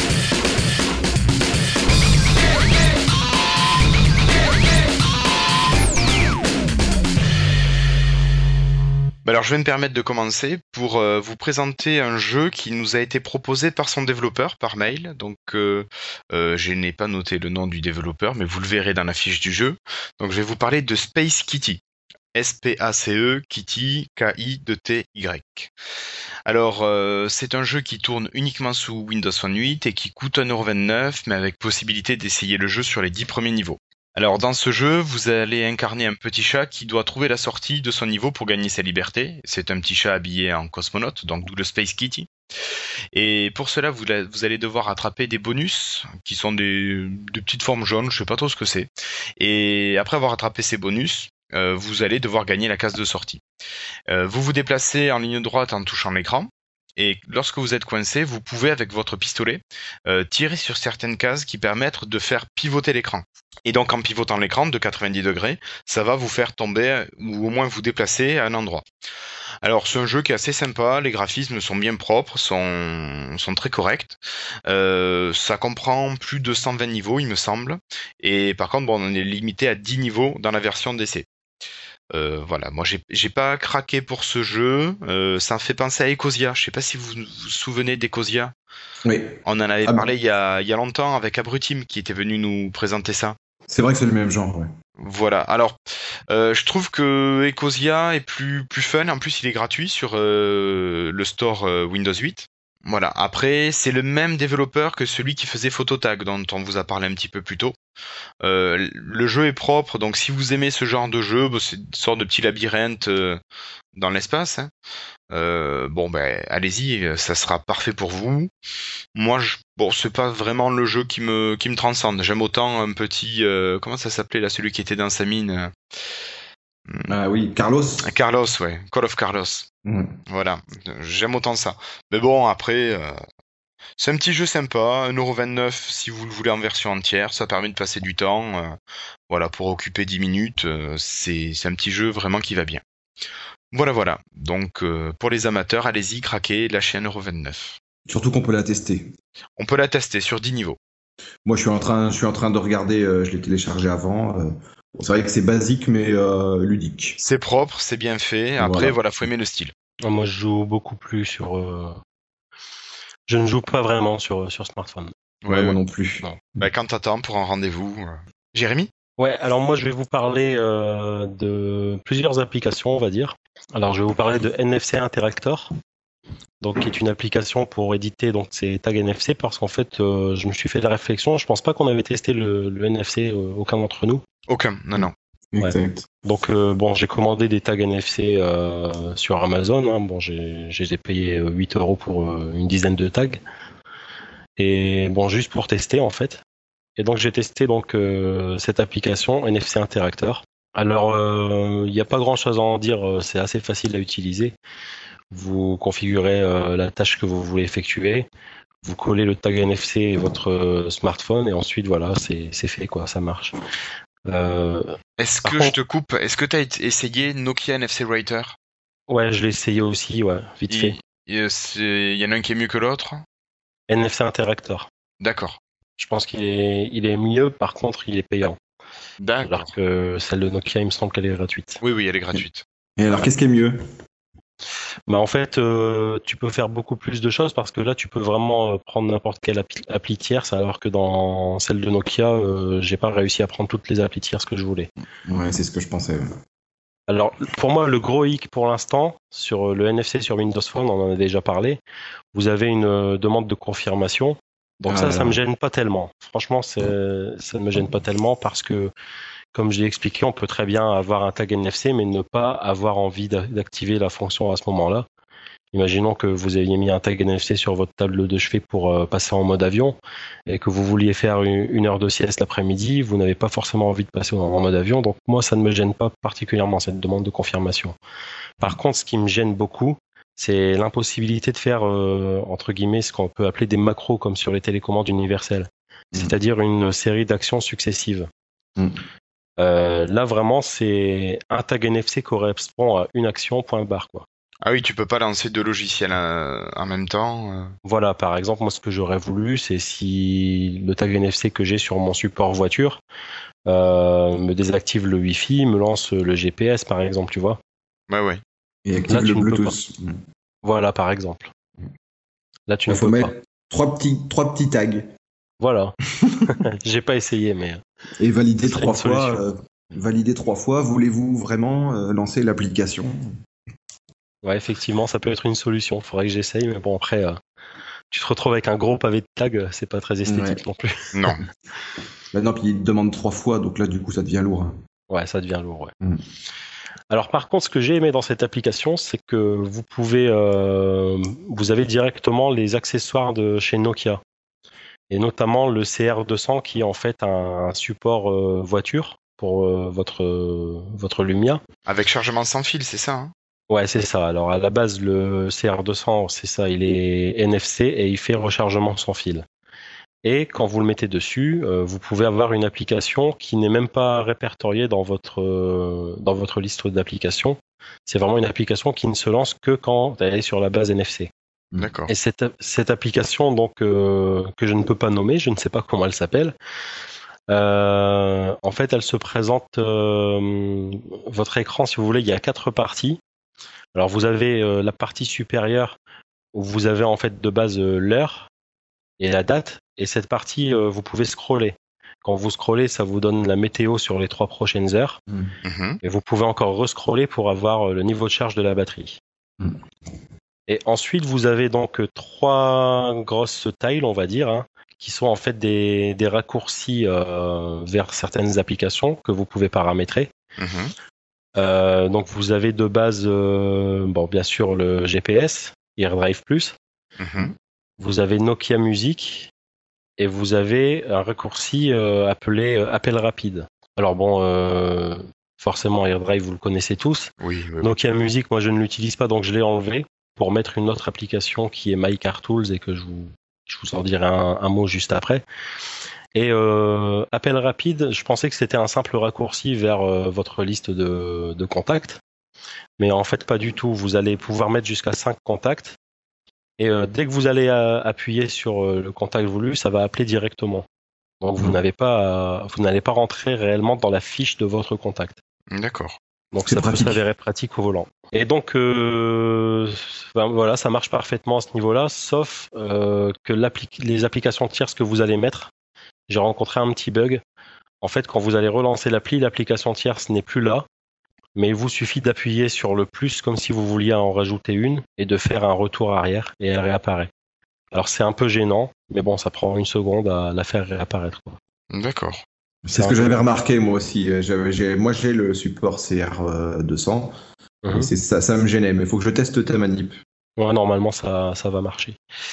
Bah alors je vais me permettre de commencer pour euh, vous présenter un jeu qui nous a été proposé par son développeur par mail. Donc euh, euh, je n'ai pas noté le nom du développeur, mais vous le verrez dans la fiche du jeu. Donc je vais vous parler de Space Kitty. S P A C E Kitty K I T Y. Alors euh, c'est un jeu qui tourne uniquement sous Windows Phone huit et qui coûte un euro vingt-neuf, mais avec possibilité d'essayer le jeu sur les dix premiers niveaux. Alors dans ce jeu, vous allez incarner un petit chat qui doit trouver la sortie de son niveau pour gagner sa liberté. C'est un petit chat habillé en cosmonaute, donc d'où le Space Kitty. Et pour cela, vous, la- vous allez devoir attraper des bonus, qui sont des, des petites formes jaunes, je sais pas trop ce que c'est. Et après avoir attrapé ces bonus, euh, vous allez devoir gagner la case de sortie. Euh, vous vous déplacez en ligne droite en touchant l'écran. Et lorsque vous êtes coincé, vous pouvez, avec votre pistolet, euh, tirer sur certaines cases qui permettent de faire pivoter l'écran. Et donc, en pivotant l'écran de quatre-vingt-dix degrés, ça va vous faire tomber, ou au moins vous déplacer à un endroit. Alors, c'est un jeu qui est assez sympa, les graphismes sont bien propres, sont, sont très corrects. Euh, ça comprend plus de cent vingt niveaux, il me semble. Et par contre, bon, on est limité à dix niveaux dans la version D C. Euh, voilà, moi j'ai j'ai pas craqué pour ce jeu. Euh, ça me fait penser à Ecosia. Je sais pas si vous vous souvenez d'Ecosia. Oui, On en avait Ah, parlé il y a il y a longtemps avec Abrutim qui était venu nous présenter ça. c'est vrai que c'est le même genre, ouais. Voilà. Alors, euh, je trouve que Ecosia est plus plus fun. En plus, il est gratuit sur euh, le store euh, Windows huit. Voilà. Après, c'est le même développeur que celui qui faisait Phototag, dont on vous a parlé un petit peu plus tôt. Euh, le jeu est propre, donc si vous aimez ce genre de jeu, bah, c'est une sorte de petit labyrinthe euh, dans l'espace. Hein. Euh, bon, ben, allez-y, ça sera parfait pour vous. Moi, je, bon, c'est pas vraiment le jeu qui me qui me transcende. J'aime autant un petit, euh, comment ça s'appelait là, celui qui était dans sa mine. Ah oui, Carlos. Carlos, ouais, Call of Carlos. Mm. Voilà, j'aime autant ça. Mais bon, après. Euh... C'est un petit jeu sympa, un euro vingt-neuf si vous le voulez en version entière, ça permet de passer du temps, euh, voilà, pour occuper dix minutes, euh, c'est c'est un petit jeu vraiment qui va bien. Voilà, voilà, donc euh, pour les amateurs, allez-y, craquez, lâchez un euro vingt-neuf. Surtout qu'on peut la tester. On peut la tester sur dix niveaux. Moi, je suis en train, je suis en train de regarder. euh, je l'ai téléchargé avant. euh, bon, c'est vrai que c'est basique, mais euh, ludique. C'est propre, c'est bien fait, après, Voilà. voilà, faut aimer le style. Moi, je joue beaucoup plus sur. euh, Je ne joue pas vraiment sur, sur smartphone. Ouais, moi non plus. Non. Bah, quand t'attends pour un rendez-vous. euh. Jérémy ? Ouais, alors moi, je vais vous parler euh, de plusieurs applications, on va dire. Alors, je vais vous parler de N F C Interactor, donc qui est une application pour éditer donc ces tags N F C, parce qu'en fait, euh, je me suis fait la réflexion. Je pense pas qu'on avait testé le, le N F C, euh, aucun d'entre nous. Aucun, non, non. Exact. Donc euh, bon, j'ai commandé des tags N F C euh, sur Amazon. Hein. Bon, j'ai, je les ai payés huit euros pour euh, une dizaine de tags. Et bon, juste pour tester en fait. Et donc j'ai testé donc euh, cette application N F C Interactor. Alors il euh, n'y a pas grand chose à en dire. C'est assez facile à utiliser. Vous configurez euh, la tâche que vous voulez effectuer. Vous collez le tag N F C et votre euh, smartphone et ensuite voilà, c'est, c'est fait quoi, ça marche. Euh, Est-ce Par que contre- je te coupe, est-ce que t'as essayé Nokia N F C Writer ? ouais, je l'ai essayé aussi, ouais, vite fait. Il, il- c'est- il y en a un qui est mieux que l'autre ? N F C Interactor. D'accord. Je pense qu'il est, il est mieux, par contre, il est payant. D'accord. Alors que celle de Nokia, il me semble qu'elle est gratuite. Oui, oui, elle est gratuite. Et alors, qu'est-ce qui est mieux? Bah en fait, euh, tu peux faire beaucoup plus de choses parce que là, tu peux vraiment euh, prendre n'importe quelle appli, appli tierce, alors que dans celle de Nokia, euh, j'ai pas réussi à prendre toutes les applis tierces que je voulais. Ouais, c'est ce que je pensais. Ouais. Alors, pour moi, le gros hic pour l'instant, sur le N F C sur Windows Phone, on en a déjà parlé, vous avez une euh, demande de confirmation. Donc Ah ça, là ça là. me gêne pas tellement. Franchement, c'est, ça ne me gêne pas tellement parce que, comme je l'ai expliqué, on peut très bien avoir un tag N F C, mais ne pas avoir envie d'a- d'activer la fonction à ce moment-là. Imaginons que vous ayez mis un tag N F C sur votre table de chevet pour euh, passer en mode avion et que vous vouliez faire une, une heure de sieste l'après-midi, vous n'avez pas forcément envie de passer en, en mode avion. Donc moi, ça ne me gêne pas particulièrement cette demande de confirmation. Par contre, ce qui me gêne beaucoup, c'est l'impossibilité de faire, euh, entre guillemets, ce qu'on peut appeler des macros comme sur les télécommandes universelles, c'est-à-dire une série d'actions successives. Mm. Euh, là, vraiment, c'est un tag N F C correspond à une action, point barre, quoi. Ah oui, tu peux pas lancer deux logiciels euh, en même temps. euh. Voilà, par exemple, moi, ce que j'aurais voulu, c'est si le tag N F C que j'ai sur mon support voiture euh, me désactive le Wi-Fi, me lance le G P S, par exemple, tu vois. Ouais, ouais. Et active Là, le tu ne peux Bluetooth. Mm. Voilà, par exemple. Là, tu Il ne faut peux mettre pas. trois petits, trois petits tags Voilà. J'ai pas essayé, mais et valider Ce serait trois une fois. solution. euh, valider trois fois. Voulez-vous vraiment euh, lancer l'application? ouais, effectivement, ça peut être une solution. Faudrait que j'essaye, mais bon, après, euh, tu te retrouves avec un gros pavé de tags, c'est pas très esthétique Ouais. non plus. Non. Maintenant, puis il te demande trois fois, donc là, du coup, ça devient lourd. hein. Ouais, ça devient lourd, ouais. Mm. Alors par contre, ce que j'ai aimé dans cette application, c'est que vous pouvez, euh, vous avez directement les accessoires de chez Nokia, et notamment le C R deux cents qui est en fait un, un support euh, voiture pour euh, votre euh, votre Lumia. Avec chargement sans fil, c'est ça, hein? Ouais, c'est ça. Alors à la base, le C R deux cents, c'est ça, il est N F C et il fait rechargement sans fil. Et quand vous le mettez dessus, euh, vous pouvez avoir une application qui n'est même pas répertoriée dans votre euh, dans votre liste d'applications. C'est vraiment une application qui ne se lance que quand elle est sur la base N F C. D'accord. Et cette cette application donc euh, que je ne peux pas nommer, je ne sais pas comment elle s'appelle. Euh, en fait, elle se présente euh, votre écran, si vous voulez, il y a quatre parties. Alors vous avez euh, la partie supérieure où vous avez en fait de base euh, l'heure et la date. Et cette partie, euh, vous pouvez scroller. Quand vous scrollez, ça vous donne la météo sur les trois prochaines heures. Mhm. Et vous pouvez encore rescroller pour avoir euh, le niveau de charge de la batterie. Mm. Et ensuite, vous avez donc euh, trois grosses tiles, on va dire, hein, qui sont en fait des, des raccourcis euh, vers certaines applications que vous pouvez paramétrer. Mhm. Euh, donc vous avez de base, euh, bon, bien sûr, le G P S, AirDrive Plus. Mhm. Vous avez Nokia Music et vous avez un raccourci euh, appelé euh, appel rapide. Alors bon, euh, forcément AirDrive vous le connaissez tous. Oui, oui, oui. Nokia Music, moi je ne l'utilise pas donc je l'ai enlevé pour mettre une autre application qui est MyCarTools et que je vous, je vous en dirai un, un mot juste après. Et euh, appel rapide, je pensais que c'était un simple raccourci vers euh, votre liste de, de contacts, mais en fait pas du tout. Vous allez pouvoir mettre jusqu'à cinq contacts. Et euh, dès que vous allez euh, appuyer sur euh, le contact voulu, ça va appeler directement. Donc vous Mhm. n'avez pas, à- vous n'allez pas rentrer réellement dans la fiche de votre contact. D'accord. Donc C'est ça pratique. peut s'avérer pratique au volant. Et donc euh, ben voilà, ça marche parfaitement à ce niveau-là, sauf euh, que l'appli- les applications tierces que vous allez mettre, j'ai rencontré un petit bug. En fait, quand vous allez relancer l'appli, l'application tierce n'est plus là. Mais il vous suffit d'appuyer sur le plus comme si vous vouliez en rajouter une et de faire un retour arrière et elle réapparaît. Alors c'est un peu gênant, mais bon, ça prend une seconde à la faire réapparaître, quoi. D'accord. C'est ce que j'avais remarqué moi aussi. Euh, j'avais- j'ai- moi j'ai le support C R deux cents. Mhm. Et c'est ça, ça me gênait, mais il faut que je teste ta manip. Ouais, normalement ça, ça va marcher.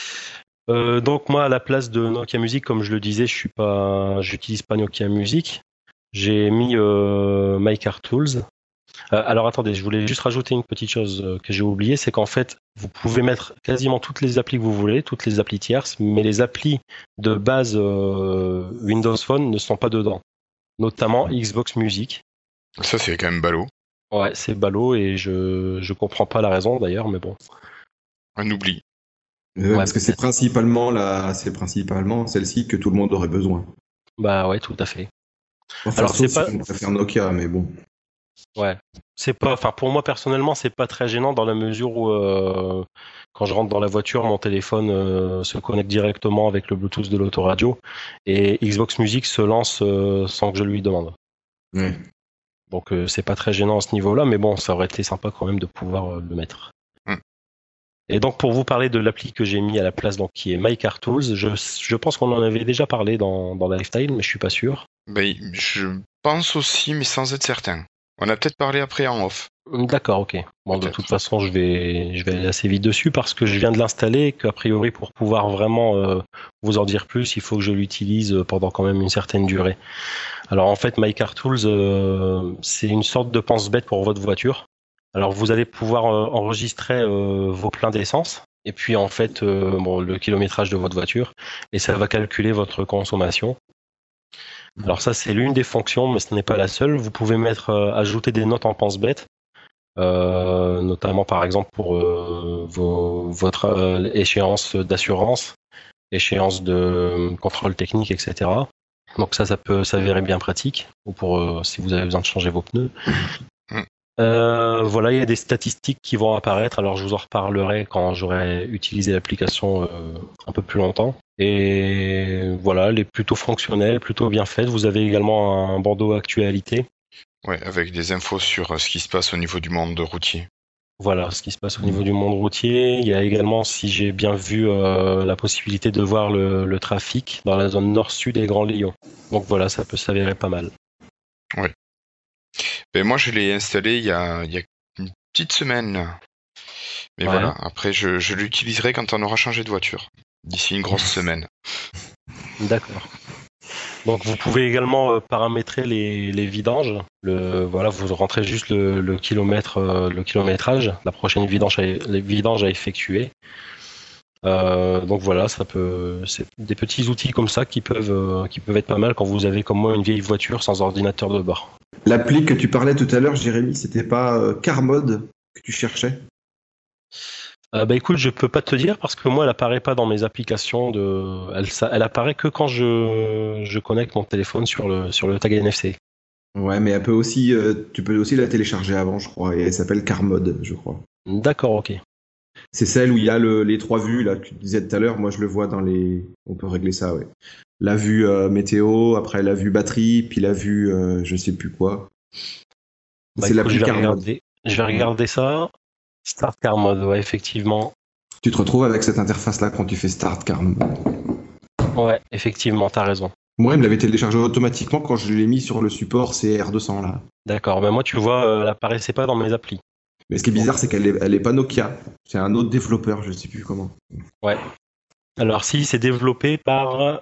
Euh, donc moi à la place de Nokia Music, comme je le disais, je suis pas, j'utilise pas Nokia Music. J'ai mis euh, MyCarTools. Euh, alors attendez, je voulais juste rajouter une petite chose euh, que j'ai oublié, c'est qu'en fait, vous pouvez mettre quasiment toutes les applis que vous voulez, toutes les applis tierces, mais les applis de base euh, Windows Phone ne sont pas dedans, notamment Xbox Music. Ça, c'est quand même ballot. Ouais, c'est ballot et je je comprends pas la raison d'ailleurs, mais bon. Un oubli. Euh, Ouais, parce que c'est peut-être. principalement la, c'est principalement celle-ci que tout le monde aurait besoin. Bah ouais, tout à fait. Enfin, Alors c'est sauf si pas, on préfère Nokia, mais bon. ouais, c'est pas, enfin pour moi personnellement, c'est pas très gênant dans la mesure où euh, quand je rentre dans la voiture, mon téléphone euh, se connecte directement avec le Bluetooth de l'autoradio et Xbox Music se lance euh, sans que je lui demande. Ouais. Donc euh, c'est pas très gênant à ce niveau-là, mais bon, ça aurait été sympa quand même de pouvoir euh, le mettre. Mm. Et donc pour vous parler de l'appli que j'ai mis à la place, donc qui est MyCarTools, je, je pense qu'on en avait déjà parlé dans, dans Lifestyle, mais je suis pas sûr. Ben, je pense aussi, mais sans être certain. On a peut-être parlé après en off. D'accord, ok. Bon, de Peut-être. toute façon, je vais, je vais aller assez vite dessus parce que je viens de l'installer et qu'a priori, pour pouvoir vraiment euh, vous en dire plus, il faut que je l'utilise pendant quand même une certaine durée. Alors en fait, MyCarTools, euh, c'est une sorte de pense-bête pour votre voiture. Alors vous allez pouvoir euh, enregistrer euh, vos pleins d'essence et puis en fait euh, bon, le kilométrage de votre voiture et ça va calculer votre consommation. Alors ça c'est l'une des fonctions, mais ce n'est pas la seule. Vous pouvez mettre euh, ajouter des notes en pense-bête. Euh, notamment par exemple pour euh, vos, votre euh, échéance d'assurance, échéance de euh, contrôle technique, et cetera. Donc ça, ça peut s'avérer bien pratique, ou pour euh, si vous avez besoin de changer vos pneus. Mm. Euh, voilà, il y a des statistiques qui vont apparaître. Alors je vous en reparlerai quand j'aurai utilisé l'application euh, un peu plus longtemps. Et voilà, elle est plutôt fonctionnelle, plutôt bien faite. Vous avez également un bandeau actualité. Ouais, avec des infos sur euh, ce qui se passe au niveau du monde routier. Voilà ce qui se passe au niveau du monde routier. Il y a également, si j'ai bien vu, euh, la possibilité de voir le, le trafic dans la zone nord-sud et Grand Lyon. Donc voilà, ça peut s'avérer pas mal. Ben, moi, je l'ai installé il y a, il y a une petite semaine. Là. Mais Ouais. voilà, après, je, je l'utiliserai quand on aura changé de voiture. D'ici une grosse semaine. D'accord. Donc vous pouvez également euh, paramétrer les, les vidanges. Le, voilà, vous rentrez juste le, le kilomètre, euh, le kilométrage, la prochaine vidange à, les vidanges à effectuer. Euh, donc voilà, ça peut, c'est des petits outils comme ça qui peuvent, euh, qui peuvent être pas mal quand vous avez comme moi une vieille voiture sans ordinateur de bord. L'appli que tu parlais tout à l'heure, Jérémy, c'était pas euh, CarMod que tu cherchais? Euh, bah écoute, je peux pas te dire parce que moi elle apparaît pas dans mes applications de, elle, ça, elle apparaît que quand je, je connecte mon téléphone sur le, sur le tag N F C. Ouais, mais elle peut aussi, euh, tu peux aussi la télécharger avant, je crois, et elle s'appelle CarMod, je crois. D'accord, ok. C'est celle où il y a le, les trois vues, là, que tu disais tout à l'heure. Moi, je le vois dans les. On peut régler ça, ouais. La vue euh, météo, après la vue batterie, puis la vue, euh, je sais plus quoi. Bah C'est écoute, je l'appli vais CarMod. regarder, je vais regarder ça. Start Car Mode, ouais, effectivement. Tu te retrouves avec cette interface-là quand tu fais Start CarMod. Ouais, effectivement, t'as raison. Moi, il me l'avait téléchargé automatiquement quand je l'ai mis sur le support C R deux cents, là. D'accord, mais moi tu vois, euh, elle apparaissait pas dans mes applis. Mais ce qui est bizarre, c'est qu'elle est, elle est pas Nokia. C'est un autre développeur, je sais plus comment. Ouais. Alors si, c'est développé par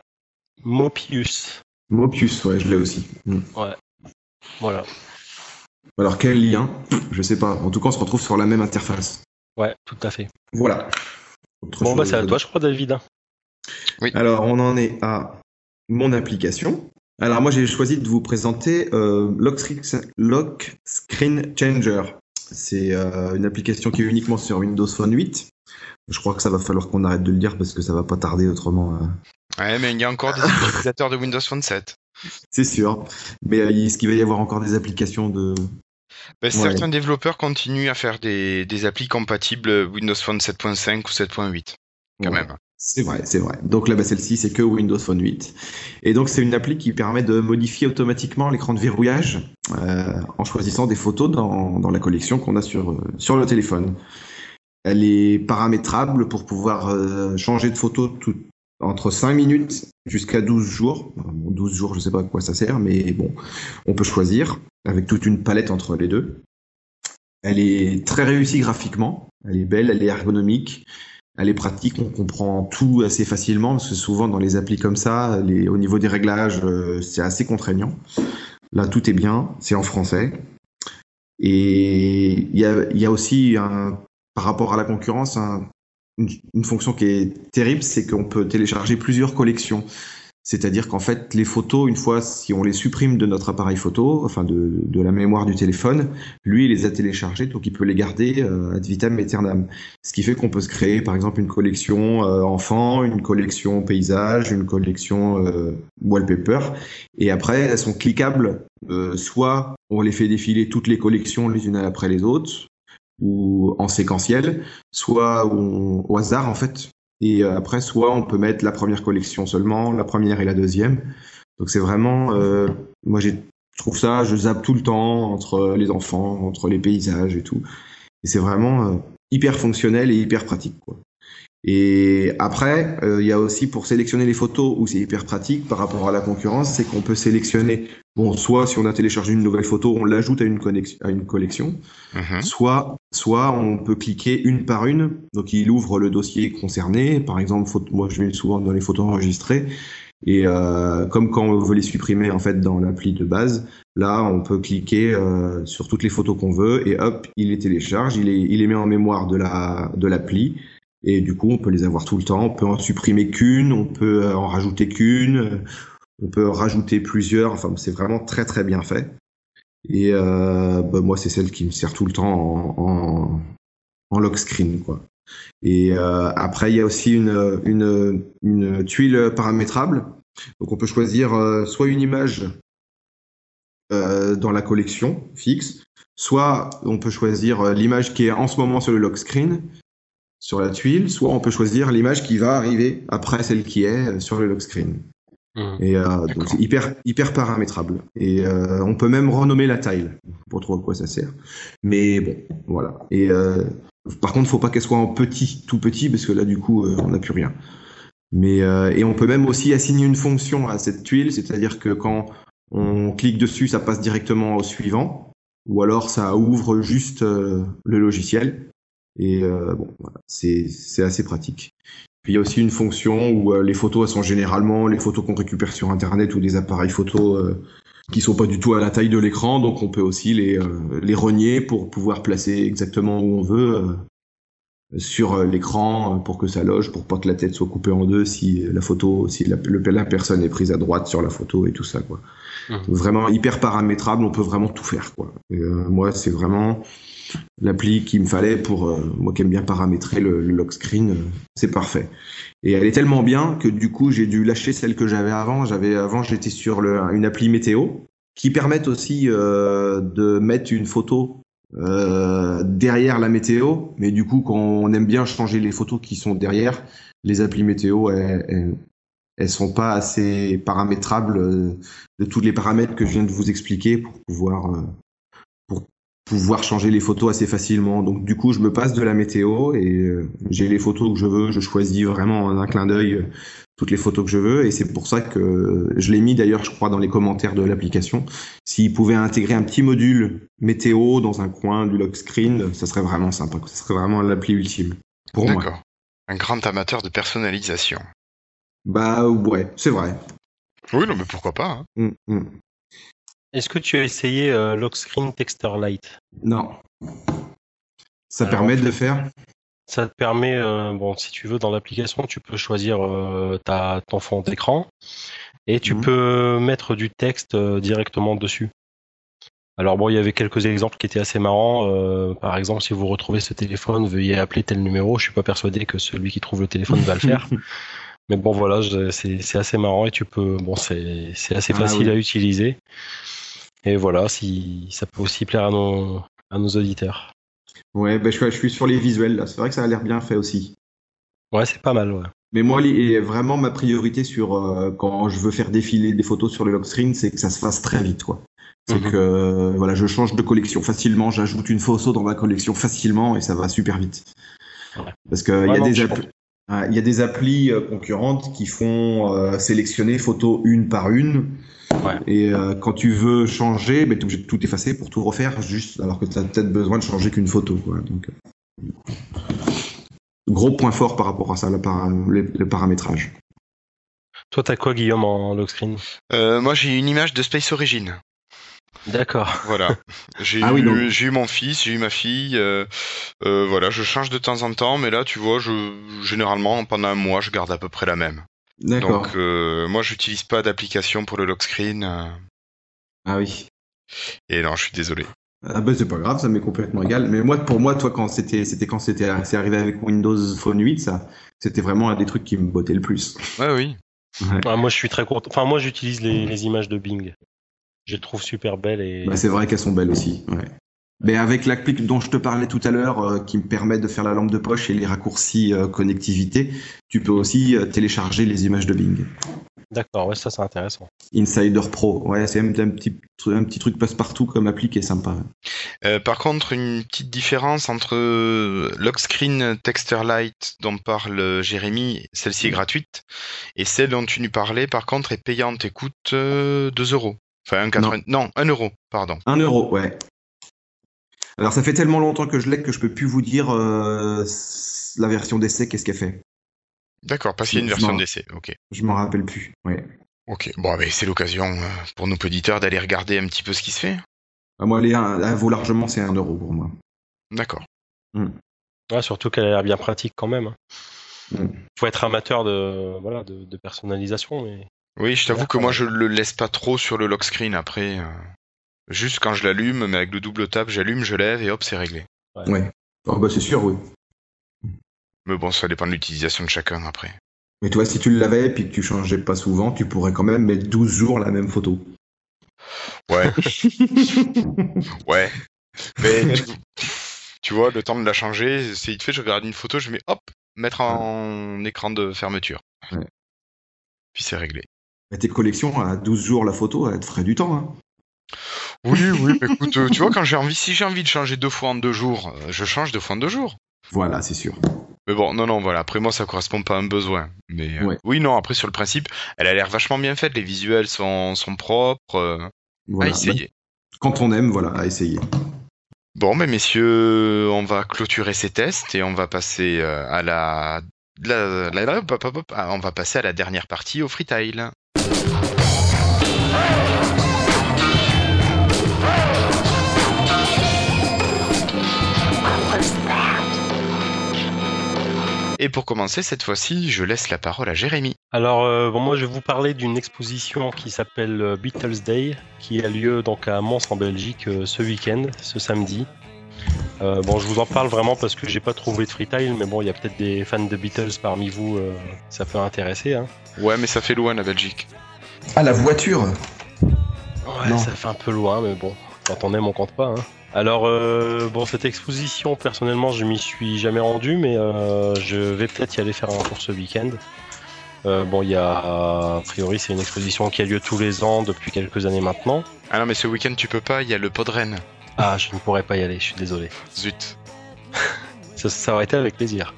Mopius. Mopius, ouais, je l'ai aussi. Mm. Ouais. Voilà. Alors, quel lien? Je sais pas. En tout cas, on se retrouve sur la même interface. Ouais, tout à fait. Voilà. Autre Bon bah chose c'est à à toi, je crois, David. Alors, on en est à mon application. Alors, moi, j'ai choisi de vous présenter euh, Lock, Screen- Lock Screen Changer. C'est euh, une application qui est uniquement sur Windows Phone huit. Je crois que ça va falloir qu'on arrête de le dire parce que ça va pas tarder autrement. euh. Ouais, mais il y a encore des utilisateurs de Windows Phone sept. C'est sûr. Mais euh, est-ce qu'il va y avoir encore des applications de... Ben, Ouais. Certains développeurs continuent à faire des, des applis compatibles Windows Phone sept point cinq ou sept point huit. Quand Ouais. même. C'est vrai, c'est vrai. Donc là, bah, celle-ci, c'est que Windows Phone huit. Et donc, c'est une appli qui permet de modifier automatiquement l'écran de verrouillage euh, en choisissant des photos dans, dans la collection qu'on a sur, euh, sur le téléphone. Elle est paramétrable pour pouvoir euh, changer de photo tout, entre cinq minutes jusqu'à douze jours. Bon, douze jours, je sais pas à quoi ça sert, mais bon, on peut choisir avec toute une palette entre les deux. Elle est très réussie graphiquement. Elle est belle, elle est ergonomique. Elle est pratique, on comprend tout assez facilement parce que souvent dans les applis comme ça, les, au niveau des réglages, euh, c'est assez contraignant. Là, tout est bien, c'est en français. Et il y a, y a aussi, un, par rapport à la concurrence, un, une, une fonction qui est terrible, c'est qu'on peut télécharger plusieurs collections. C'est-à-dire qu'en fait, les photos, une fois, si on les supprime de notre appareil photo, enfin de, de la mémoire du téléphone, lui, il les a téléchargés, donc il peut les garder euh, ad vitam aeternam. Ce qui fait qu'on peut se créer, par exemple, une collection euh, enfant, une collection paysage, une collection euh, wallpaper, et après, elles sont cliquables. Euh, soit on les fait défiler toutes les collections les unes après les autres, ou en séquentiel, soit on, au hasard, en fait. Et après, soit on peut mettre la première collection seulement, la première et la deuxième. Donc c'est vraiment, euh, moi j'ai, je trouve ça, je zappe tout le temps entre les enfants, entre les paysages et tout. Et c'est vraiment euh, hyper fonctionnel et hyper pratique, quoi. Et après, il euh, y a aussi pour sélectionner les photos où c'est hyper pratique par rapport à la concurrence, c'est qu'on peut sélectionner, bon, soit si on a téléchargé une nouvelle photo, on l'ajoute à une, connexion, à une collection, Mhm. soit, soit on peut cliquer une par une, donc il ouvre le dossier concerné, par exemple, photo, moi je vais souvent dans les photos enregistrées, et euh, comme quand on veut les supprimer en fait dans l'appli de base, là on peut cliquer euh, sur toutes les photos qu'on veut, et hop, il les télécharge, il les, il les met en mémoire de la, de l'appli. Et du coup, on peut les avoir tout le temps. On peut en supprimer qu'une, on peut en rajouter qu'une, on peut en rajouter plusieurs. Enfin, c'est vraiment très très bien fait. Et euh, bah, moi, c'est celle qui me sert tout le temps en, en, en lock screen, quoi. Et euh, après, il y a aussi une, une, une tuile paramétrable. Donc, on peut choisir euh, soit une image euh, dans la collection fixe, soit on peut choisir l'image qui est en ce moment sur le lock screen, sur la tuile, soit on peut choisir l'image qui va arriver après celle qui est sur le lock screen. Mmh. Et euh, donc c'est hyper hyper paramétrable. Et euh, on peut même renommer la taille. Je sais pas trop à quoi ça sert, mais bon, voilà. Et euh, par contre, faut pas qu'elle soit en petit, tout petit, parce que là du coup, euh, on n'a plus rien. Mais euh, et on peut même aussi assigner une fonction à cette tuile, c'est-à-dire que quand on clique dessus, ça passe directement au suivant, ou alors ça ouvre juste euh, le logiciel. Et euh, bon, voilà, c'est c'est assez pratique. Puis il y a aussi une fonction où euh, les photos elles sont généralement les photos qu'on récupère sur internet ou des appareils photo euh, qui sont pas du tout à la taille de l'écran, donc on peut aussi les euh, les rogner pour pouvoir placer exactement où on veut euh, sur euh, l'écran pour que ça loge, pour pas que la tête soit coupée en deux si la photo, si la, le, la personne est prise à droite sur la photo et tout ça, quoi. Mmh. Vraiment hyper paramétrable, on peut vraiment tout faire, quoi. Et, euh, moi c'est vraiment l'appli qu'il me fallait pour euh, moi qui aime bien paramétrer le, le lock screen, euh, c'est parfait. Et elle est tellement bien que du coup j'ai dû lâcher celle que j'avais avant. J'avais avant j'étais sur le, une appli météo qui permet aussi euh, de mettre une photo euh, derrière la météo, mais du coup quand on aime bien changer les photos qui sont derrière, les applis météo elles, elles, elles sont pas assez paramétrables euh, de tous les paramètres que je viens de vous expliquer pour pouvoir euh, pour pouvoir changer les photos assez facilement. Donc du coup, je me passe de la météo et euh, j'ai les photos que je veux. Je choisis vraiment en un clin d'œil euh, toutes les photos que je veux. Et c'est pour ça que euh, je l'ai mis d'ailleurs, je crois, dans les commentaires de l'application. S'ils pouvaient intégrer un petit module météo dans un coin du lock screen, ça serait vraiment sympa. Ça serait vraiment l'appli ultime pour moi. D'accord. Un grand amateur de personnalisation. Bah ouais, c'est vrai. Oui, non, mais pourquoi pas, hein. Mmh, mmh. Est-ce que tu as essayé euh, Lock Screen Texturelight? Non. Ça Alors, permet en fait, de faire Ça te permet, euh, bon, si tu veux, dans l'application, tu peux choisir euh, ta, ton fond d'écran et tu Mmh. peux mettre du texte euh, directement dessus. Alors bon, il y avait quelques exemples qui étaient assez marrants. Euh, par exemple, si vous retrouvez ce téléphone, veuillez appeler tel numéro. Je suis pas persuadé que celui qui trouve le téléphone va le faire. Mais bon, voilà, je- c'est c'est assez marrant et tu peux, bon, c'est c'est assez Ah facile oui. à utiliser. Et voilà, si ça peut aussi plaire à nos à nos auditeurs. Ouais, bah, je, suis- je suis sur les visuels là. C'est vrai que ça a l'air bien fait aussi. Ouais, c'est pas mal, ouais. Mais moi, les- vraiment ma priorité sur euh, quand je veux faire défiler des photos sur le lock screen, c'est que ça se fasse très vite, quoi. C'est Mhm. que euh, voilà, je change de collection facilement, j'ajoute une photo dans ma collection facilement et ça va super vite. Ouais. Parce qu'il y Ouais, a non, des je applis, ah, il y a des applis euh, concurrentes qui font euh, sélectionner photos une par une. Ouais. Et euh, quand tu veux changer, ben, tu es obligé de tout effacer pour tout refaire, juste alors que tu as peut-être besoin de changer qu'une photo, quoi. Donc, euh, gros point fort par rapport à ça, le, para- le, le paramétrage. Toi, t'as quoi, Guillaume, en lock screen? Euh, moi, j'ai une image de Space Origin. D'accord. Voilà. J'ai Ah eu, oui, donc. j'ai eu mon fils, j'ai eu ma fille. Euh, euh, voilà, je change de temps en temps, mais là, tu vois, je généralement pendant un mois, je garde à peu près la même. D'accord. Donc euh, moi j'utilise pas d'application pour le lock screen. euh, Ah oui. Et non, je suis désolé. Ah bah c'est pas grave, ça m'est complètement égal. Mais moi, pour moi, toi, quand c'était, c'était quand c'était, c'est arrivé avec Windows Phone huit, ça, c'était vraiment un des trucs qui me bottait le plus. Ouais, oui. Ouais. Ah, moi, je suis très content. Enfin, moi, j'utilise les, les images de Bing. Je les trouve super belles et. Bah, c'est vrai qu'elles sont belles aussi. Ouais. Mais avec l'appli dont je te parlais tout à l'heure, euh, qui me permet de faire la lampe de poche et les raccourcis euh, connectivité, tu peux aussi euh, télécharger les images de Bing. D'accord, ouais, ça c'est intéressant. Insider Pro, ouais, c'est un, un petit, un petit truc passe-partout comme appli qui est sympa. Euh, par contre, une petite différence entre euh, Lock Screen Texterlight dont parle Jérémy, celle-ci est gratuite, et celle dont tu nous parlais, par contre, est payante et coûte euh, deux euros. Enfin, un quatre-vingts... non, un euro, pardon. Un euro, ouais. Alors ça fait tellement longtemps que je l'ai que je peux plus vous dire euh, la version d'essai, qu'est-ce qu'elle fait. D'accord, parce qu'il y a une Je version m'en- d'essai, ok. Je m'en rappelle plus. Ouais. Ok, bon, ben, c'est l'occasion euh, pour nos auditeurs d'aller regarder un petit peu ce qui se fait. Ah, moi, les un, elle vaut largement, c'est un euro pour moi. D'accord. Ouais, surtout qu'elle a l'air bien pratique quand même. Mm. Faut être amateur de, voilà, de, de personnalisation, mais. Oui, je t'avoue D'accord. que moi, je le laisse pas trop sur le lock screen après. euh, Juste quand je l'allume, mais avec le double tap, j'allume, je lève et hop, c'est réglé. Ouais. Oh bah c'est sûr, oui. Mais bon, ça dépend de l'utilisation de chacun après. Mais toi, si tu l'avais et puis que tu changeais pas souvent, tu pourrais quand même mettre douze jours la même photo. Ouais. Ouais. Mais tu, tu vois, le temps de la changer, c'est vite fait, je regarde une photo, je mets hop, mettre en écran de fermeture. Ouais. Puis c'est réglé. Mais tes collections, à douze jours la photo, elle te ferait du temps. Hein. Oui, oui, mais écoute, euh, tu vois, quand j'ai envie, si j'ai envie de changer deux fois en deux jours, euh, je change deux fois en deux jours. Voilà, c'est sûr. Mais bon, non, non, voilà, après moi, ça correspond pas à un besoin. Mais euh, Ouais. oui, non, après, sur le principe, elle a l'air vachement bien faite, les visuels sont, sont propres. euh, Voilà. À essayer. Bah, quand on aime, voilà, à essayer. Bon, mais messieurs, on va clôturer ces tests et on va passer euh, à la... la- la- la- hop, hop, hop, ah, on va passer à la dernière partie, au freetail. Et pour commencer, cette fois-ci, je laisse la parole à Jérémy. Alors, euh, bon, moi, je vais vous parler d'une exposition qui s'appelle euh, Beatles Day, qui a lieu donc à Mons en Belgique euh, ce week-end, ce samedi. Euh, bon, je vous en parle vraiment parce que j'ai pas trouvé de freetail, mais bon, il y a peut-être des fans de Beatles parmi vous, euh, ça peut intéresser. Hein. Ouais, mais ça fait loin, la Belgique. Ah, la voiture. Ouais, Non. ça fait un peu loin, mais bon, quand on aime, on compte pas. Hein. Alors, euh, bon, cette exposition, personnellement, je m'y suis jamais rendu, mais euh, je vais peut-être y aller faire un tour ce week-end. Euh, bon, il y a, a priori, c'est une exposition qui a lieu tous les ans depuis quelques années maintenant. Ah non, mais ce week-end, tu peux pas, il y a le Podren. Ah, je ne pourrais pas y aller, je suis désolé. Zut. Ça, ça aurait été avec plaisir.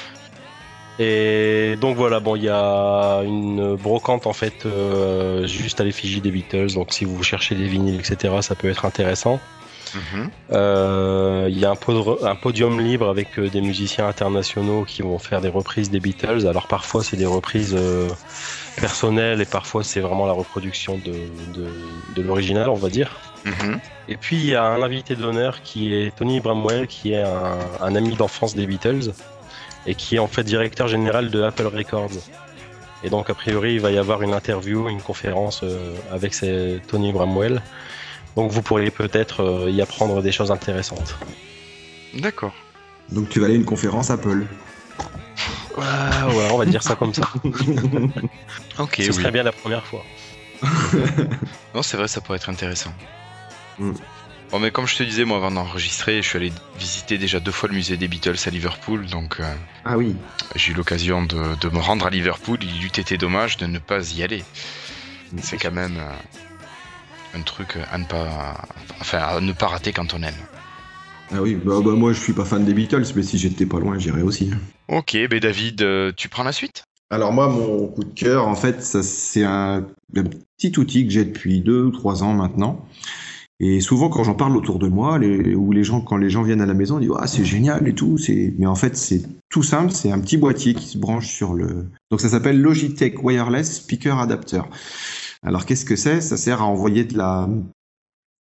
Et donc voilà, bon, il y a une brocante en fait euh, juste à l'effigie des Beatles. Donc si vous cherchez des vinyles, et cetera, ça peut être intéressant. Mhm. Euh, Il y a un, pod- un podium libre avec euh, des musiciens internationaux qui vont faire des reprises des Beatles. Alors parfois c'est des reprises euh, personnelles et parfois c'est vraiment la reproduction de, de, de l'original, on va dire. Mhm. Et puis il y a un invité d'honneur qui est Tony Bramwell, qui est un, un ami d'enfance des Beatles et qui est en fait directeur général de Apple Records. Et donc a priori il va y avoir une interview, une conférence euh, avec ces Tony Bramwell. Donc vous pourriez peut-être euh, y apprendre des choses intéressantes. D'accord. Donc tu vas aller à une conférence Apple. Ah ouais, on va dire ça comme ça. Ok, Ce oui. serait bien la première fois. Non, c'est vrai, ça pourrait être intéressant. Mm. Bon, mais comme je te disais, moi, avant d'enregistrer, je suis allé visiter déjà deux fois le musée des Beatles à Liverpool, donc euh, Ah oui. j'ai eu l'occasion de, de me rendre à Liverpool. Il eût été dommage de ne pas y aller. C'est quand même euh, un truc à ne pas, enfin, à ne pas rater quand on aime. Ah oui, bah, bah, moi je suis pas fan des Beatles, mais si j'étais pas loin, j'irais aussi. Ok, ben David, euh, tu prends la suite? Alors moi, mon coup de cœur, en fait, ça, c'est un, un petit outil que j'ai depuis deux ou trois ans maintenant. Et souvent, quand j'en parle autour de moi, les, ou les gens, quand les gens viennent à la maison, ils disent ah c'est génial et tout. C'est, mais en fait, c'est tout simple. C'est un petit boîtier qui se branche sur le. Donc ça s'appelle Logitech Wireless Speaker Adapter. Alors qu'est-ce que c'est? Ça sert à envoyer de la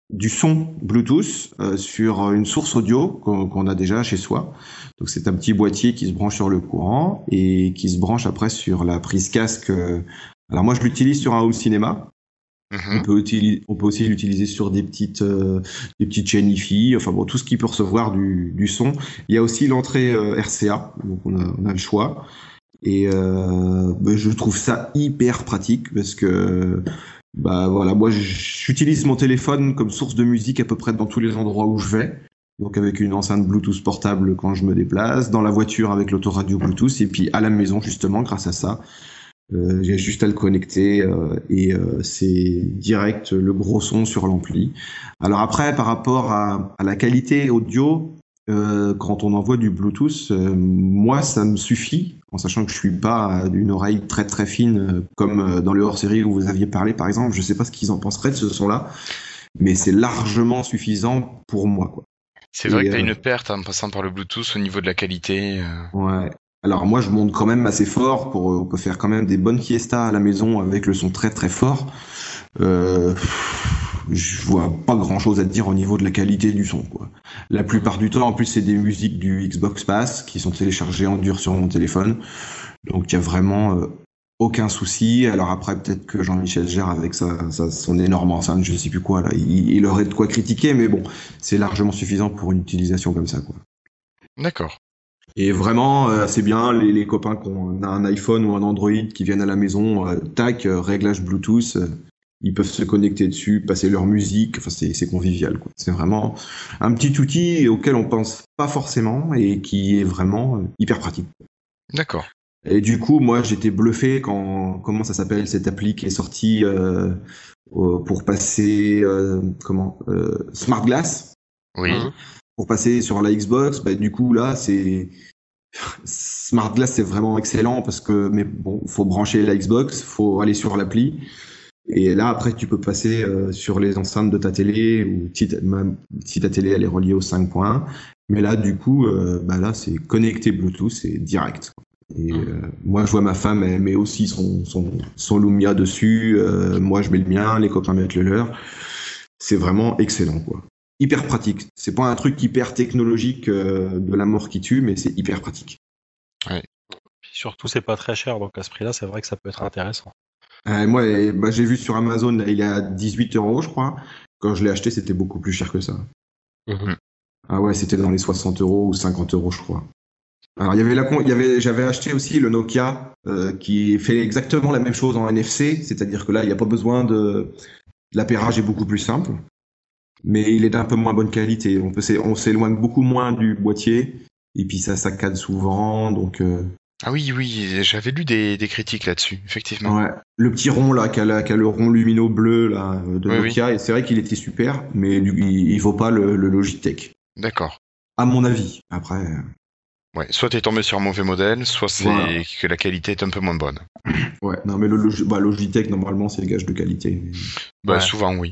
du son Bluetooth euh, sur une source audio qu'on, qu'on a déjà chez soi. Donc c'est un petit boîtier qui se branche sur le courant et qui se branche après sur la prise casque. Alors moi je l'utilise sur un home cinéma. Mhm. On peut, utili- on peut aussi l'utiliser sur des petites, euh, des petites chaînes hi-fi, enfin bon, tout ce qui peut recevoir du, du son. Il y a aussi l'entrée euh, R C A, donc on a, on a le choix. Et euh, ben, je trouve ça hyper pratique parce que bah voilà, moi j'utilise mon téléphone comme source de musique à peu près dans tous les endroits où je vais. Donc avec une enceinte Bluetooth portable quand je me déplace, dans la voiture avec l'autoradio Bluetooth, et puis à la maison justement grâce à ça. Euh, j'ai juste à le connecter euh, et euh, c'est direct le gros son sur l'ampli. Alors après, par rapport à, à la qualité audio, euh, quand on envoie du Bluetooth, euh, moi ça me suffit, en sachant que je suis pas d'une oreille très très fine euh, comme euh, dans le hors-série où vous aviez parlé par exemple. Je sais pas ce qu'ils en penseraient de ce son-là, mais c'est largement suffisant pour moi, quoi. C'est vrai Et, que t'as euh, une perte en passant par le Bluetooth au niveau de la qualité. euh. Ouais. Alors moi je monte quand même assez fort pour on peut faire quand même des bonnes fiestas à la maison avec le son très très fort. Euh, je vois pas grand chose à dire au niveau de la qualité du son, quoi. La plupart du temps en plus c'est des musiques du Xbox Pass qui sont téléchargées en dur sur mon téléphone. Donc il y a vraiment euh, aucun souci. Alors après peut-être que Jean-Michel Jarre avec sa, sa son énorme enceinte, je sais plus quoi là, il, il aurait de quoi critiquer, mais bon, c'est largement suffisant pour une utilisation comme ça, quoi. D'accord. Et vraiment, euh, c'est bien, les, les copains qui ont un iPhone ou un Android qui viennent à la maison, euh, tac, euh, réglage Bluetooth, euh, ils peuvent se connecter dessus, passer leur musique, enfin c'est, c'est convivial, quoi. C'est vraiment un petit outil auquel on pense pas forcément et qui est vraiment euh, hyper pratique. D'accord. Et du coup, moi j'étais bluffé quand, comment ça s'appelle, cette appli qui est sortie euh, euh, pour passer, euh, comment, euh, Smart Glass. Oui. Mhm. Pour passer sur la Xbox, bah, du coup là c'est Smart Glass, c'est vraiment excellent parce que mais bon, faut brancher la Xbox, faut aller sur l'appli et là après tu peux passer euh, sur les enceintes de ta télé ou si ta, même si ta télé elle est reliée au cinq point un, mais là du coup euh, bah là c'est connecté Bluetooth, c'est direct. Et euh, moi je vois ma femme elle met aussi son son son Lumia dessus, euh, moi je mets le mien, les copains mettent le leur. C'est vraiment excellent, quoi. Hyper pratique. C'est pas un truc hyper technologique euh, de la mort qui tue, mais c'est hyper pratique. Puis surtout, c'est pas très cher, donc à ce prix-là, c'est vrai que ça peut être intéressant. Euh, moi, eh, bah, j'ai vu sur Amazon, là, il est à dix-huit euros, je crois. Quand je l'ai acheté, c'était beaucoup plus cher que ça. Mhm. Ah ouais, c'était dans les soixante euros ou cinquante euros, je crois. Alors, il y avait la con- il y avait, j'avais acheté aussi le Nokia euh, qui fait exactement la même chose en N F C, c'est-à-dire que là, il n'y a pas besoin de. L'appairage est beaucoup plus simple, mais il est d'un peu moins bonne qualité. On peut, s'é- on s'éloigne beaucoup moins du boîtier, et puis ça saccade souvent, donc. Euh, Ah oui, oui, j'avais lu des, des critiques là-dessus, effectivement. Ouais. Le petit rond là, qui a, la- qui a le rond lumineux bleu là de Oui, Nokia, et c'est vrai qu'il était super, mais du- il, il vaut pas le, le Logitech, D'accord. à mon avis. Après, euh, Ouais, soit t'es tombé sur un mauvais modèle, soit c'est Voilà. que la qualité est un peu moins bonne. ouais, non mais le Logi- bah, Logitech normalement c'est le gage de qualité. Bah Ouais. souvent oui.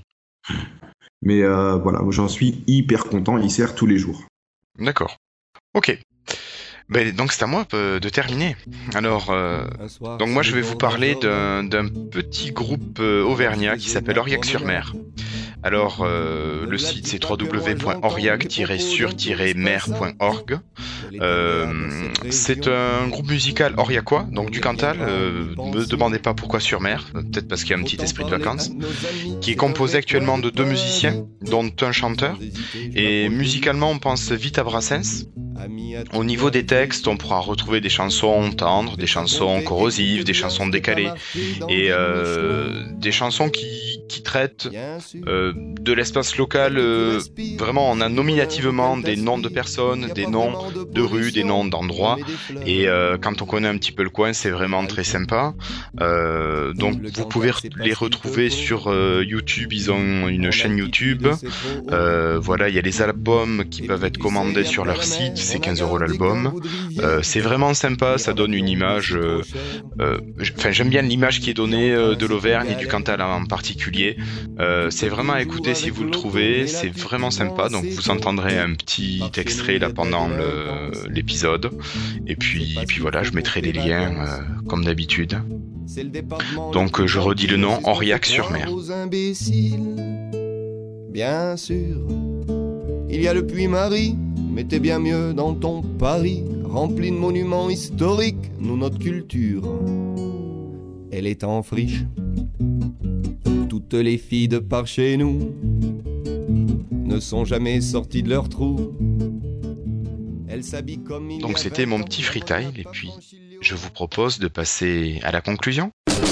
Mais euh, voilà, j'en suis hyper content, il sert tous les jours. D'accord. Ok. Ben, donc c'est à moi euh, de terminer. Alors, euh, donc moi je vais vous parler d'un, d'un petit groupe euh, auvergnat qui s'appelle Aurillac-sur-Mer. Alors, euh, le site c'est w w w point aurillac tiret sur tiret mer point org. Euh, c'est un groupe musical aurillacois, donc du Cantal. Euh, ne me demandez pas pourquoi sur mer, peut-être parce qu'il y a un petit esprit de vacances, qui est composé actuellement de deux musiciens, dont un chanteur. Et musicalement, on pense vite à Brassens. Au niveau des textes, on pourra retrouver des chansons tendres, des chansons corrosives, des chansons décalées, et euh, des chansons qui, qui traitent euh, de l'espace local. Euh, vraiment, on a nominativement des noms de personnes, des noms de rues, des noms d'endroits, et euh, quand on connaît un petit peu le coin, c'est vraiment très sympa. Euh, donc, vous pouvez les retrouver sur euh, YouTube. Ils ont une chaîne YouTube. Euh, voilà, il y a les albums qui peuvent être commandés sur leur site. C'est quinze euros l'album. Euh, c'est vraiment sympa, ça donne une image. Euh, euh, Enfin, j'aime bien l'image qui est donnée euh, de l'Auvergne et du Cantal en particulier. Euh, c'est vraiment à écouter si vous le trouvez. C'est vraiment sympa. Donc, vous entendrez un petit extrait là pendant le, l'épisode. Et puis, et puis voilà, je mettrai les liens euh, comme d'habitude. Donc, je redis le nom, Aurillac-sur-Mer. bien sûr. Il y a le Puy-Marie, mais t'es bien mieux dans ton Paris, rempli de monuments historiques, nous notre culture, elle est en friche. Toutes les filles de par chez nous ne sont jamais sorties de leur trou. Elles s'habillent comme il y a Donc c'était mon vingt petit ans, freestyle, et puis je vous propose de passer à la conclusion.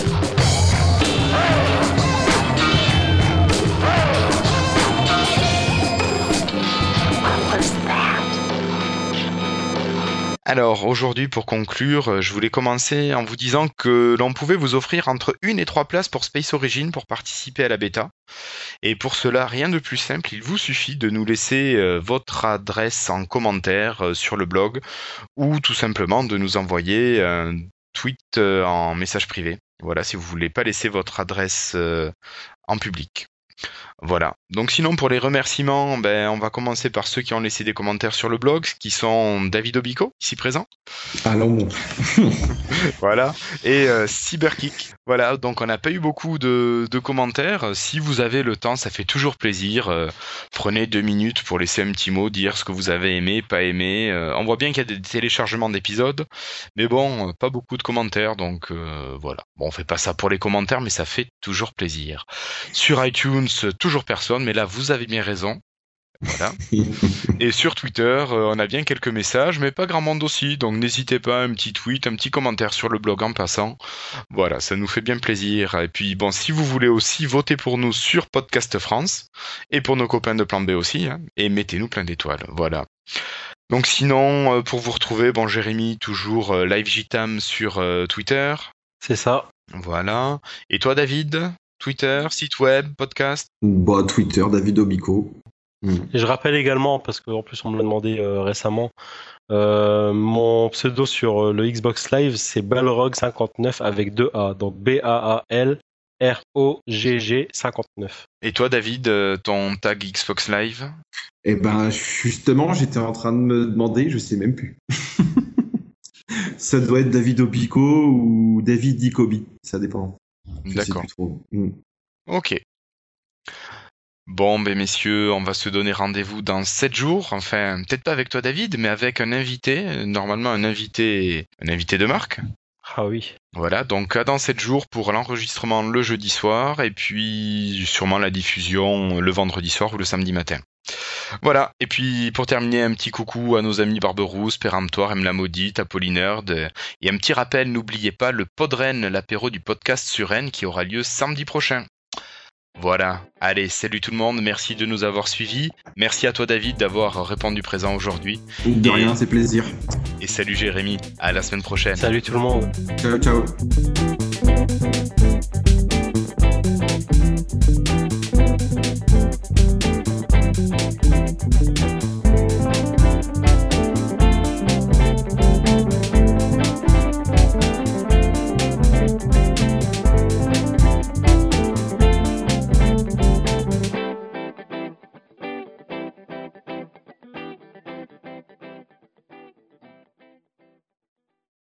Alors aujourd'hui, pour conclure, je voulais commencer en vous disant que l'on pouvait vous offrir entre une et trois places pour Space Origin pour participer à la bêta. Et pour cela, rien de plus simple, il vous suffit de nous laisser euh, votre adresse en commentaire euh, sur le blog, ou tout simplement de nous envoyer un tweet euh, en message privé. Voilà, si vous voulez pas laisser votre adresse euh, en public. Voilà. Donc sinon, pour les remerciements, ben, on va commencer par ceux qui ont laissé des commentaires sur le blog, qui sont David Obico, ici présent. Ah non. Voilà. Et euh, Cyberkick. Voilà, donc on n'a pas eu beaucoup de, de commentaires. Si vous avez le temps, ça fait toujours plaisir. Euh, prenez deux minutes pour laisser un petit mot, dire ce que vous avez aimé, pas aimé. Euh, on voit bien qu'il y a des téléchargements d'épisodes, mais bon, euh, pas beaucoup de commentaires, donc euh, voilà. Bon, on fait pas ça pour les commentaires, mais ça fait toujours plaisir. Sur iTunes, toujours personne, mais là, vous avez bien raison. Voilà. Et sur Twitter, euh, on a bien quelques messages, mais pas grand monde aussi, donc n'hésitez pas, un petit tweet, un petit commentaire sur le blog en passant. Voilà, ça nous fait bien plaisir. Et puis bon, si vous voulez aussi voter pour nous sur Podcast France, et pour nos copains de Plan B aussi, hein, et mettez-nous plein d'étoiles. Voilà. Donc sinon, euh, pour vous retrouver, bon, Jérémy, toujours euh, Live J T A M sur euh, Twitter. C'est ça. Voilà. Et toi, David? Twitter, site web, podcast? Bah, Twitter, David Obico. Et je rappelle également, parce qu'en plus on me l'a demandé euh, récemment, euh, mon pseudo sur euh, le Xbox Live, c'est Balrog cinquante-neuf avec deux A, donc B A A L R O G G cinquante-neuf. Et toi, David, euh, ton tag Xbox Live? Eh ben, justement, j'étais en train de me demander, je sais même plus. Ça doit être David Obico ou David Dicobi, ça dépend. Je sais D'accord. plus trop. Mm. Ok. Bon, ben messieurs, on va se donner rendez-vous dans sept jours. Enfin, peut-être pas avec toi, David, mais avec un invité. Normalement, un invité, un invité de marque. Ah oui. Voilà, donc à dans sept jours pour l'enregistrement le jeudi soir, et puis sûrement la diffusion le vendredi soir ou le samedi matin. Voilà, et puis pour terminer, un petit coucou à nos amis Barberousse, Péremptoire, M la Maudite, Apollinerd, et un petit rappel, n'oubliez pas le Podren, l'apéro du podcast sur Rennes qui aura lieu samedi prochain. Voilà, allez, salut tout le monde, merci de nous avoir suivis, merci à toi David d'avoir répondu présent aujourd'hui. De Et- rien, c'est plaisir. Et salut Jérémy, à la semaine prochaine. Salut tout le monde. Ciao, ciao.